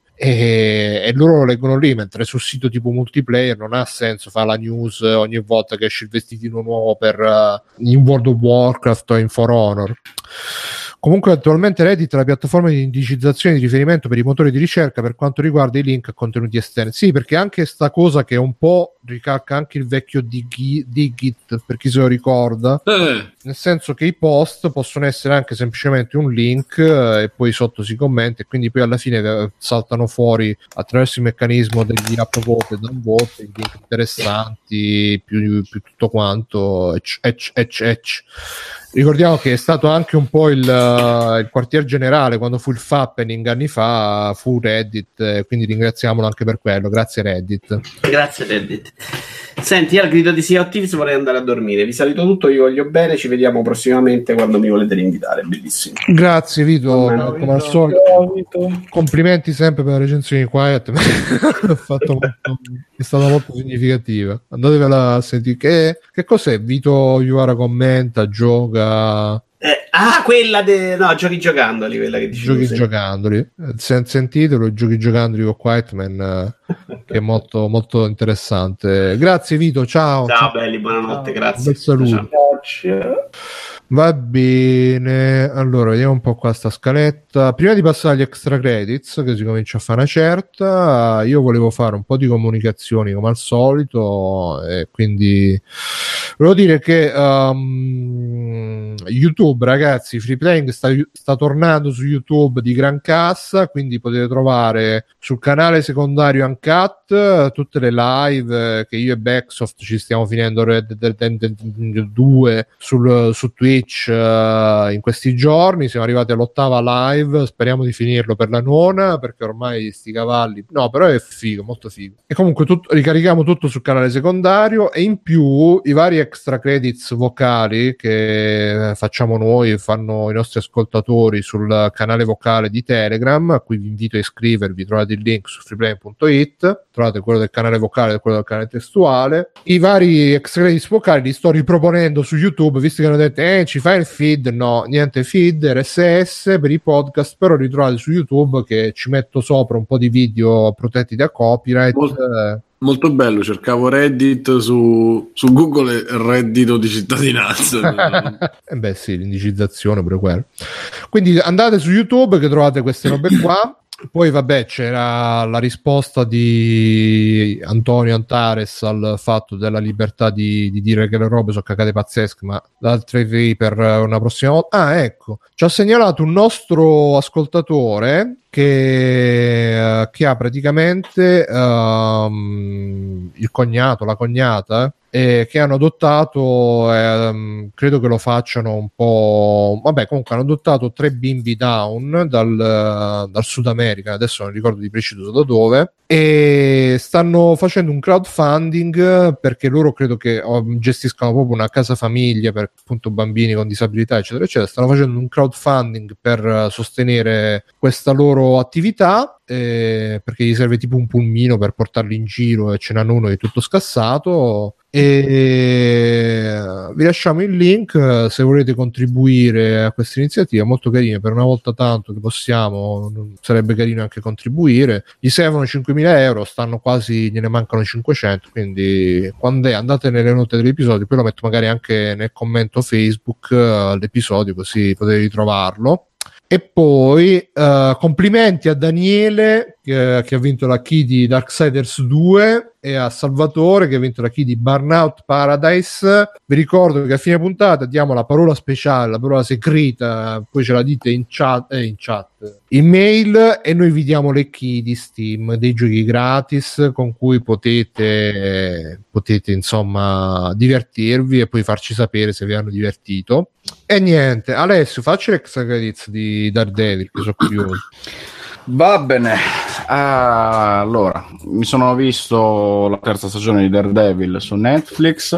e, e loro lo leggono lì, mentre sul sito tipo multiplayer non ha senso fare la news ogni volta che esce il vestitino nuovo per uh, in World of Warcraft o in For Honor. Comunque attualmente Reddit è la piattaforma di indicizzazione di riferimento per i motori di ricerca per quanto riguarda i link a contenuti esterni. Sì, perché anche sta cosa che è un po' ricalca anche il vecchio Digi- Digit, per chi se lo ricorda, Eh. nel senso che i post possono essere anche semplicemente un link eh, e poi sotto si commenta e quindi poi alla fine eh, saltano fuori attraverso il meccanismo degli upvote e downvote i link interessanti, più, più tutto quanto, ecc, ecc, ecc, ecc. Ricordiamo che è stato anche un po' il, uh, il quartier generale quando fu il Fappening anni fa, fu Reddit, eh, quindi ringraziamolo anche per quello. Grazie Reddit. Grazie Reddit. Senti, al grido di Sea of Thieves vorrei andare a dormire. Vi saluto tutto, vi voglio bene, ci vediamo prossimamente quando mi volete rinvitare. Bellissimo. Grazie Vito, come, come al solito. Complimenti sempre per la recensione di Quiet. fatto molto, è stata molto significativa. Andatevela a sentire. Che, che cos'è? Vito Iuvara commenta, gioca. Eh, ah, quella de... no, giochi giocandoli, quella che dicevo. Giochi sì. giocandoli. Sen- sentitelo, giochi giocandoli con Quietman, eh, che è molto, molto interessante. Grazie Vito, ciao. Ciao, ciao belli, buonanotte, ciao. grazie. Un bel saluto. Ciao. Va bene, allora vediamo un po' qua sta scaletta. Prima di passare agli extra credits, che si comincia a fare una certa, io volevo fare un po' di comunicazioni come al solito e quindi volevo dire che um, YouTube, ragazzi, Free Playing sta, sta tornando su YouTube di gran cassa, quindi potete trovare sul canale secondario Uncut tutte le live che io e Backsoft ci stiamo finendo Red Dead Redemption due sul, su Twitch uh, in questi giorni. Siamo arrivati all'ottava live, speriamo di finirlo per la nona, perché ormai sti cavalli, no, però è figo, molto figo. E comunque tutto, ricarichiamo tutto sul canale secondario e in più i vari extra credits vocali che facciamo noi, fanno i nostri ascoltatori sul canale vocale di Telegram, a cui vi invito a iscrivervi. Trovate il link su freeplay punto it, trovate quello del canale vocale e quello del canale testuale. I vari extra credits vocali li sto riproponendo su YouTube, visto che hanno detto eh, ci fai il feed? No, niente feed, R S S per i podcast, però ritrovate su YouTube che ci metto sopra un po' di video protetti da copyright. Molto, molto bello, cercavo Reddit su, su Google e reddito di cittadinanza. Eh beh sì, l'indicizzazione pure quello. Quindi andate su YouTube che trovate queste robe qua. Poi vabbè, c'era la risposta di Antonio Antares al fatto della libertà di, di dire che le robe sono cagate pazzesche, ma l'altra per una prossima volta. Ah, ecco, ci ha segnalato un nostro ascoltatore che, uh, che ha praticamente um, il cognato, la cognata, eh, che hanno adottato, eh, credo che lo facciano un po', vabbè, comunque hanno adottato tre bimbi down dal, dal Sud America, adesso non ricordo di preciso da dove, e stanno facendo un crowdfunding perché loro credo che oh, gestiscano proprio una casa famiglia per appunto bambini con disabilità eccetera eccetera. Stanno facendo un crowdfunding per sostenere questa loro attività, eh, perché gli serve tipo un pulmino per portarli in giro e ce n'hanno uno che è tutto scassato. E vi lasciamo il link se volete contribuire a questa iniziativa molto carina, per una volta tanto che possiamo, sarebbe carino anche contribuire. Gli servono cinquemila euro, stanno quasi, gliene mancano cinquecento, quindi quando è, andate nelle note dell'episodio, poi lo metto magari anche nel commento Facebook all'episodio così potete ritrovarlo. E poi uh, complimenti a Daniele che, che ha vinto la key di Darksiders due, e a Salvatore che ha vinto la key di Burnout Paradise. Vi ricordo che a fine puntata diamo la parola speciale, la parola segreta, poi ce la dite in chat, eh, in chat, in mail, e noi vi diamo le key di Steam, dei giochi gratis con cui potete potete insomma divertirvi e poi farci sapere se vi hanno divertito. E niente, Alessio, facci l'extra credits di Daredevil, che sono curioso. Va bene, ah, allora mi sono visto la terza stagione di Daredevil su Netflix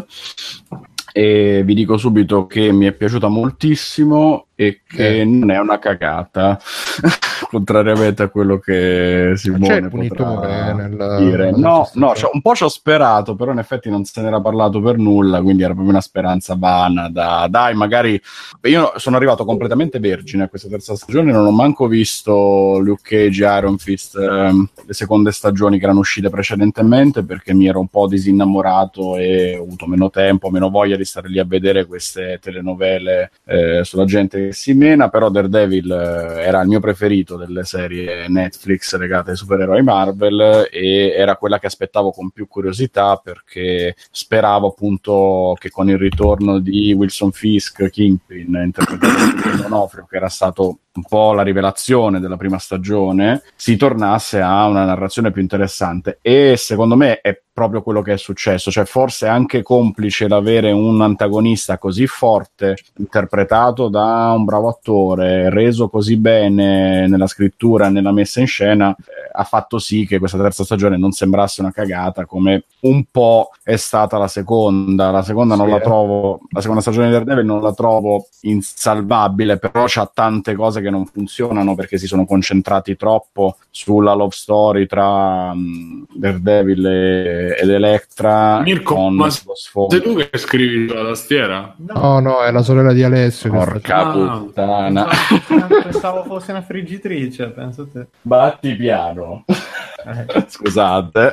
e vi dico subito che mi è piaciuta moltissimo e che eh. non è una cagata, contrariamente a quello che Simone potrà nel, dire. No, no, cioè, un po' ci ho sperato, però in effetti non se n'era parlato per nulla, quindi era proprio una speranza vana. Da, dai, magari io sono arrivato completamente vergine a questa terza stagione, non ho manco visto Luke Cage, Iron Fist, ehm, le seconde stagioni che erano uscite precedentemente, perché mi ero un po' disinnamorato e ho avuto meno tempo, meno voglia di stare lì a vedere queste telenovele eh, sulla gente che si mena. Però Daredevil eh, era il mio preferito delle serie Netflix legate ai supereroi Marvel e era quella che aspettavo con più curiosità, perché speravo appunto che con il ritorno di Wilson Fisk, Kingpin, interpretato da D'Onofrio, che era stato un po' la rivelazione della prima stagione, si tornasse a una narrazione più interessante, e secondo me è proprio quello che è successo. Cioè forse anche complice l'avere un antagonista così forte, interpretato da un bravo attore, reso così bene nella scrittura e nella messa in scena, eh, ha fatto sì che questa terza stagione non sembrasse una cagata come un po' è stata la seconda. La seconda non sì, la trovo, la seconda stagione di Daredevil non la trovo insalvabile, però c'ha tante cose che non funzionano perché si sono concentrati troppo sulla love story tra um, Daredevil e, ed Electra. Mirko, con ma sei tu che scrivi sulla tastiera? No, no, è la sorella di Alessio. Porca ah, puttana. Pensavo, pensavo fosse una friggitrice, penso te. Batti piano. Eh. Scusate.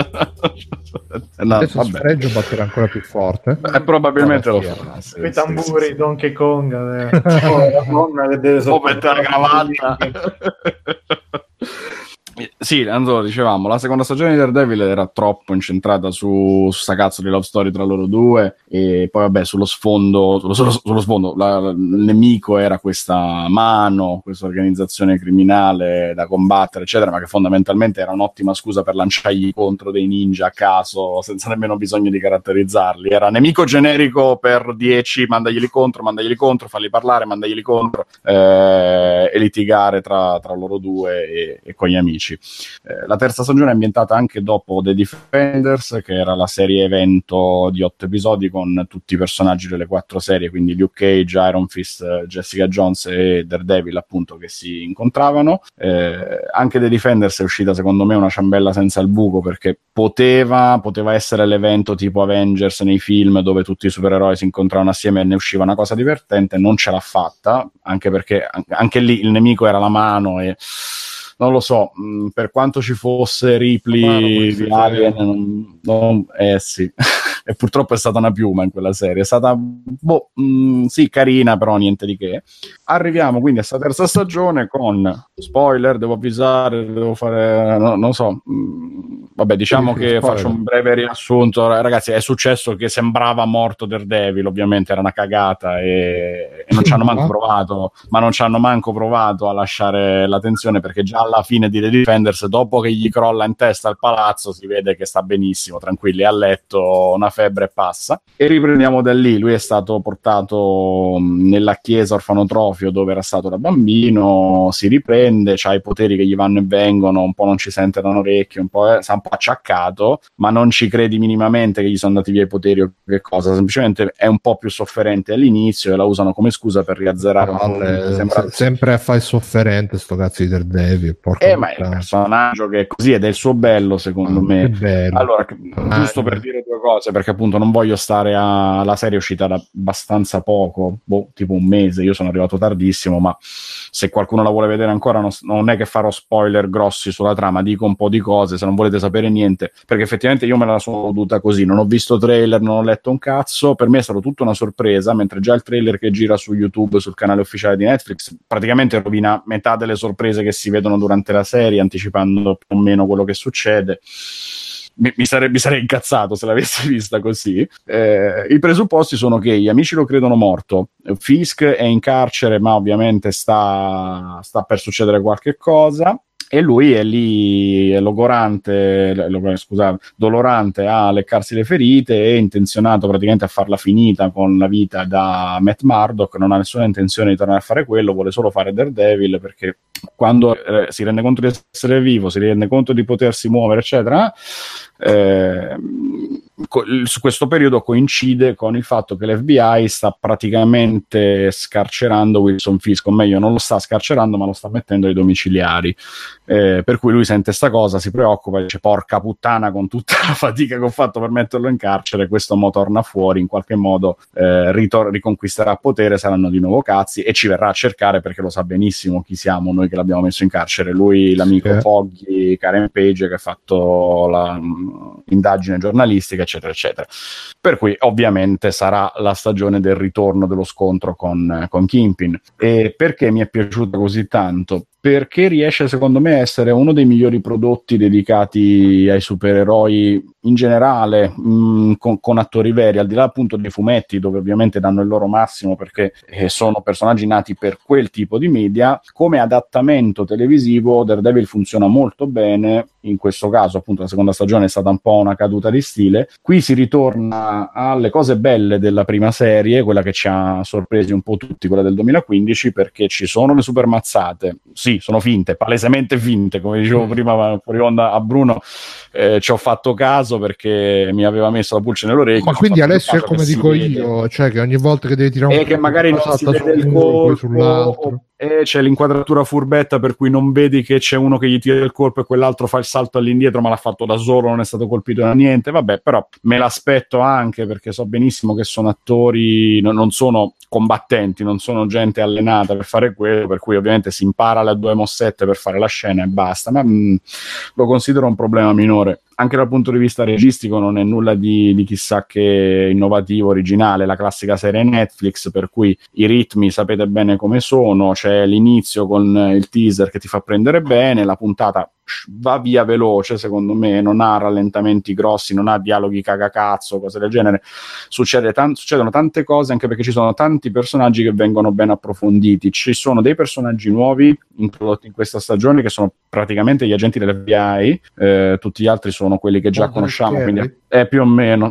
No, adesso sfreggio batterà ancora più forte. Eh, probabilmente lo farà. Sì, quei tamburi, sì, sì. Donkey Kong. Eh. Oh, la donna che deve o mettere la cravatta. Sì, Anzo, dicevamo, la seconda stagione di Daredevil era troppo incentrata su, su sta cazzo di love story tra loro due, e poi vabbè sullo sfondo, sullo, sullo, sullo sfondo la, la, il nemico era questa mano, questa organizzazione criminale da combattere eccetera, ma che fondamentalmente era un'ottima scusa per lanciargli contro dei ninja a caso senza nemmeno bisogno di caratterizzarli. Era nemico generico per dieci, mandaglieli contro, mandaglieli contro, farli parlare, mandaglieli contro eh, e litigare tra, tra loro due e, e con gli amici. Eh, la terza stagione è ambientata anche dopo The Defenders, che era la serie evento di otto episodi con tutti i personaggi delle quattro serie, quindi Luke Cage, Iron Fist, Jessica Jones e Daredevil, appunto, che si incontravano. Eh, anche The Defenders è uscita secondo me una ciambella senza il buco, perché poteva, poteva essere l'evento tipo Avengers nei film, dove tutti i supereroi si incontravano assieme e ne usciva una cosa divertente. Non ce l'ha fatta, anche perché anche lì il nemico era la mano e non lo so, mh, per quanto ci fosse Ripley di Alien, non, non, eh sì, e purtroppo è stata una piuma in quella serie, è stata, boh, mh, sì, carina, però niente di che. Arriviamo quindi a questa terza stagione con, spoiler, devo avvisare, devo fare, no, non so, mh, vabbè, diciamo sì, che spoiler. Faccio un breve riassunto. Ragazzi, è successo che sembrava morto Daredevil, ovviamente era una cagata e, e non ci hanno manco provato, ma non ci hanno manco provato a lasciare la tensione, perché già alla fine di The Defenders, dopo che gli crolla in testa il palazzo, si vede che sta benissimo, tranquilli, a letto, una febbre e passa. E riprendiamo da lì. Lui è stato portato nella chiesa orfanotrofio dove era stato da bambino, si riprende, c'ha i poteri che gli vanno e vengono, un po' non ci sente da un orecchio, un po' è, sta un po' acciaccato, ma non ci credi minimamente che gli sono andati via i poteri o che cosa, semplicemente è un po' più sofferente all'inizio e la usano come scusa per riazzerare un po'. Sembra... se, sempre a fare sofferente sto cazzo di Daredevil. Eh, ma è il personaggio che è così ed è il suo bello, secondo ah, me. Bello. Allora, ah, giusto per dire due cose, perché appunto non voglio stare a... la serie è uscita da abbastanza poco, boh, tipo un mese, io sono arrivato tardissimo, ma se qualcuno la vuole vedere ancora non, non è che farò spoiler grossi sulla trama, dico un po' di cose, se non volete sapere niente, perché effettivamente io me la sono goduta così, non ho visto trailer, non ho letto un cazzo, per me è stata tutta una sorpresa, mentre già il trailer che gira su YouTube, sul canale ufficiale di Netflix, praticamente rovina metà delle sorprese che si vedono durante durante la serie, anticipando più o meno quello che succede. Mi, mi, sarei, mi sarei incazzato se l'avessi vista così. Eh, i presupposti sono che gli amici lo credono morto, Fisk è in carcere ma ovviamente sta, sta per succedere qualche cosa, e lui è lì è logorante, lo, scusate, dolorante a leccarsi le ferite, è intenzionato praticamente a farla finita con la vita da Matt Murdock, non ha nessuna intenzione di tornare a fare quello, vuole solo fare Daredevil, perché quando eh, si rende conto di essere vivo, si rende conto di potersi muovere eccetera, eh, co- su questo periodo coincide con il fatto che l'F B I sta praticamente scarcerando Wilson Fisk, o meglio non lo sta scarcerando ma lo sta mettendo ai domiciliari, eh, per cui lui sente sta cosa, si preoccupa, dice porca puttana, con tutta la fatica che ho fatto per metterlo in carcere, questo mo torna fuori, in qualche modo eh, ritor- riconquisterà potere, saranno di nuovo cazzi e ci verrà a cercare, perché lo sa benissimo chi siamo noi che l'abbiamo messo in carcere, lui, l'amico sì. Foggy, Karen Page, che ha fatto la mh, indagine giornalistica eccetera eccetera, per cui ovviamente sarà la stagione del ritorno dello scontro con, con Kingpin. E perché mi è piaciuta così tanto? Perché riesce secondo me a essere uno dei migliori prodotti dedicati ai supereroi in generale, mh, con, con attori veri, al di là appunto dei fumetti dove ovviamente danno il loro massimo perché eh, sono personaggi nati per quel tipo di media. Come adattamento televisivo Daredevil funziona molto bene, in questo caso appunto la seconda stagione è stata un po' una caduta di stile, qui si ritorna alle cose belle della prima serie, quella che ci ha sorpresi un po' tutti, quella del duemilaquindici, perché ci sono le supermazzate, sì, sono finte, palesemente finte, come dicevo prima fuori onda a Bruno, eh, ci ho fatto caso perché mi aveva messo la pulce nell'orecchio. Ma quindi Alessio è come dico io, cioè che ogni volta che devi tirare un e che magari non si vede il colpo, sull'altro, e c'è l'inquadratura furbetta per cui non vedi che c'è uno che gli tira il colpo e quell'altro fa il salto all'indietro ma l'ha fatto da solo, non è stato colpito da niente, vabbè, però me l'aspetto anche perché so benissimo che sono attori, no, non sono combattenti, non sono gente allenata per fare quello, per cui ovviamente si impara le due mossette per fare la scena e basta, ma mh, lo considero un problema minore. Anche dal punto di vista registico non è nulla di, di chissà che innovativo, originale, la classica serie Netflix, per cui i ritmi sapete bene come sono, c'è l'inizio con il teaser che ti fa prendere bene, la puntata va via veloce, secondo me non ha rallentamenti grossi, non ha dialoghi cagacazzo, cose del genere, Succede tan- succedono tante cose, anche perché ci sono tanti personaggi che vengono ben approfonditi, ci sono dei personaggi nuovi introdotti in questa stagione che sono praticamente gli agenti dell'F B I, eh, tutti gli altri sono quelli che già oh, conosciamo, quindi è, è più o meno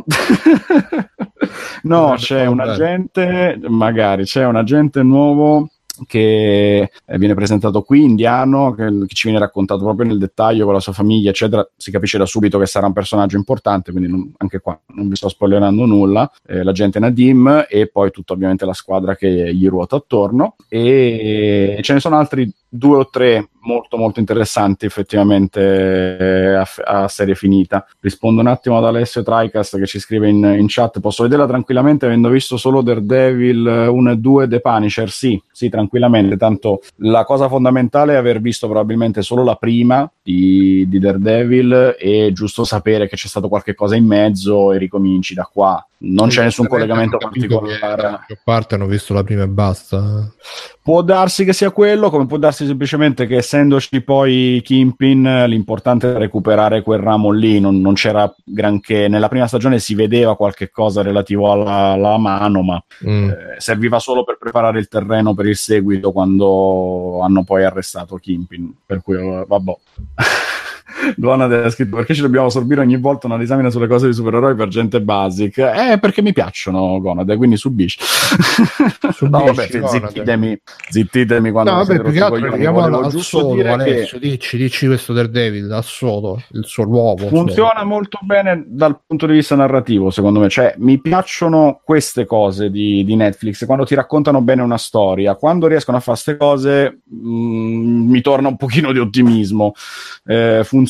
no, c'è un agente, magari c'è un agente nuovo che viene presentato qui, indiano, che, che ci viene raccontato proprio nel dettaglio con la sua famiglia eccetera, si capisce da subito che sarà un personaggio importante, quindi non, anche qua non vi sto spoilerando nulla, eh, l'agente Nadim e poi tutta ovviamente la squadra che gli ruota attorno, e ce ne sono altri due o tre molto molto interessanti effettivamente eh, a, a serie finita. Rispondo un attimo ad Alessio Tricast che ci scrive in, in chat: posso vederla tranquillamente avendo visto solo Daredevil uno e due, The Punisher? Sì, sì, tranquillamente, tanto la cosa fondamentale è aver visto probabilmente solo la prima di, di Daredevil, e giusto sapere che c'è stato qualche cosa in mezzo e ricominci da qua, non c'è nessun collegamento particolare. A parte hanno visto la prima e basta. Può darsi che sia quello, come può darsi semplicemente che essendoci poi Kingpin l'importante è recuperare quel ramo lì, non, non c'era granché, nella prima stagione si vedeva qualche cosa relativo alla, alla mano, ma mm. eh, serviva solo per preparare il terreno per il seguito quando hanno poi arrestato Kingpin, per cui vabbè. Donald ha scritto: perché ci dobbiamo sorbire ogni volta una disamina sulle cose di supereroi per gente basic? Eh, perché mi piacciono, Gonad, quindi subisci. subisci no, vabbè, zittitemi, zittitemi quando... No, vabbè, più che altro arriviamo al, al solo, Alessio, che... dici, dici questo Daredevil, al solo, il suo nuovo. Funziona solo. molto bene dal punto di vista narrativo, secondo me, cioè mi piacciono queste cose di, di Netflix, quando ti raccontano bene una storia, quando riescono a fare queste cose mh, mi torna un pochino di ottimismo, eh, funziona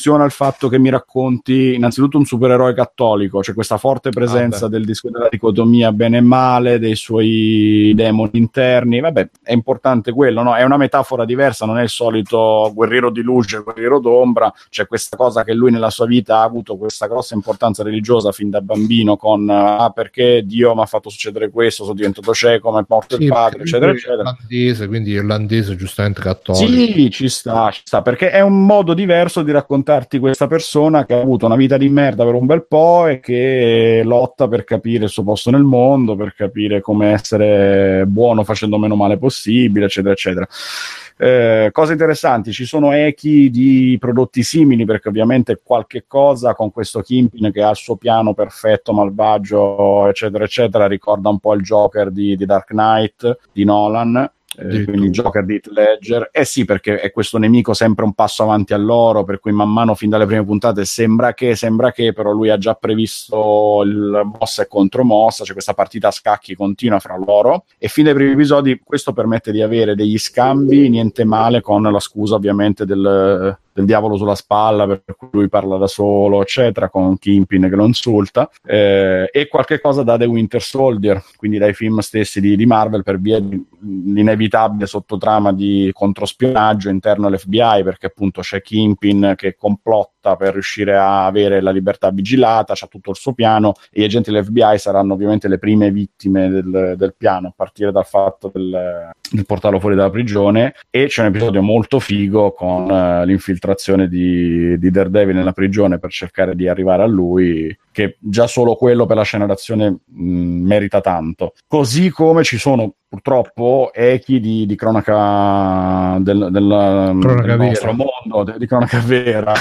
funziona il fatto che mi racconti innanzitutto un supereroe cattolico, c'è questa forte presenza ah, del disco della dicotomia bene e male, dei suoi demoni interni. Vabbè, è importante quello, no? È una metafora diversa, non è il solito guerriero di luce, guerriero d'ombra. C'è questa cosa che lui nella sua vita ha avuto questa grossa importanza religiosa fin da bambino, con ah, perché Dio mi ha fatto succedere questo, sono diventato cieco, mi è morto sì, il padre, eccetera, eccetera. Irlandese, quindi irlandese giustamente cattolico. Sì, ci sta, ci sta, perché è un modo diverso di raccontarti questa persona che ha avuto una vita di merda per un bel po' e che lotta per capire il suo posto nel mondo, per capire come essere buono facendo meno male possibile, eccetera, eccetera. Eh, cose interessanti, ci sono echi di prodotti simili, perché ovviamente qualche cosa con questo Kingpin che ha il suo piano perfetto, malvagio, eccetera, eccetera, ricorda un po' il Joker di, di Dark Knight, di Nolan. Eh, quindi il Joker di Heath Ledger, eh sì, perché è questo nemico sempre un passo avanti a loro, per cui man mano fin dalle prime puntate sembra che, sembra che, però lui ha già previsto il mossa e contromossa, c'è questa partita a scacchi continua fra loro, e fin dai primi episodi questo permette di avere degli scambi niente male, con la scusa ovviamente del, del diavolo sulla spalla, per cui lui parla da solo, eccetera, con Kingpin che lo insulta, eh, e qualche cosa da The Winter Soldier, quindi dai film stessi di, di Marvel, per via di l'inevitabile sottotrama di controspionaggio interno all'F B I, perché appunto c'è Kingpin che complotta per riuscire a avere la libertà vigilata, c'ha tutto il suo piano, e gli agenti dell'F B I saranno ovviamente le prime vittime del, del piano, a partire dal fatto del, del portarlo fuori dalla prigione. E c'è un episodio molto figo con uh, l'infiltrazione di, di Daredevil nella prigione per cercare di arrivare a lui, che già solo quello per la scena d'azione mh, merita tanto. Così come ci sono purtroppo echi di, di cronaca del, del, cronaca del nostro vera. mondo, di cronaca vera.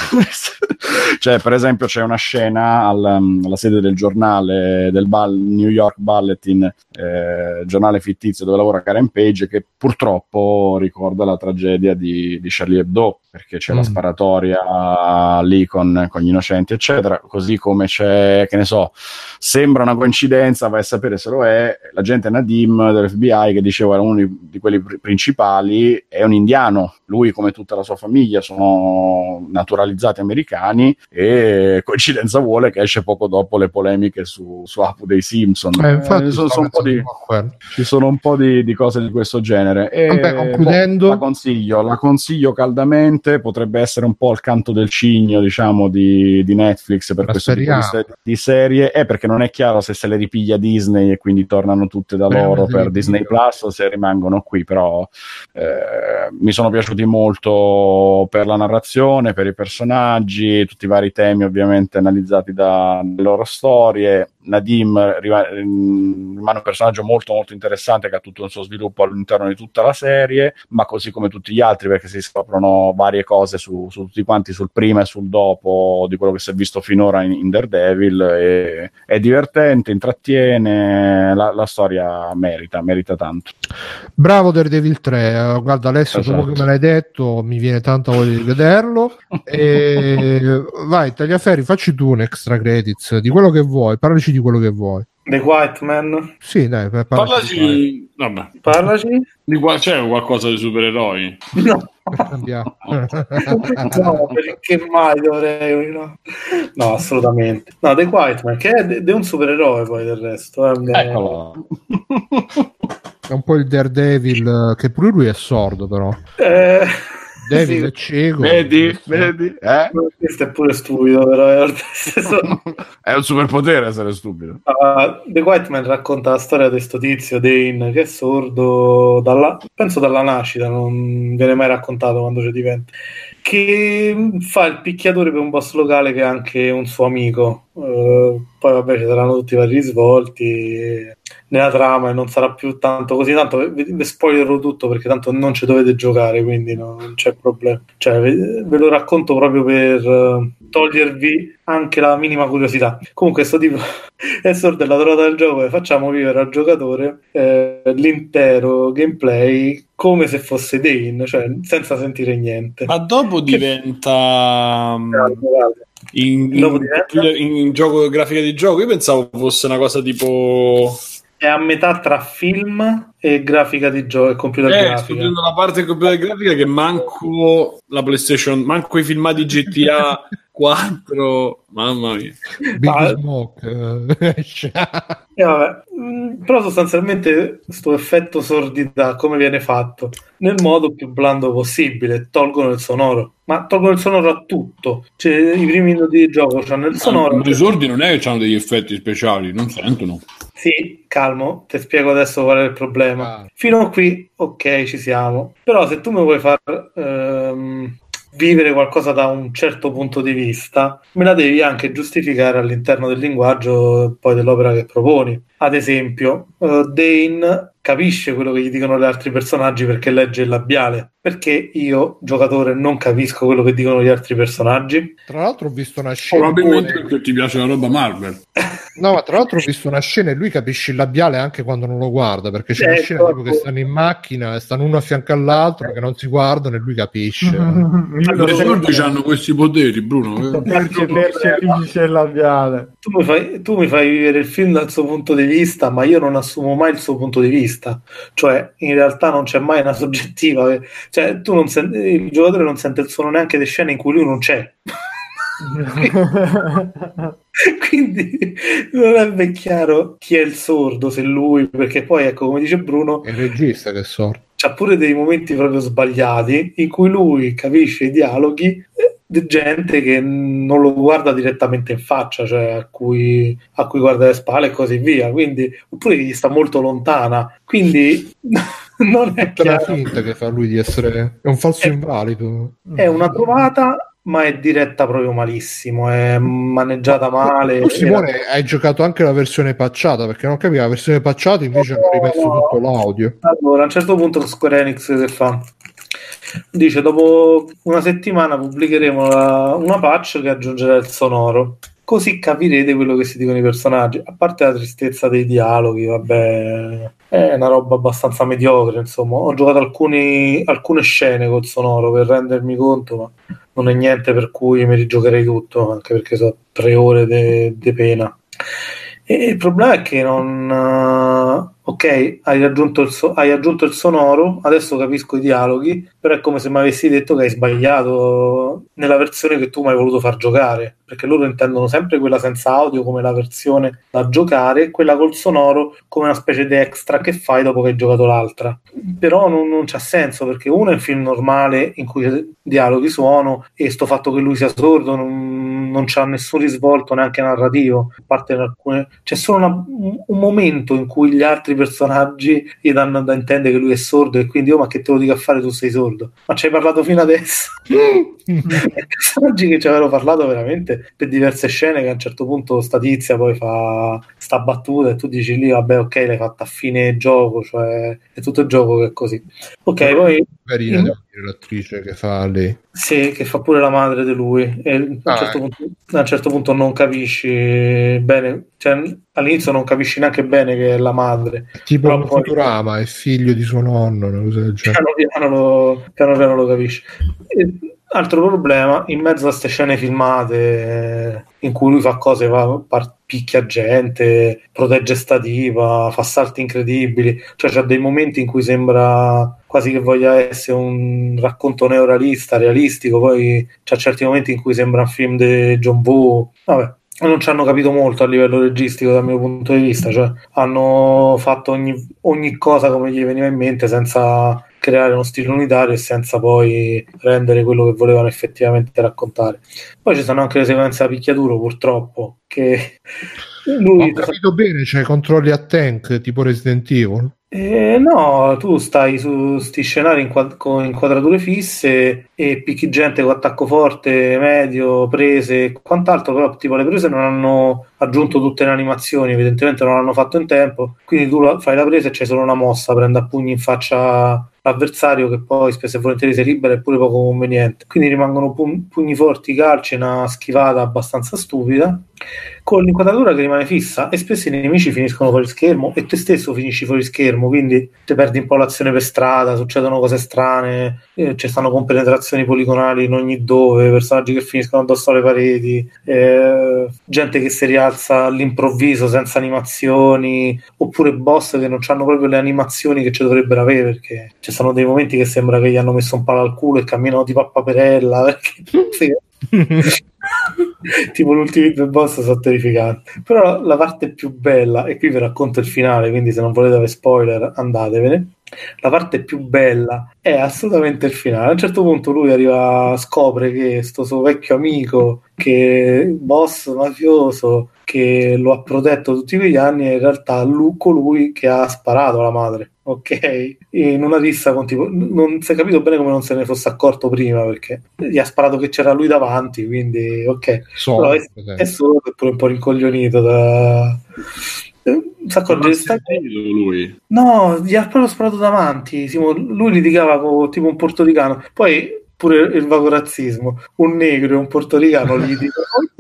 Cioè, per esempio, c'è una scena al, alla sede del giornale del Ball, New York Bulletin, eh, giornale fittizio dove lavora Karen Page, che purtroppo ricorda la tragedia di, di Charlie Hebdo, perché c'è mm. la sparatoria lì con, con gli innocenti, eccetera. Così come c'è, che ne so, sembra una coincidenza, vai a sapere se lo è, l'agente Nadim dell'F B I, che diceva era uno di, di quelli pr- principali, è un indiano. Lui, come tutta la sua famiglia, sono naturalizzati americani, e coincidenza vuole che esce poco dopo le polemiche su, su Apu dei Simpson. Eh, infatti, eh, sono, sono un po' di, ci sono un po' di, di cose di questo genere. E, Vabbè, concludendo, boh, la consiglio, la consiglio caldamente. Potrebbe essere un po' il canto del cigno, diciamo, di, di Netflix per la questo tipo di, se- di serie, è perché non è chiaro se se le ripiglia Disney e quindi tornano tutte da Beh, loro per Disney Plus, o se rimangono qui. Però eh, mi sono piaciuti molto per la narrazione, per i personaggi, tutti i vari temi ovviamente analizzati dalle loro storie. Nadim rimane un personaggio molto molto interessante, che ha tutto il suo sviluppo all'interno di tutta la serie, ma così come tutti gli altri, perché si scoprono varie cose su, su tutti quanti, sul prima e sul dopo di quello che si è visto finora in, in Daredevil. E, è divertente, intrattiene, la, la storia merita, merita tanto. Bravo Daredevil tre, uh, guarda Alessio, Esatto. dopo che me l'hai detto mi viene tanta voglia di vederlo. E vai Tagliaferri, facci tu un extra credits di quello che vuoi, parlaci di quello che vuoi. The White Man. Sì, dai, parlaci. Parlaci, vabbè. Parlaci. Di qua c'è qualcosa di supereroi? No. No, perché mai dovrei? No, no, assolutamente. No, The White Man, che è, è un supereroe poi del resto. Eh. Eccolo. è un po' il Daredevil, che pure lui è sordo, però. Eh... David sì. è cieco. Vedi, vedi? Eh? Questo è pure stupido, però è, è un superpotere essere stupido. Uh, The White Man racconta la storia di questo tizio Dane, che è sordo dalla, penso dalla nascita, non viene mai raccontato quando ci diventa, che fa il picchiatore per un boss locale che è anche un suo amico. Uh, poi vabbè, ci saranno tutti i vari risvolti nella trama e non sarà più tanto così, tanto vi, vi spoilerò tutto perché tanto non ci dovete giocare, quindi no, non c'è problema, cioè ve, ve lo racconto proprio per uh, togliervi anche la minima curiosità. Comunque sto tipo è sordo, la durata del gioco e facciamo vivere al giocatore eh, l'intero gameplay come se fosse Dane, cioè senza sentire niente. Ma dopo che... diventa in, in, dopo diventa in, in gioco grafica di gioco. Io pensavo fosse una cosa tipo è a metà tra film e grafica di gioco e computer eh, grafica. Sto vedendo la parte del computer grafica che manco la PlayStation, manco i filmati G T A quattro, mamma mia. Big Ah, Smoke. E vabbè, mh, però sostanzialmente sto effetto sordità come viene fatto? Nel modo più blando possibile, tolgono il sonoro, ma tolgono il sonoro a tutto, cioè i primi minuti di gioco c'hanno il sonoro. Ma i sordi non è che hanno degli effetti speciali, non sentono. Sì, calmo, ti spiego adesso qual è il problema. Ah. Fino a qui, ok, ci siamo. Però se tu mi vuoi far ehm, vivere qualcosa da un certo punto di vista, me la devi anche giustificare all'interno del linguaggio poi dell'opera che proponi. Ad esempio, uh, Dane capisce quello che gli dicono gli altri personaggi perché legge il labiale. Perché io, giocatore, non capisco quello che dicono gli altri personaggi? Tra l'altro ho visto una scena. Probabilmente perché ti piace la roba Marvel. No, ma tra l'altro ho visto una scena e lui capisce il labiale anche quando non lo guarda, perché c'è una Ecco. scena tipo che stanno in macchina e stanno uno a fianco all'altro che non si guardano e lui capisce. I sordi hanno questi poteri, Bruno. Perché percepisce il labiale. Tu mi, fai, tu mi fai vivere il film dal suo punto di vista, ma io non assumo mai il suo punto di vista. Cioè, in realtà non c'è mai una soggettiva. Cioè, tu non senti, il giocatore non sente il suono neanche di scene in cui lui non c'è. Quindi non è ben chiaro chi è il sordo, se lui, perché poi ecco, come dice Bruno, È il regista che è sordo. c'ha pure dei momenti proprio sbagliati in cui lui capisce i dialoghi di gente che non lo guarda direttamente in faccia, cioè a cui, a cui guarda le spalle e così via, quindi oppure che gli sta molto lontana, quindi non è Tutta la chiaro. finta che fa lui di essere è un falso È- invalido. È una trovata, ma è diretta proprio malissimo, è maneggiata male. Tu, Simone, hai giocato anche la versione patchata, perché non capivo, la versione patchata invece hanno rimesso tutto l'audio. Allora, a un certo punto Square Enix che fa? Dice, dopo una settimana pubblicheremo la- una patch che aggiungerà il sonoro, così capirete quello che si dicono i personaggi. A parte la tristezza dei dialoghi, vabbè, è una roba abbastanza mediocre, insomma. Ho giocato alcuni, alcune scene col sonoro per rendermi conto, ma non è niente per cui mi rigiocherei tutto, anche perché sono tre ore di pena. E il problema è che non... uh, ok, hai aggiunto, il so- hai aggiunto il sonoro, adesso capisco i dialoghi, però è come se mi avessi detto che hai sbagliato nella versione che tu mi hai voluto far giocare, perché loro intendono sempre quella senza audio come la versione da giocare e quella col sonoro come una specie di extra che fai dopo che hai giocato l'altra. Però non, non c'ha senso, perché uno è un film normale in cui c'è dialoghi, suono, e sto fatto che lui sia sordo non, non c'ha nessun risvolto neanche narrativo, a parte in alcune... c'è solo una, un, un momento in cui gli altri personaggi gli danno da intendere che lui è sordo e quindi oh, ma che te lo dico a fare, tu sei sordo, ma ci hai parlato fino adesso? I personaggi che ci avevano parlato veramente per diverse scene, che a un certo punto sta tizia poi fa sta battuta e tu dici lì vabbè ok, l'hai fatta a fine gioco, cioè è tutto il gioco che è così, ok. Poi Carina, in- devo dire, l'attrice che fa lei. sì, che fa pure la madre di lui e a un, Ah, certo eh. punto, a un certo punto non capisci bene, cioè all'inizio non capisci neanche bene che è la madre, Tipo però un poi Futurama, è figlio di suo nonno, una cosa del genere. piano piano lo, piano piano lo capisci. E, altro problema, in mezzo a queste scene filmate in cui lui fa cose, va, par- picchia gente, protegge stativa, fa salti incredibili, cioè c'ha dei momenti in cui sembra quasi che voglia essere un racconto neorealista, realistico, poi c'ha certi momenti in cui sembra un film di John Woo, vabbè. Non ci hanno capito molto a livello registico dal mio punto di vista, cioè hanno fatto ogni, ogni cosa come gli veniva in mente senza creare uno stile unitario e senza poi rendere quello che volevano effettivamente raccontare. Poi ci sono anche le sequenze a picchiaduro, purtroppo, che lui... Ho capito bene, c'è controlli a tank tipo Resident Evil. Eh, no, tu stai su sti scenari inquad- con inquadrature fisse e picchi gente con attacco forte, medio, prese e quant'altro, però tipo le prese non hanno aggiunto tutte le animazioni, evidentemente non l'hanno fatto in tempo, quindi tu la- fai la presa e c'è solo una mossa, prende a pugni in faccia l'avversario che poi spesso e volentieri si libera e pure poco conveniente, quindi rimangono pu- pugni forti, calci, una schivata abbastanza stupida con l'inquadratura che rimane fissa, e spesso i nemici finiscono fuori schermo e te stesso finisci fuori schermo, quindi ti perdi un po' l'azione per strada, succedono cose strane, eh, ci stanno compenetrazioni poligonali in ogni dove, personaggi che finiscono addosso alle pareti, eh, gente che si rialza all'improvviso senza animazioni, oppure boss che non hanno proprio le animazioni che ci dovrebbero avere, perché ci sono dei momenti che sembra che gli hanno messo un palo al culo e camminano tipo a paperella, perché sì. Tipo l'ultimi due boss sono terrificanti. Però la parte più bella, e qui vi racconto il finale, quindi se non volete avere spoiler andatevene, la parte più bella è assolutamente il finale. A un certo punto lui arriva, scopre che sto suo vecchio amico, che boss mafioso che lo ha protetto tutti quegli anni, è in realtà lui, colui che ha sparato alla madre, ok? In una rissa con tipo, non si è capito bene come non se ne fosse accorto prima, perché gli ha sparato che c'era lui davanti, quindi ok. So, però è, è solo che pure un po' rincoglionito da si accorge lui. No, gli ha proprio sparato davanti. Simo, lui litigava con tipo un portoricano, poi pure il vago razzismo, un negro e un portoricano litigano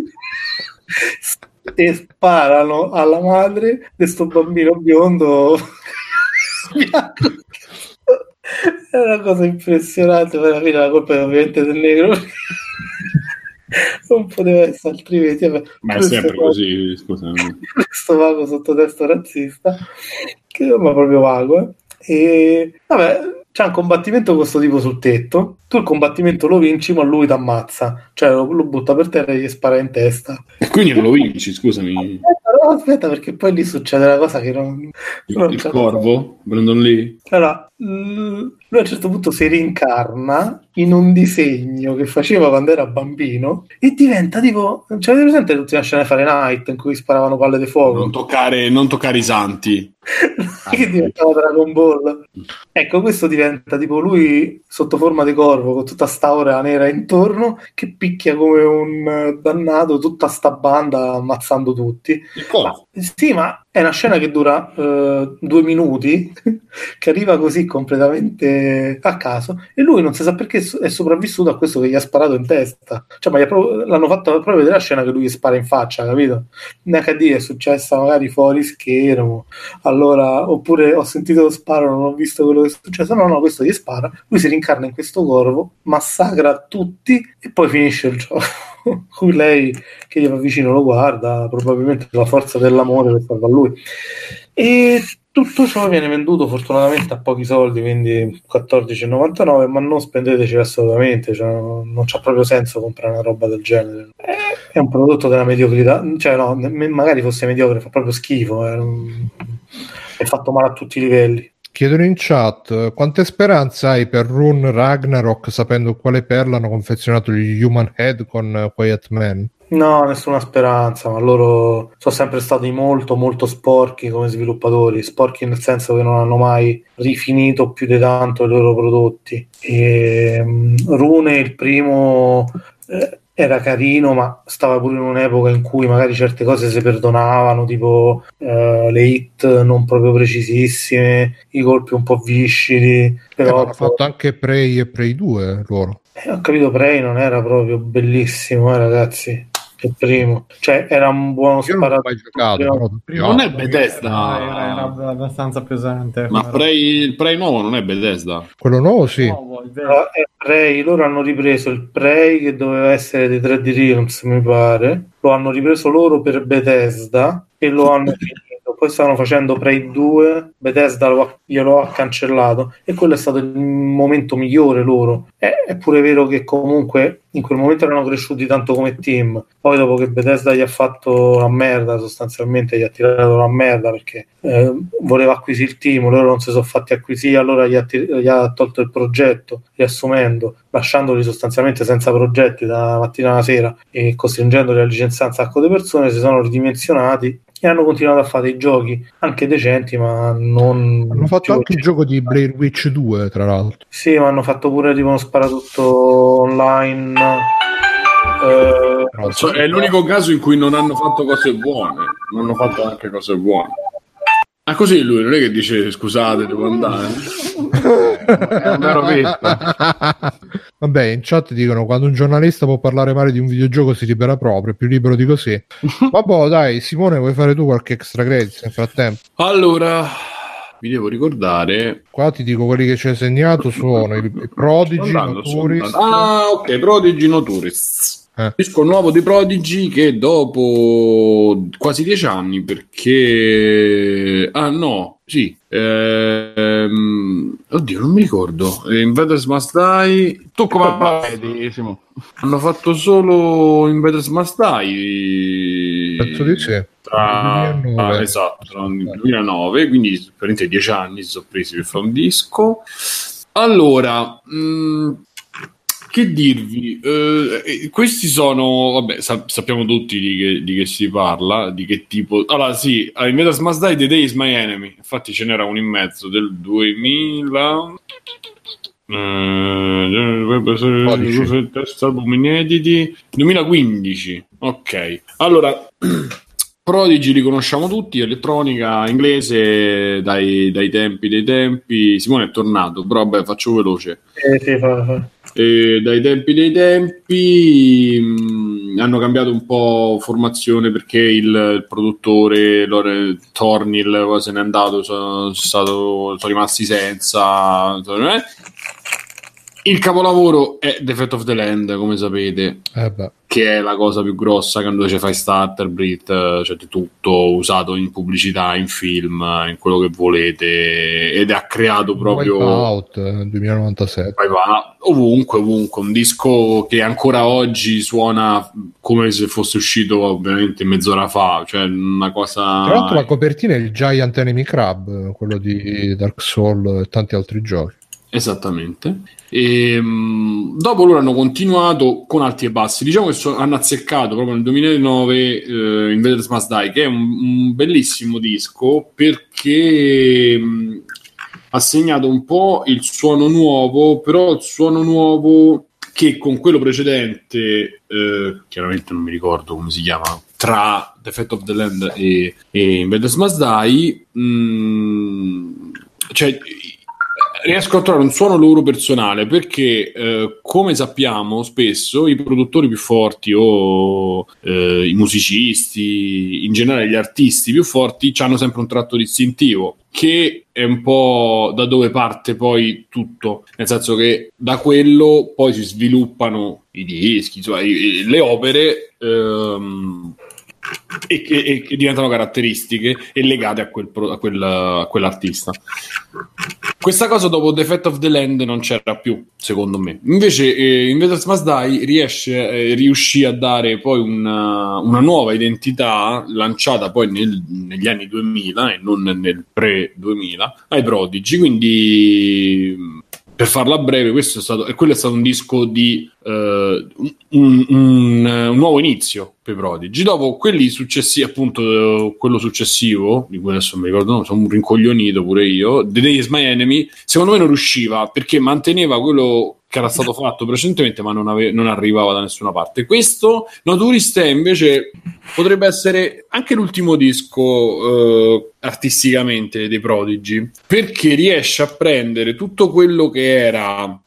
e sparano alla madre di questo bambino biondo bianco. È una cosa impressionante, per la fine la colpa è ovviamente del negro, non poteva essere altrimenti. Vabbè, ma è sempre vago, così, scusami. Questo vago sottotesto razzista, che è proprio vago, eh. E vabbè, c'è un combattimento con questo tipo sul tetto, tu il combattimento lo vinci ma lui ti ammazza, cioè lo, lo butta per terra e gli spara in testa, e quindi non lo vinci, scusami. Aspetta, no, aspetta, perché poi lì succede una cosa che non, non il corvo Brandon Lee, allora lui a un certo punto si rincarna in un disegno che faceva quando era bambino e diventa tipo, cioè avete presente l'ultima scena di Fahrenheit in cui sparavano palle di fuoco? Non toccare, non toccare i santi. Che diventava Dragon Ball. Ecco, questo diventa tipo lui sotto forma di corvo con tutta sta aura nera intorno che picchia come un dannato tutta sta banda ammazzando tutti. Ma, sì, ma è una scena che dura uh, due minuti che arriva così completamente a caso e lui non si sa perché è sopravvissuto a questo che gli ha sparato in testa, cioè ma gli proprio, l'hanno fatto proprio vedere la scena che lui gli spara in faccia, capito? In acca di è successa magari fuori schermo, allora, oppure ho sentito lo sparo, non ho visto quello che è successo, no no, questo gli spara, lui si rincarna in questo corvo, massacra tutti e poi finisce il gioco. Qui lei che gli va vicino lo guarda, probabilmente la forza dell'amore per farlo a lui, e tutto ciò viene venduto fortunatamente a pochi soldi, quindi quattordici virgola novantanove, ma non spendeteci assolutamente, cioè, non c'ha proprio senso comprare una roba del genere, è un prodotto della mediocrità, cioè no, magari fosse mediocre, fa proprio schifo, è, è fatto male a tutti i livelli. Chiedono in chat quante speranze hai per Rune Ragnarok, sapendo quale perla hanno confezionato gli Human Head con Quiet Man? No, nessuna speranza, ma loro sono sempre stati molto molto sporchi come sviluppatori, sporchi nel senso che non hanno mai rifinito più di tanto i loro prodotti. E, um, Rune, il primo, eh, era carino, ma stava pure in un'epoca in cui magari certe cose si perdonavano, tipo eh, le hit non proprio precisissime, i colpi un po' viscidi. Però eh, hanno fatto anche Prey e Prey due loro. Eh, ho capito, Prey non era proprio bellissimo, eh, ragazzi. Il primo, cioè era un buono sparatore. Non, non è Bethesda, era, era abbastanza pesante. Ma Prey, il Prey nuovo non è Bethesda. Quello nuovo sì. Nuovo, Però è Prey, loro hanno ripreso il Prey che doveva essere dei tre D Realms, mi pare. Lo hanno ripreso loro per Bethesda e lo hanno finito. Poi stavano facendo Prey due, Bethesda lo ha, glielo ha cancellato e quello è stato il momento migliore loro. È, è pure vero che comunque in quel momento erano cresciuti tanto come team, poi dopo che Bethesda gli ha fatto la merda, sostanzialmente gli ha tirato la merda perché eh, voleva acquisire il team, loro non si sono fatti acquisire, allora gli ha, tir- gli ha tolto il progetto riassumendo, lasciandoli sostanzialmente senza progetti da mattina alla sera e costringendoli a licenziare un sacco di persone, si sono ridimensionati e hanno continuato a fare i giochi anche decenti, ma non hanno fatto anche il gioco di Blair Witch due, tra l'altro. Sì, ma hanno fatto pure tipo uno sparatutto online. Eh, cioè, è l'unico caso in cui non hanno fatto cose buone, non hanno fatto anche cose buone. Ah, così lui non è che dice scusate, devo andare. È un vero visto. Vabbè, in chat dicono quando un giornalista può parlare male di un videogioco si libera proprio, è più libero di così. Vabbè, dai, Simone, vuoi fare tu qualche extra credits nel frattempo? Allora, vi devo ricordare. Qua ti dico quelli che ci hai segnato sono i, i Prodigy, Andando, No Tourist. Ah, ok, Prodigy No Tourists. Eh. Disco nuovo di Prodigy che dopo quasi dieci anni, perché ah no, sì, ehm... oddio, non mi ricordo. Invaders Must Die. Tu come vedi, Simo? Hanno fatto solo Invaders Must Die. Penso di sì. Tra... duemilanove. Ah, esatto, tra il duemilanove, quindi praticamente dieci anni si sono presi per fare un disco. Allora, mh, che dirvi? Eh, questi sono, vabbè, sa- sappiamo tutti di che, di che si parla, di che tipo. Allora, sì, in Invaders Must Die, The Day is My Enemy. Infatti, ce n'era uno in mezzo del duemila. Eh, test album inediti duemilaquindici. Ok, allora. Prodigy li conosciamo tutti, elettronica inglese dai, dai tempi dei tempi. Simone è tornato, però vabbè, faccio veloce. Eh, sì, fa, fa. E dai tempi dei tempi mh, hanno cambiato un po' formazione perché il, il produttore Lore Thornhill se n'è andato, sono, stato, sono rimasti senza. Eh. Il capolavoro è The Fate of the Land, come sapete. Eh beh. Che è la cosa più grossa, che dove c'è fai starter, Brit, c'è di tutto usato in pubblicità, in film, in quello che volete, ed ha creato proprio Wipeout duemilanovantasette. Wipeout, ovunque, ovunque, un disco che ancora oggi suona come se fosse uscito ovviamente mezz'ora fa, cioè una cosa. Tra l'altro la copertina è il Giant Enemy Crab, quello di Dark Souls e tanti altri giochi. Esattamente. E, mh, dopo loro hanno continuato con alti e bassi, diciamo che so, hanno azzeccato proprio nel duemilanove eh, Invaders Must Die, che è un, un bellissimo disco perché mh, ha segnato un po' il suono nuovo, però il suono nuovo che con quello precedente eh, chiaramente non mi ricordo come si chiama, tra The Fate of the Land e, e Invaders Must Die, mh, cioè riesco a trovare un suono loro personale perché eh, come sappiamo spesso i produttori più forti o eh, i musicisti, in generale gli artisti più forti hanno sempre un tratto distintivo che è un po' da dove parte poi tutto, nel senso che da quello poi si sviluppano i dischi, insomma, i, le opere ehm, e che, e che diventano caratteristiche e legate a, quel, a, quel, a quell'artista. Questa cosa dopo The Fate of the Land non c'era più, secondo me. Invece eh, Invaders Must Die riesce, eh, riuscì a dare poi una, una nuova identità lanciata poi nel, negli anni duemila e non nel pre-duemila ai Prodigy, quindi per farla breve questo è stato, e quello è stato un disco di uh, un, un, un nuovo inizio per i Prodigy. Dopo quelli successivi, appunto uh, quello successivo di cui adesso non mi ricordo, no, sono un rincoglionito pure io, The Day is My Enemy, secondo me non riusciva perché manteneva quello che era stato fatto precedentemente ma non, ave- non arrivava da nessuna parte. Questo No Tourist invece potrebbe essere anche l'ultimo disco uh, artisticamente dei Prodigy, perché riesce a prendere tutto quello che era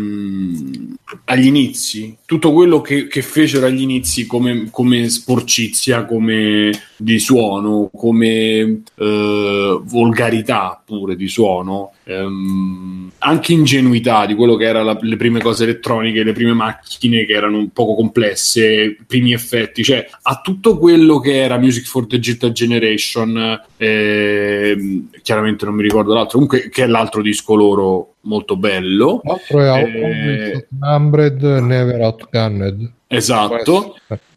mh, agli inizi, tutto quello che, che fecero agli inizi come, come sporcizia, come di suono, come eh, volgarità pure di suono, ehm, anche ingenuità di quello che era la, le prime cose elettroniche, le prime macchine che erano un poco complesse, primi effetti, cioè a tutto quello che era Music for the Digital Generation, eh, chiaramente non mi ricordo l'altro, comunque che è l'altro disco loro molto bello. L'altro è eh, Outnumbered, Never Outgunned. Esatto,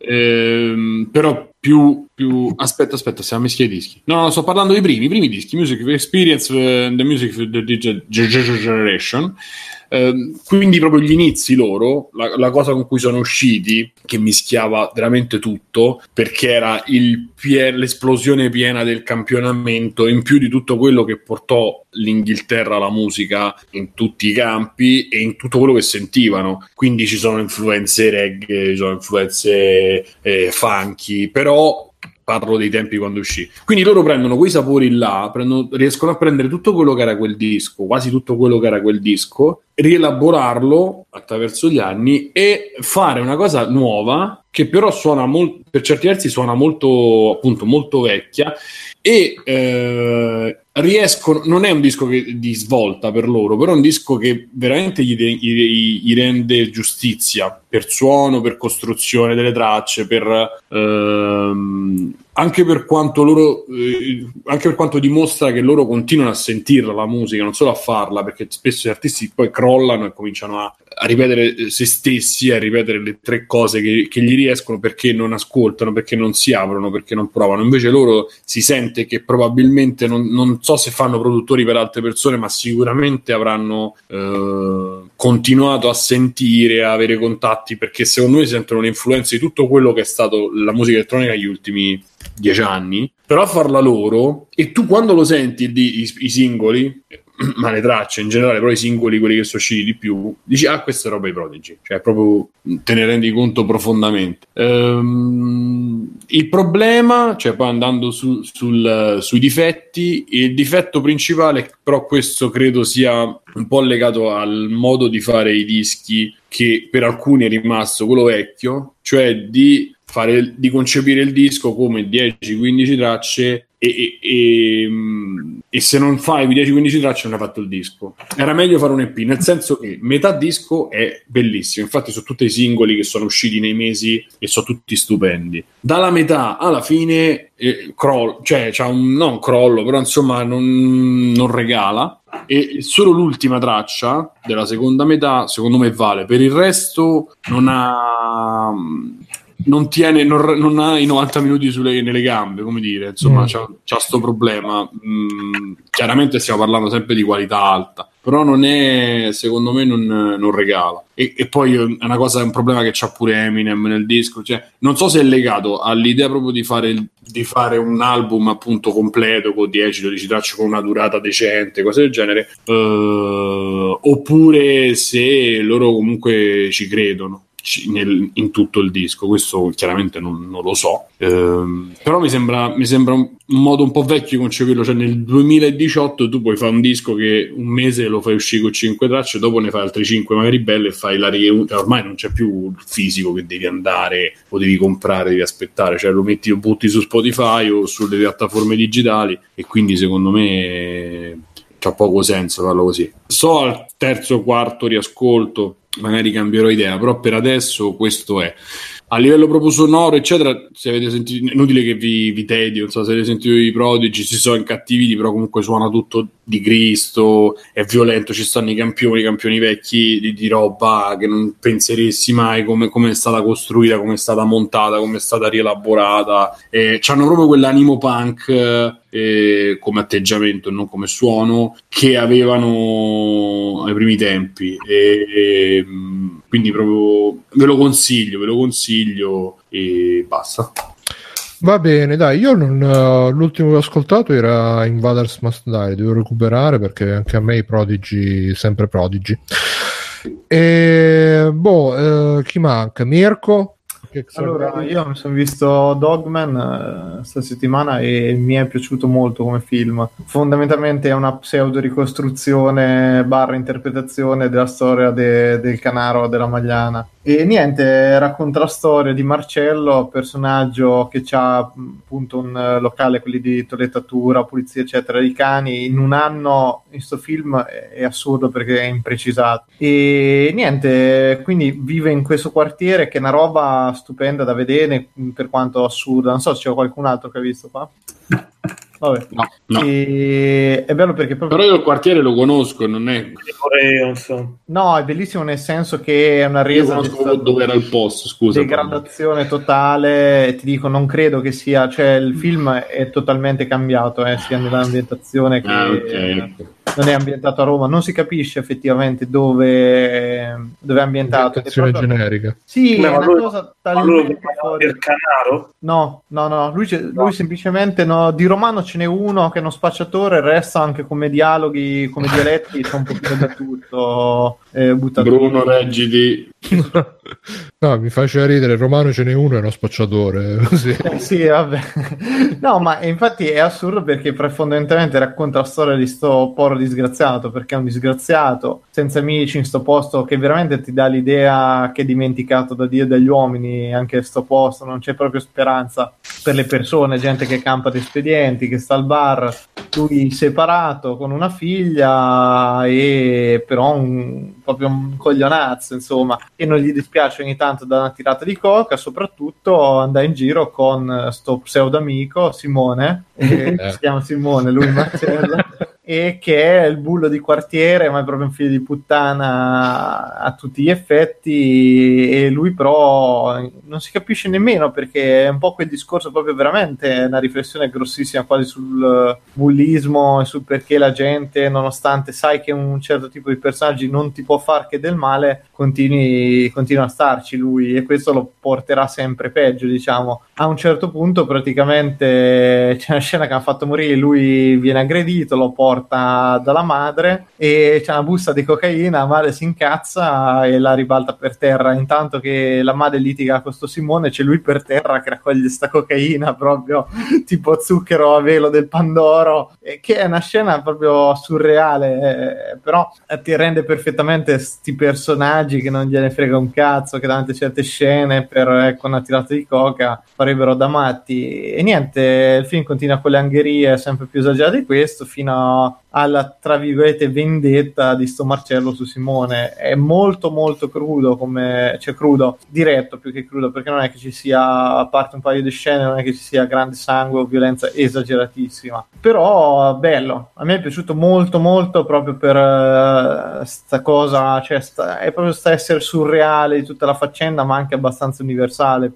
ehm, però più, più aspetta aspetta siamo meschi ai dischi, no no sto parlando dei primi i primi dischi, Music Experience, uh, The Music for the Digital Generation, ehm, quindi proprio gli inizi loro, la, la cosa con cui sono usciti che mischiava veramente tutto perché era il pie- l'esplosione piena del campionamento, in più di tutto quello che portò l'Inghilterra alla musica in tutti i campi e in tutto quello che sentivano, quindi ci sono influenze reggae, ci sono influenze eh, funky, però parlo dei tempi quando uscì. Quindi loro prendono quei sapori là, prendono, riescono a prendere tutto quello che era quel disco, quasi tutto quello che era quel disco, rielaborarlo attraverso gli anni e fare una cosa nuova che però suona molto, per certi versi suona molto, appunto, molto vecchia, e eh, riescono, non è un disco che, di svolta per loro, però è un disco che veramente gli, gli, gli rende giustizia per suono, per costruzione delle tracce, per ehm, anche per quanto loro eh, anche per quanto dimostra che loro continuano a sentirla la musica, non solo a farla, perché spesso gli artisti poi crollano e cominciano a, a ripetere se stessi, a ripetere le tre cose che, che gli riescono, perché non ascoltano, perché non si aprono, perché non provano. Invece loro si sente che probabilmente non, non so se fanno produttori per altre persone, ma sicuramente avranno eh, continuato a sentire, a avere contatti, perché secondo me si sentono le influenze di tutto quello che è stato la musica elettronica negli ultimi dieci anni, però a farla loro, e tu quando lo senti i, i, i singoli, ma le tracce in generale, però i singoli, quelli che sono usciti di più, dici ah, questa è roba di Prodigy, cioè proprio te ne rendi conto profondamente. Ehm, il problema, cioè poi andando su, sul, sui difetti, il difetto principale, però questo credo sia un po' legato al modo di fare i dischi, che per alcuni è rimasto quello vecchio, cioè di fare, di concepire il disco come dieci quindici tracce e, e, e, e se non fai dieci quindici tracce non hai fatto il disco. Era meglio fare un E P, nel senso che metà disco è bellissimo, infatti sono tutti i singoli che sono usciti nei mesi e sono tutti stupendi. Dalla metà alla fine eh, croll, cioè c'ha un non crollo, però insomma non, non regala, e solo l'ultima traccia della seconda metà secondo me vale. Per il resto non ha non tiene, non, non ha i novanta minuti sulle, nelle gambe, come dire, insomma, mm. c'ha, c'ha sto problema. Mm, chiaramente stiamo parlando sempre di qualità alta, però non è, secondo me non, non regala. E, e poi è una cosa, è un problema che c'ha pure Eminem nel disco, cioè non so se è legato all'idea proprio di fare, il, di fare un album appunto completo con dieci dodici tracce con una durata decente, cose del genere, uh, oppure se loro comunque ci credono Nel, in tutto il disco. Questo chiaramente non, non lo so, ehm, però mi sembra, mi sembra un, un modo un po' vecchio di concepirlo, cioè nel duemiladiciotto tu puoi fare un disco che un mese lo fai uscire con cinque tracce, dopo ne fai altri cinque magari belle e fai la riunione, cioè, ormai non c'è più il fisico che devi andare o devi comprare, devi aspettare, cioè lo metti, lo butti su Spotify o sulle piattaforme digitali, e quindi secondo me c'ha poco senso farlo così. So al terzo quarto riascolto magari cambierò idea, però per adesso questo è. A livello proprio sonoro eccetera, se avete sentito, inutile che vi, vi tedio, non so se avete sentito i Prodigy, si sono incattiviti, però comunque suona tutto di Cristo, è violento, ci stanno i campioni, i campioni vecchi di, di roba che non penseresti mai come, come è stata costruita, come è stata montata, come è stata rielaborata, eh, c'hanno proprio quell'animo punk eh, come atteggiamento e non come suono che avevano ai primi tempi, e, e quindi proprio ve lo consiglio, ve lo consiglio e basta. Va bene, dai, io non, uh, l'ultimo che ho ascoltato era Invaders Must Die, devo recuperare perché anche a me i Prodigy, sempre Prodigy. E boh, uh, chi manca? Mirko? Allora, io mi sono visto Dogman questa uh, settimana e mi è piaciuto molto come film. Fondamentalmente è una pseudo ricostruzione barra interpretazione della storia de- del Canaro della Magliana. E niente, racconta la storia di Marcello, personaggio che ha appunto un locale, quelli di toilettatura, pulizia eccetera, di cani. In un anno in sto film è, è assurdo perché è imprecisato. E niente, quindi vive in questo quartiere che è una roba stupenda da vedere per quanto assurda. Non so se c'è qualcun altro che ha visto qua. Vabbè. No, no. E... è bello perché proprio... però io il quartiere lo conosco, non è no, è bellissimo nel senso che è una resa di... dove era il posto, scusa, degradazione totale, ti dico, non credo che sia, cioè il film è totalmente cambiato eh, sia nell'ambientazione che ah, okay, okay. Non è ambientato a Roma, non si capisce effettivamente dove, dove è ambientato. È generica. Sì, ma è una lui, cosa talmente fuori. Il Canaro? No, no, no, lui, no. lui semplicemente no, di romano ce n'è uno che è uno spacciatore, il resto anche come dialoghi, come dialetti c'è un pochino da tutto. Eh, Bruno, reggiti. No, mi faceva ridere, il romano ce n'è uno, è uno spacciatore. Così. Eh, sì, vabbè. No, ma infatti è assurdo perché fondamentalmente racconta la storia di sto povero disgraziato, perché è un disgraziato, senza amici in sto posto, che veramente ti dà l'idea che è dimenticato da Dio e dagli uomini, anche sto posto, non c'è proprio speranza per le persone, gente che campa di espedienti, che sta al bar, lui separato con una figlia e però un, proprio un coglionazzo, insomma, e non gli dispiace ogni tanto da una tirata di coca, soprattutto andare in giro con sto pseudo amico Simone, eh, si chiama Simone, lui Marcello, e che è il bullo di quartiere, ma è proprio un figlio di puttana a tutti gli effetti, e lui però non si capisce nemmeno, perché è un po' quel discorso proprio veramente una riflessione grossissima quasi sul bullismo e sul perché la gente, nonostante sai che un certo tipo di personaggi non ti può far che del male, continui, continua a starci lui, e questo lo porterà sempre peggio, diciamo. A un certo punto praticamente c'è una scena che ha fatto morire, lui viene aggredito, lo porta dalla madre e c'è una busta di cocaina, la madre si incazza e la ribalta per terra, intanto che la madre litiga con sto Simone c'è lui per terra che raccoglie sta cocaina proprio tipo zucchero a velo del Pandoro, e che è una scena proprio surreale, eh, però eh, ti rende perfettamente sti personaggi che non gliene frega un cazzo, che davanti a certe scene per ecco una tirata di coca farebbero da matti, e niente, il film continua con le angherie sempre più esagerate di questo, fino alla tra virgolette vendetta di sto Marcello su Simone. È molto molto crudo, come cioè crudo, diretto più che crudo, perché non è che ci sia, a parte un paio di scene, non è che ci sia grande sangue o violenza esageratissima, però bello, a me è piaciuto molto molto proprio per uh, sta cosa, cioè sta, è proprio sta essere surreale di tutta la faccenda, ma anche abbastanza universale.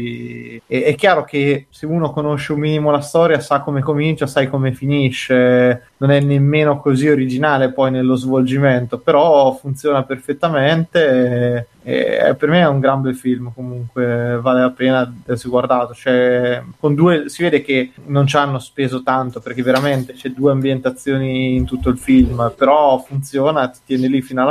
Poi e, è chiaro che se uno conosce un minimo la storia sa come comincia, sai come finisce, non è nemmeno così originale poi nello svolgimento, però funziona perfettamente e, e per me è un gran bel film, comunque vale la pena di essere guardato, cioè, con due, si vede che non ci hanno speso tanto perché veramente c'è due ambientazioni in tutto il film, però funziona, ti tiene lì fino alla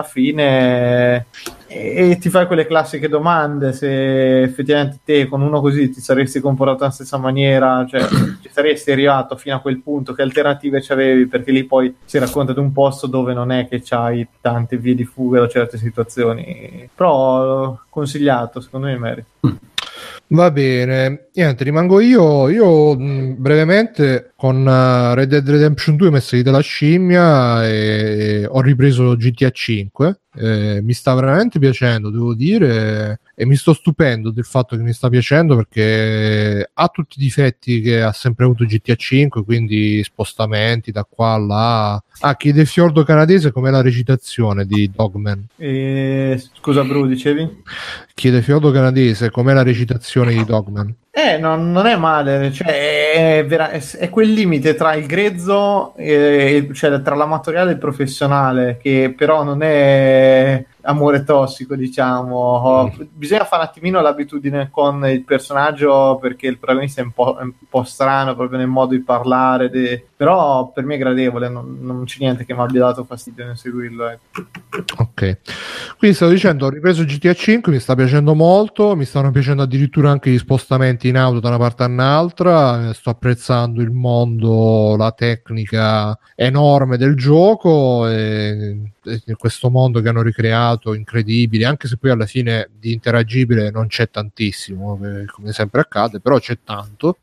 fine e, e ti fai quelle classiche domande, se effettivamente te con uno così ti saresti comportato nella stessa maniera, cioè ci saresti arrivato fino a quel punto, che alternative c'avevi, perché lì poi si racconta di un posto dove non è che c'hai tante vie di fuga da certe situazioni, però consigliato, secondo me merita. Va bene, niente, rimango io. Io mh, brevemente con uh, Red Dead Redemption due mi è salita la scimmia e, e ho ripreso G T A cinque. Eh, mi sta veramente piacendo, devo dire, e mi sto stupendo del fatto che mi sta piacendo, perché ha tutti i difetti che ha sempre avuto G T A cinque, quindi spostamenti da qua a là. Ah, chiede Fiordo Canadese com'è la recitazione di Dogman. E... scusa Bru, dicevi? Chiede Fiordo Canadese com'è la recitazione di Dogman. Eh, no, non è male, cioè è, vera- è, è quel limite tra il grezzo, e, cioè tra l'amatoriale e il professionale, che però non è amore tossico, diciamo. Mm. Bisogna fare un attimino l'abitudine con il personaggio, perché il protagonista è un po', è un po' strano proprio nel modo di parlare, de... però per me è gradevole, non, non c'è niente che mi abbia dato fastidio nel seguirlo, ecco. Ok, quindi stavo dicendo, ho ripreso G T A cinque, mi sta piacendo molto, mi stanno piacendo addirittura anche gli spostamenti in auto da una parte all'altra, sto apprezzando il mondo, la tecnica enorme del gioco e, e questo mondo che hanno ricreato incredibile, anche se poi alla fine di interagibile non c'è tantissimo, come sempre accade, però c'è tanto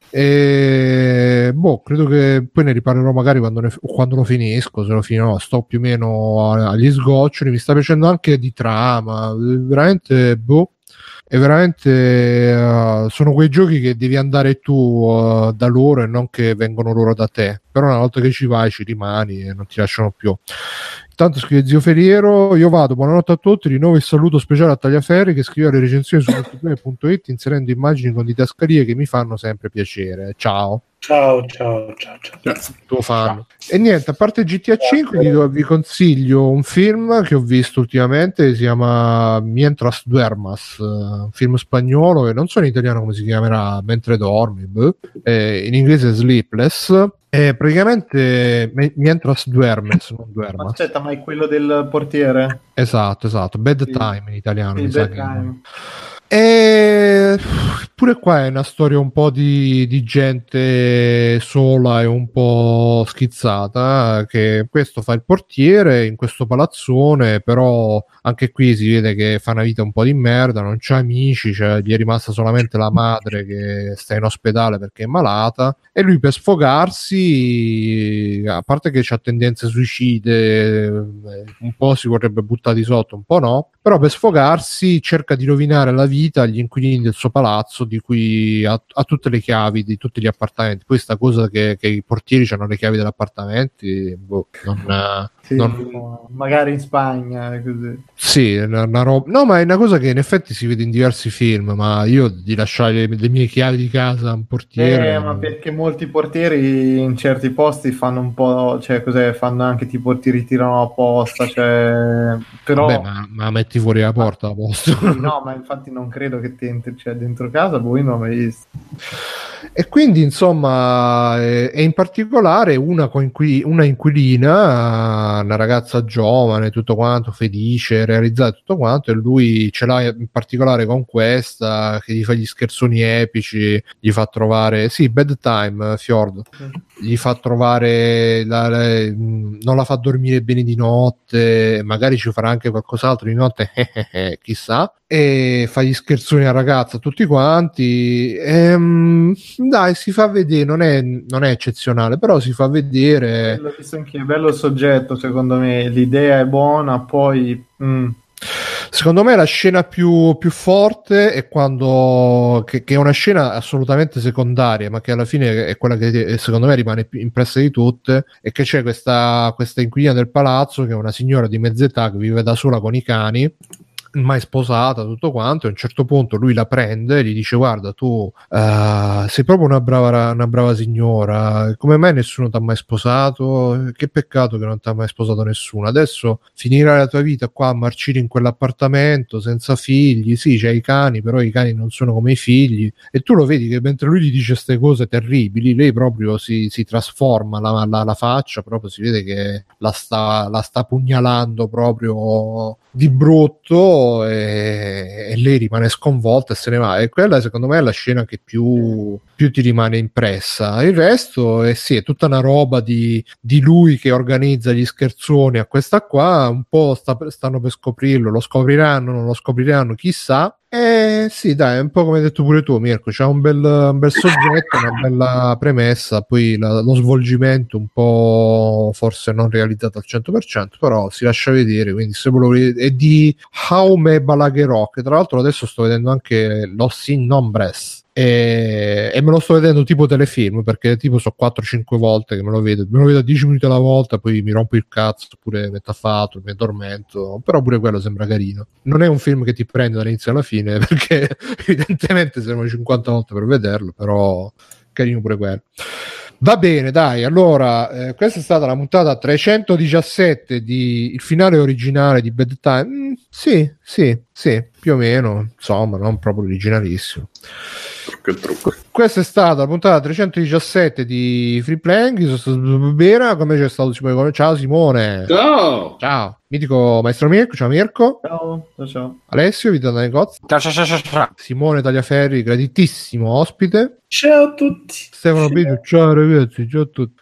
e boh, credo che poi ne riparlerò magari quando, ne, quando lo finisco, se lo finirò, sto più o meno agli sgoccioli, mi sta piacendo anche di trama, veramente boh. E veramente uh, sono quei giochi che devi andare tu uh, da loro e non che vengono loro da te, però una volta che ci vai ci rimani e non ti lasciano più. Intanto scrive Zio Feriero, io vado, buonanotte a tutti, rinnovo il saluto speciale a Tagliaferri che scrive le recensioni su multiplayer punto it inserendo immagini con didascalie che mi fanno sempre piacere. Ciao. Ciao, ciao, ciao, ciao. Tuo fan. E niente, a parte G T A cinque vi, do- vi consiglio un film che ho visto ultimamente, si chiama Mientras Duermas, un film spagnolo che non so in italiano come si chiamerà, Mentre dormi, boh. Eh, in inglese Sleepless. E praticamente me- Mientras Duermes, non Duermas. Aspetta, ma è quello del portiere? Esatto, esatto, Bad Sì. Time in italiano. Sì, mi sa Bad che- Time. E pure qua è una storia un po' di, di gente sola e un po' schizzata, che questo fa il portiere in questo palazzone, però anche qui si vede che fa una vita un po' di merda, non c'ha amici, cioè gli è rimasta solamente la madre che sta in ospedale perché è malata, e lui per sfogarsi, a parte che c'ha tendenze suicide, un po' si vorrebbe buttare di sotto, un po' no, però per sfogarsi cerca di rovinare la vita agli inquilini del suo palazzo, di cui ha, ha tutte le chiavi di tutti gli appartamenti. Poi sta cosa che, che i portieri hanno le chiavi degli appartamenti, boh, non, Sì, non... magari in Spagna, così. Sì, è una, una roba. No, ma è una cosa che in effetti si vede in diversi film. Ma io di lasciare le, le mie chiavi di casa a un portiere. Eh, ma perché molti portieri in certi posti fanno un po', cioè cos'è, fanno anche tipo ti ritirano apposta, cioè però Vabbè, ma, ma metti fuori la porta a posto. sì, no, ma infatti non credo che ti entri, cioè dentro casa, voi non l'ho mai visto. E quindi insomma, e eh, in particolare una, coinqui- una inquilina, una ragazza giovane, tutto quanto, felice, realizzata tutto quanto, e lui ce l'ha in particolare con questa che gli fa gli scherzoni epici, gli fa trovare, sì, Bad Time, Fiordo, gli fa trovare, la, la, non la fa dormire bene di notte, magari ci farà anche qualcos'altro di notte, chissà, e fa gli scherzoni alla ragazza tutti quanti. Ehm, dai, si fa vedere, non è, non è eccezionale, però si fa vedere. L'ho visto anche, è bello il soggetto, secondo me l'idea è buona, poi mm. Secondo me la scena più, più forte è quando che, che è una scena assolutamente secondaria, ma che alla fine è quella che secondo me rimane più impressa di tutte, è che c'è questa, questa inquilina del palazzo che è una signora di mezza età che vive da sola con i cani, mai sposata, tutto quanto, e a un certo punto lui la prende e gli dice: guarda, tu uh, sei proprio una brava, una brava signora, come mai nessuno ti ha mai sposato? Che peccato che non ti ha mai sposato nessuno, adesso finirai la tua vita qua a marcire in quell'appartamento senza figli. Sì, c'hai i cani, però i cani non sono come i figli. E tu lo vedi che mentre lui gli dice queste cose terribili, lei proprio si, si trasforma, la, la, la faccia proprio si vede che la sta, la sta pugnalando proprio di brutto, e, e lei rimane sconvolta e se ne va. E quella secondo me è la scena che più, più ti rimane impressa. Il resto è sì, è tutta una roba di, di lui che organizza gli scherzoni a questa qua, un po' sta, stanno per scoprirlo, lo scopriranno, non lo scopriranno, chissà. Eh sì, dai, è un po' come hai detto pure tu, Mirko, c'è un bel, un bel soggetto, una bella premessa, poi la, lo svolgimento un po' forse non realizzato al cento per cento, però si lascia vedere, quindi se volete, è di Jaume Balagueró, che tra l'altro adesso sto vedendo anche Los Sin Nombres, e, e me lo sto vedendo tipo telefilm, perché tipo so quattro cinque volte che me lo vedo, me lo vedo a dieci minuti alla volta, poi mi rompo il cazzo, oppure metto affatto, mi addormento, però pure quello sembra carino. Non è un film che ti prende dall'inizio alla fine, perché evidentemente servono cinquanta volte per vederlo, però carino pure quello. Va bene, dai, allora eh, questa è stata la puntata trecentodiciassette di il finale originale di Bad Time. Mm, sì, sì, sì, più o meno, insomma, non proprio originalissimo. Che trucco. Questa è stata la puntata trecentodiciassette di Free Playing. Io sono stato Bera, come c'è stato Simone. Ciao Simone. Ciao. Ciao. Mitico Maestro Mirko. Ciao Mirko. Ciao, ciao, ciao. Alessio, Vita da Negozio. Ciao, ciao, ciao, ciao. Simone Tagliaferri, graditissimo ospite. Ciao a tutti. Stefano Biggio, ciao ragazzi, ciao a tutti.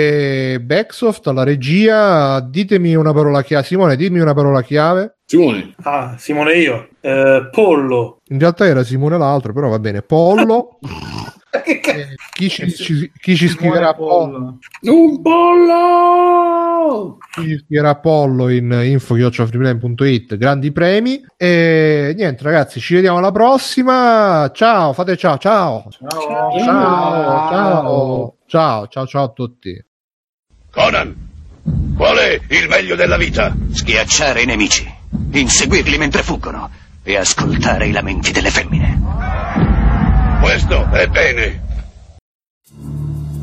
E Backsoft alla regia. Ditemi una parola chiave. Simone, dimmi una parola chiave. Simone. Ah, Simone io. Eh, pollo. In realtà era Simone l'altro, però va bene. Pollo. Che cazzo? Eh, chi, ci, ci, chi ci scriverà Pollo? Un pollo! Chi ci scriverà Pollo in info chiocciola freeplane punto it, grandi premi. E niente ragazzi, ci vediamo alla prossima. Ciao, fate ciao, ciao. Ciao. Ciao, ciao, ciao, ciao, ciao a tutti. Conan, qual è il meglio della vita? Schiacciare i nemici, inseguirli mentre fuggono e ascoltare i lamenti delle femmine. Questo è bene.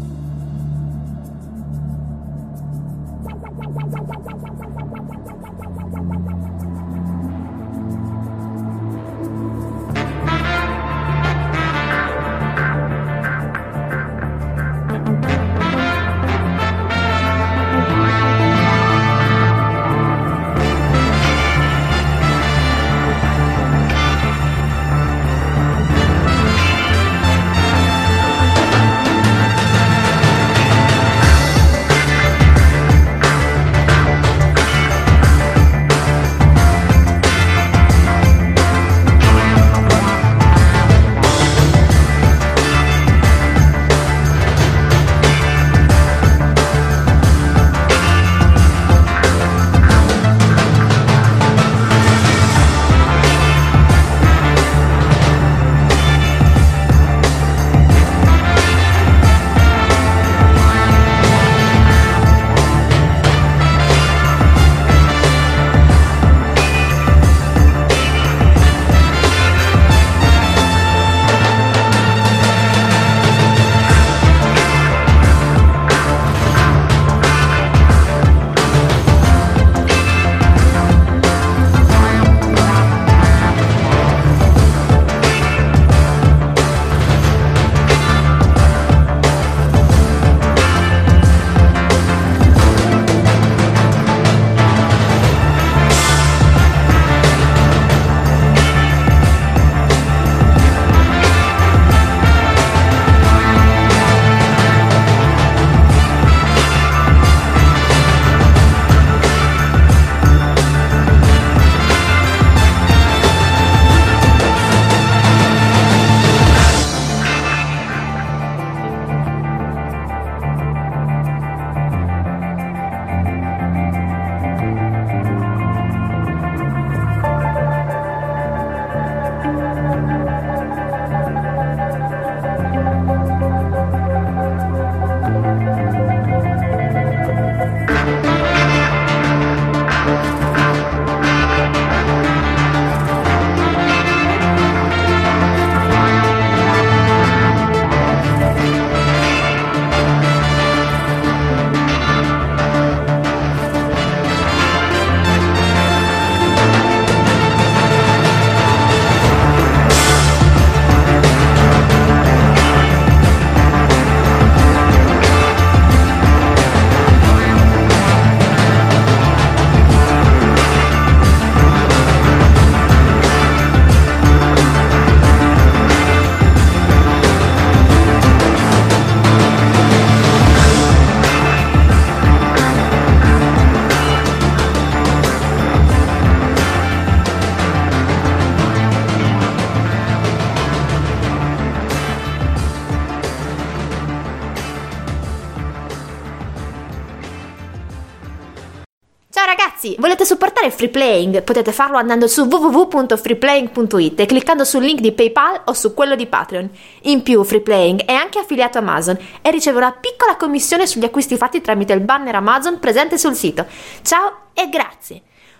Ragazzi, volete supportare Free Playing? Potete farlo andando su w w w punto free playing punto i t e cliccando sul link di PayPal o su quello di Patreon. In più, Free Playing è anche affiliato a Amazon e riceve una piccola commissione sugli acquisti fatti tramite il banner Amazon presente sul sito. Ciao e grazie!